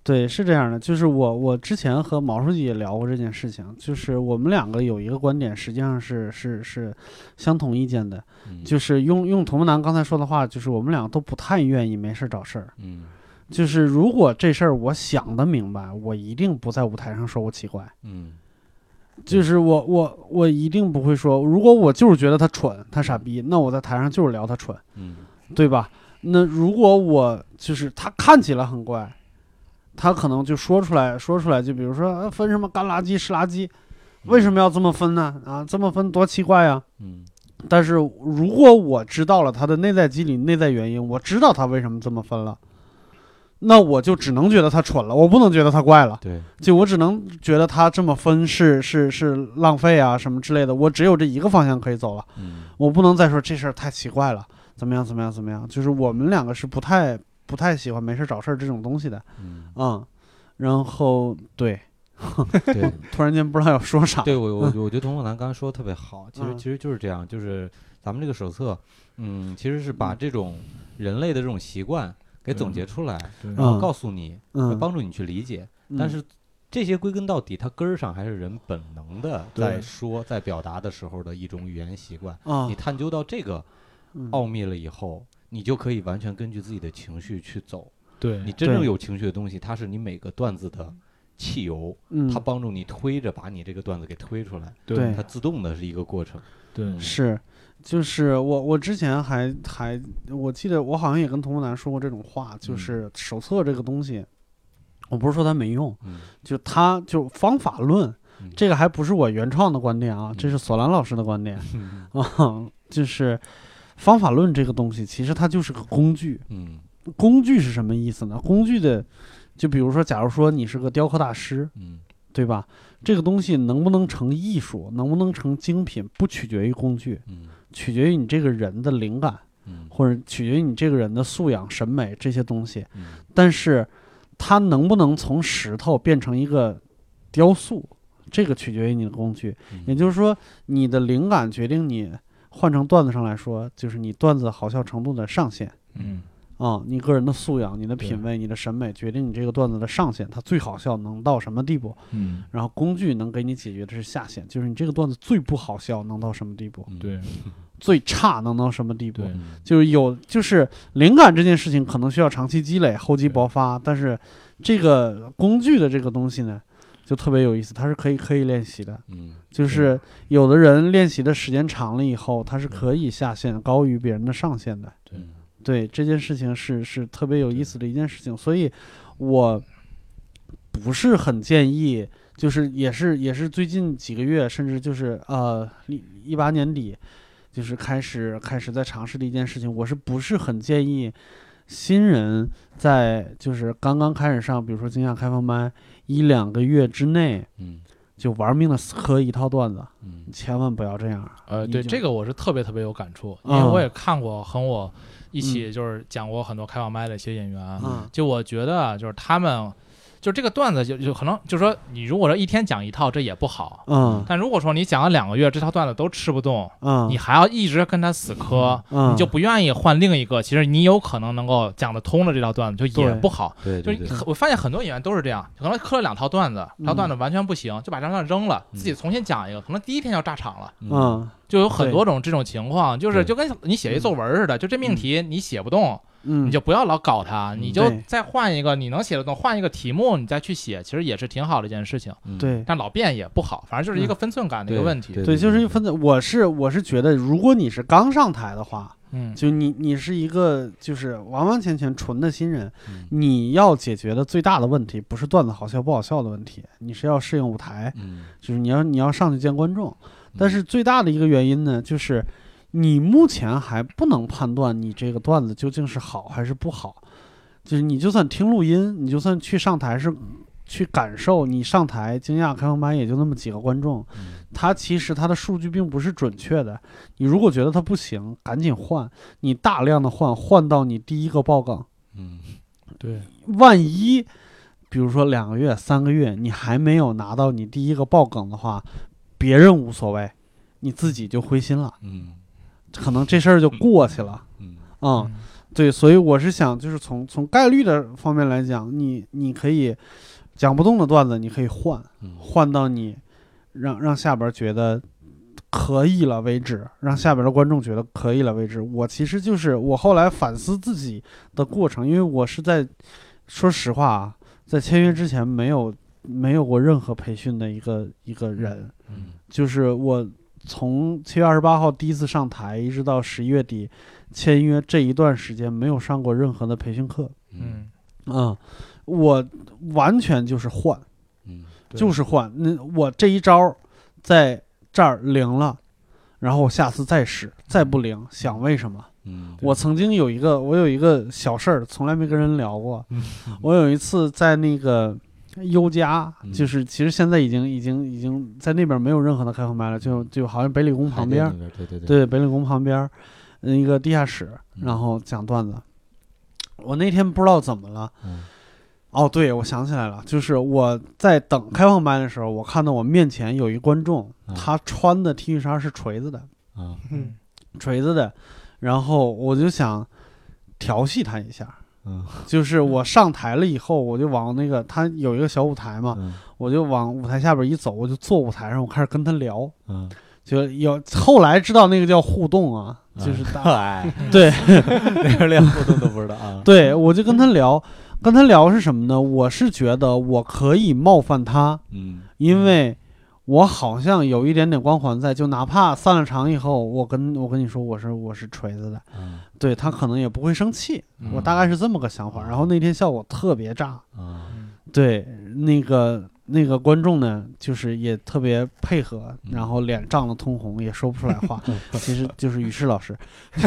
对，是这样的，就是我之前和毛书记也聊过这件事情，就是我们两个有一个观点，实际上是相同意见的，就是用童梦楠刚才说的话，就是我们两个都不太愿意没事找事儿，就是如果这事儿我想得明白，我一定不在舞台上说我奇怪，就是我一定不会说，如果我就是觉得他蠢，他傻逼，那我在台上就是聊他蠢，对吧？那如果我就是他看起来很怪。他可能就说出来，就比如说分什么干垃圾、湿垃圾，为什么要这么分呢？啊，这么分多奇怪呀！但是如果我知道了他的内在机理、内在原因，我知道他为什么这么分了，那我就只能觉得他蠢了，我不能觉得他怪了。 对， 就我只能觉得他这么分是浪费啊什么之类的，我只有这一个方向可以走了。我不能再说这事儿太奇怪了，怎么样，就是我们两个是不太喜欢没事找事儿这种东西的，然后对，突然间不知道要说啥。 对我觉得童梦楠刚才说的特别好，其实就是这样，就是咱们这个手册，其实是把这种人类的这种习惯给总结出来，然后告诉你，会帮助你去理解。但是这些归根到底，它根儿上还是人本能的在表达的时候的一种语言习惯。你探究到这个奥秘了以后。你就可以完全根据自己的情绪去走。 对， 你真正有情绪的东西，它是你每个段子的汽油，它帮助你推着把你这个段子给推出来。 对， 它自动的是一个过程。 对， 是，就是我之前还我记得我好像也跟童梦楠说过这种话，就是手册这个东西，我不是说它没用，就它就方法论，这个还不是我原创的观点啊，这是索兰老师的观点就是。方法论这个东西，其实它就是个工具。工具是什么意思呢？工具的，就比如说，假如说你是个雕刻大师，对吧？这个东西能不能成艺术，能不能成精品，不取决于工具，取决于你这个人的灵感，或者取决于你这个人的素养、审美这些东西。但是，它能不能从石头变成一个雕塑，这个取决于你的工具。也就是说，你的灵感决定你。换成段子上来说，就是你段子好笑程度的上限。你个人的素养、你的品味、你的审美决定你这个段子的上限，它最好笑能到什么地步？然后工具能给你解决的是下限，就是你这个段子最不好笑能到什么地步？ 对， 最差能到什么地步？就是灵感这件事情可能需要长期积累、厚积薄发，但是这个工具的这个东西呢？就特别有意思，它是可以练习的，就是有的人练习的时间长了以后，他是可以下限高于别人的上限的。对，这件事情是特别有意思的一件事情，所以我不是很建议，就是也是最近几个月，甚至就是18年底，就是开始在尝试的一件事情，我是不是很建议新人在就是刚刚开始上，比如说惊讶开放麦1-2个月之内，就玩命的磕一套段子，千万不要这样。 对，这个我是特别有感触，因为我也看过和我一起就是讲过很多开放麦的一些演员，就我觉得就是他们。就这个段子就可能就是说，你如果说一天讲一套，这也不好。但如果说你讲了2个月，这套段子都吃不动，你还要一直跟他死磕，你就不愿意换另一个，其实你有可能能够讲得通的这套段子就也不好。 对， 就我发现很多演员都是这样，可能磕了2套段子，这套段子完全不行，就把这套段子扔了，自己重新讲一个，可能第一天就炸场了。就有很多种这种情况，就是就跟你写一作文似的，就这命题你写不动。你就不要老搞它，你就再换一个你能写得动，换一个题目你再去写，其实也是挺好的一件事情。 对， 但老变也不好，反正就是一个分寸感的一个问题。 对，就是一个分寸。我是觉得，如果你是刚上台的话，就你是一个就是完完全全纯的新人，你要解决的最大的问题不是段子好笑不好笑的问题，你是要适应舞台，就是你要上去见观众。但是最大的一个原因呢，就是你目前还不能判断你这个段子究竟是好还是不好，就是你就算听录音，你就算去上台是去感受，你上台惊讶开放麦也就那么几个观众，他其实他的数据并不是准确的。你如果觉得他不行，赶紧换，你大量的换到你第一个爆梗。 对， 万一比如说2个月、3个月，你还没有拿到你第一个爆梗的话，别人无所谓，你自己就灰心了。可能这事儿就过去了。 对，所以我是想，就是从概率的方面来讲，你可以讲不动的段子，你可以换到你让下边觉得可以了为止，让下边的观众觉得可以了为止。我其实就是我后来反思自己的过程，因为我是在说实话啊，在签约之前没有过任何培训的一个人，就是我从7月28号第一次上台，一直到11月底签约这一段时间，没有上过任何的培训课。我完全就是换，就是换。那我这一招在这儿灵了，然后我下次再试，再不灵，想为什么？我曾经有一个小事儿，从来没跟人聊过。我有一次在那个优家，就是其实现在已经在那边没有任何的开放麦了，就好像北理工旁边，对，北理工旁边一个地下室，然后讲段子。我那天不知道怎么了，哦，对，我想起来了，就是我在等开放麦的时候，我看到我面前有一观众，他穿的 T 恤衫是锤子的，锤子的，然后我就想调戏他一下。就是我上台了以后，我就往那个他有一个小舞台嘛，我就往舞台下边一走，我就坐舞台上，我开始跟他聊，就有后来知道那个叫互动啊，就是对， 那个连互动都不知道啊。 对，我就跟他聊是什么呢？我是觉得我可以冒犯他，因为我好像有一点点光环在，就哪怕散了场以后，我跟你说我是锤子的，对，他可能也不会生气，我大概是这么个想法。然后那天效果特别炸，对，那个观众呢，就是也特别配合，然后脸涨得通红，也说不出来话。其实就是于适老师。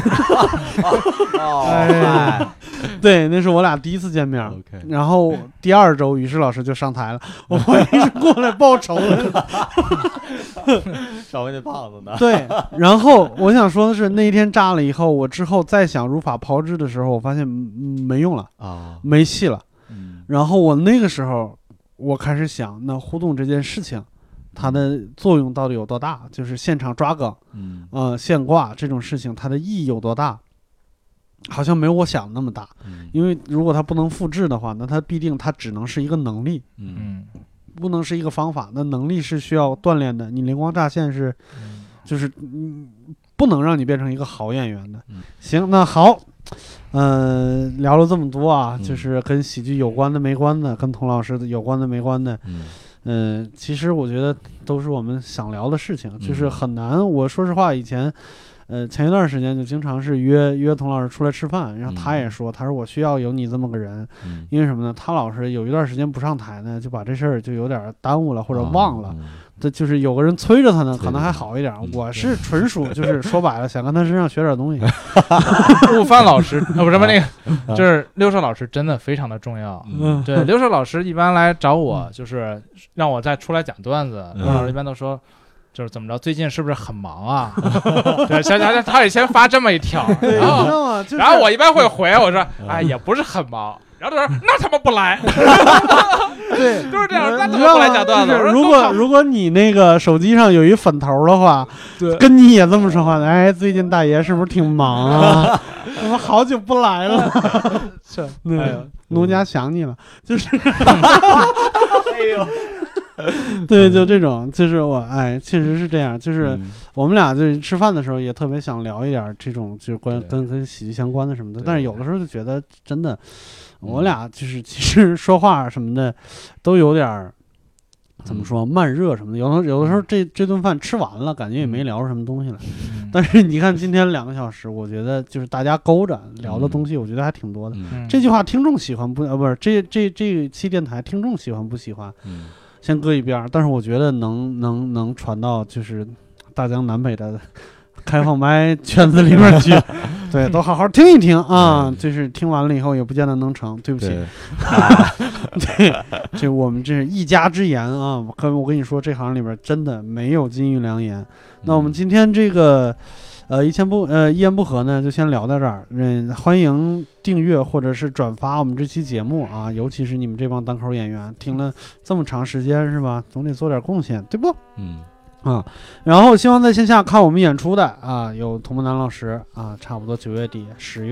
对，那是我俩第一次见面。然后第2周于适老师就上台了，我怀疑是过来报仇了。 稍微那胖子呢？ 对，然后我想说的是，那一天炸了以后，我之后再想如法炮制的时候，我发现没用了啊，没戏了。然后我那个时候。我开始想，那互动这件事情，它的作用到底有多大？就是现场抓梗，现挂这种事情，它的意义有多大？好像没有我想的那么大。因为如果它不能复制的话，那它必定它只能是一个能力，不能是一个方法。那能力是需要锻炼的，你灵光乍现是，就是不能让你变成一个好演员的。行，那好。聊了这么多啊，就是跟喜剧有关的没关的，跟童老师有关的没关的，其实我觉得都是我们想聊的事情，就是很难。我说实话，以前前一段时间就经常是约童老师出来吃饭，然后他也说，他说我需要有你这么个人，因为什么呢？他老是有一段时间不上台呢，就把这事儿就有点耽误了或者忘了。这就是有个人催着他呢，可能还好一点。我是纯属就是说白了，想跟他身上学点东西。 悟饭老师不是那个，就是刘硕老师真的非常的重要。对，刘硕老师一般来找我，就是让我再出来讲段子。刘老师一般都说，就是怎么着，最近是不是很忙啊？对，他以前发这么一条，然后我一般会回我说，哎，也不是很忙。然后他说：“那他妈不来。” 对， 就是这样。那怎么不来讲段子？ 如果你那个手机上有一粉头的话，对，跟你也这么说话的。哎，最近大爷是不是挺忙啊？怎么好久不来了？是，奴家想你了，就是。哎呦。对，就这种，就是我，哎，确实是这样，就是我们俩就是吃饭的时候也特别想聊一点这种，就是跟喜剧相关的什么的，但是有的时候就觉得真的，我俩就是其实说话什么的都有点怎么说慢热什么的，有的时候这顿饭吃完了，感觉也没聊什么东西了，但是你看今天2个小时，我觉得就是大家勾着聊的东西，我觉得还挺多的。这句话听众喜欢不？不是这期电台听众喜欢不喜欢？先搁一边，但是我觉得能传到就是大江南北的开放麦圈子里面去，对，都好好听一听啊。就是听完了以后也不见得能成，对不起。对，这我们这是一家之言啊。我跟你说，这行里边真的没有金玉良言。那我们今天这个一言不合呢，就先聊到这儿。欢迎订阅或者是转发我们这期节目啊，尤其是你们这帮单口演员，听了这么长时间是吧？总得做点贡献，对不？然后希望在线下看我们演出的啊，有童梦楠老师啊，差不多9月底10月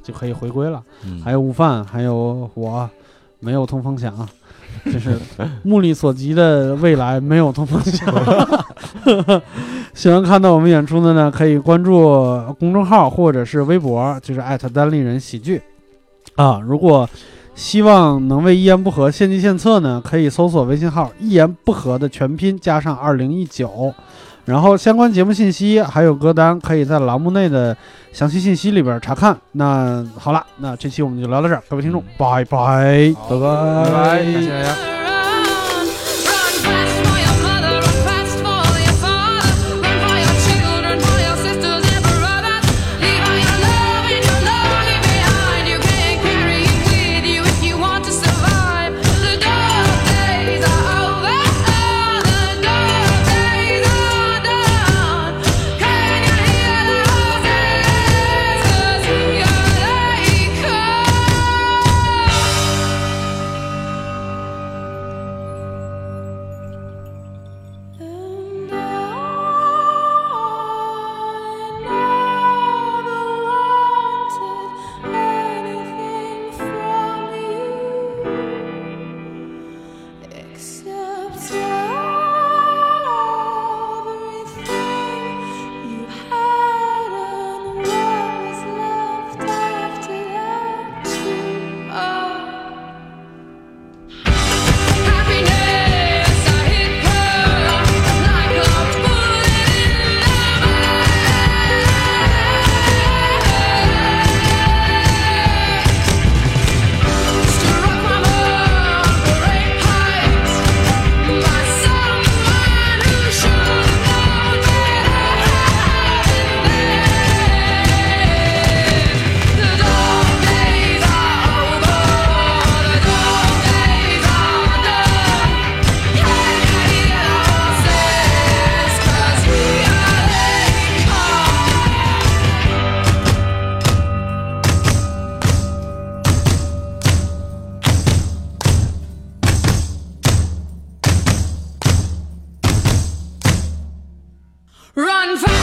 就可以回归了。 嗯还有悟饭，还有我，没有通风响，就是目力所及的未来没有通风响。喜欢看到我们演出的呢，可以关注公众号或者是微博，就是单立人喜剧啊。如果希望能为一言不合献计献策呢，可以搜索微信号一言不合的全拼加上2019，然后相关节目信息还有歌单可以在栏目内的详细信息里边查看。那好了，那这期我们就聊到这儿，各位听众，拜拜， 拜拜，感谢大家。 Run fast!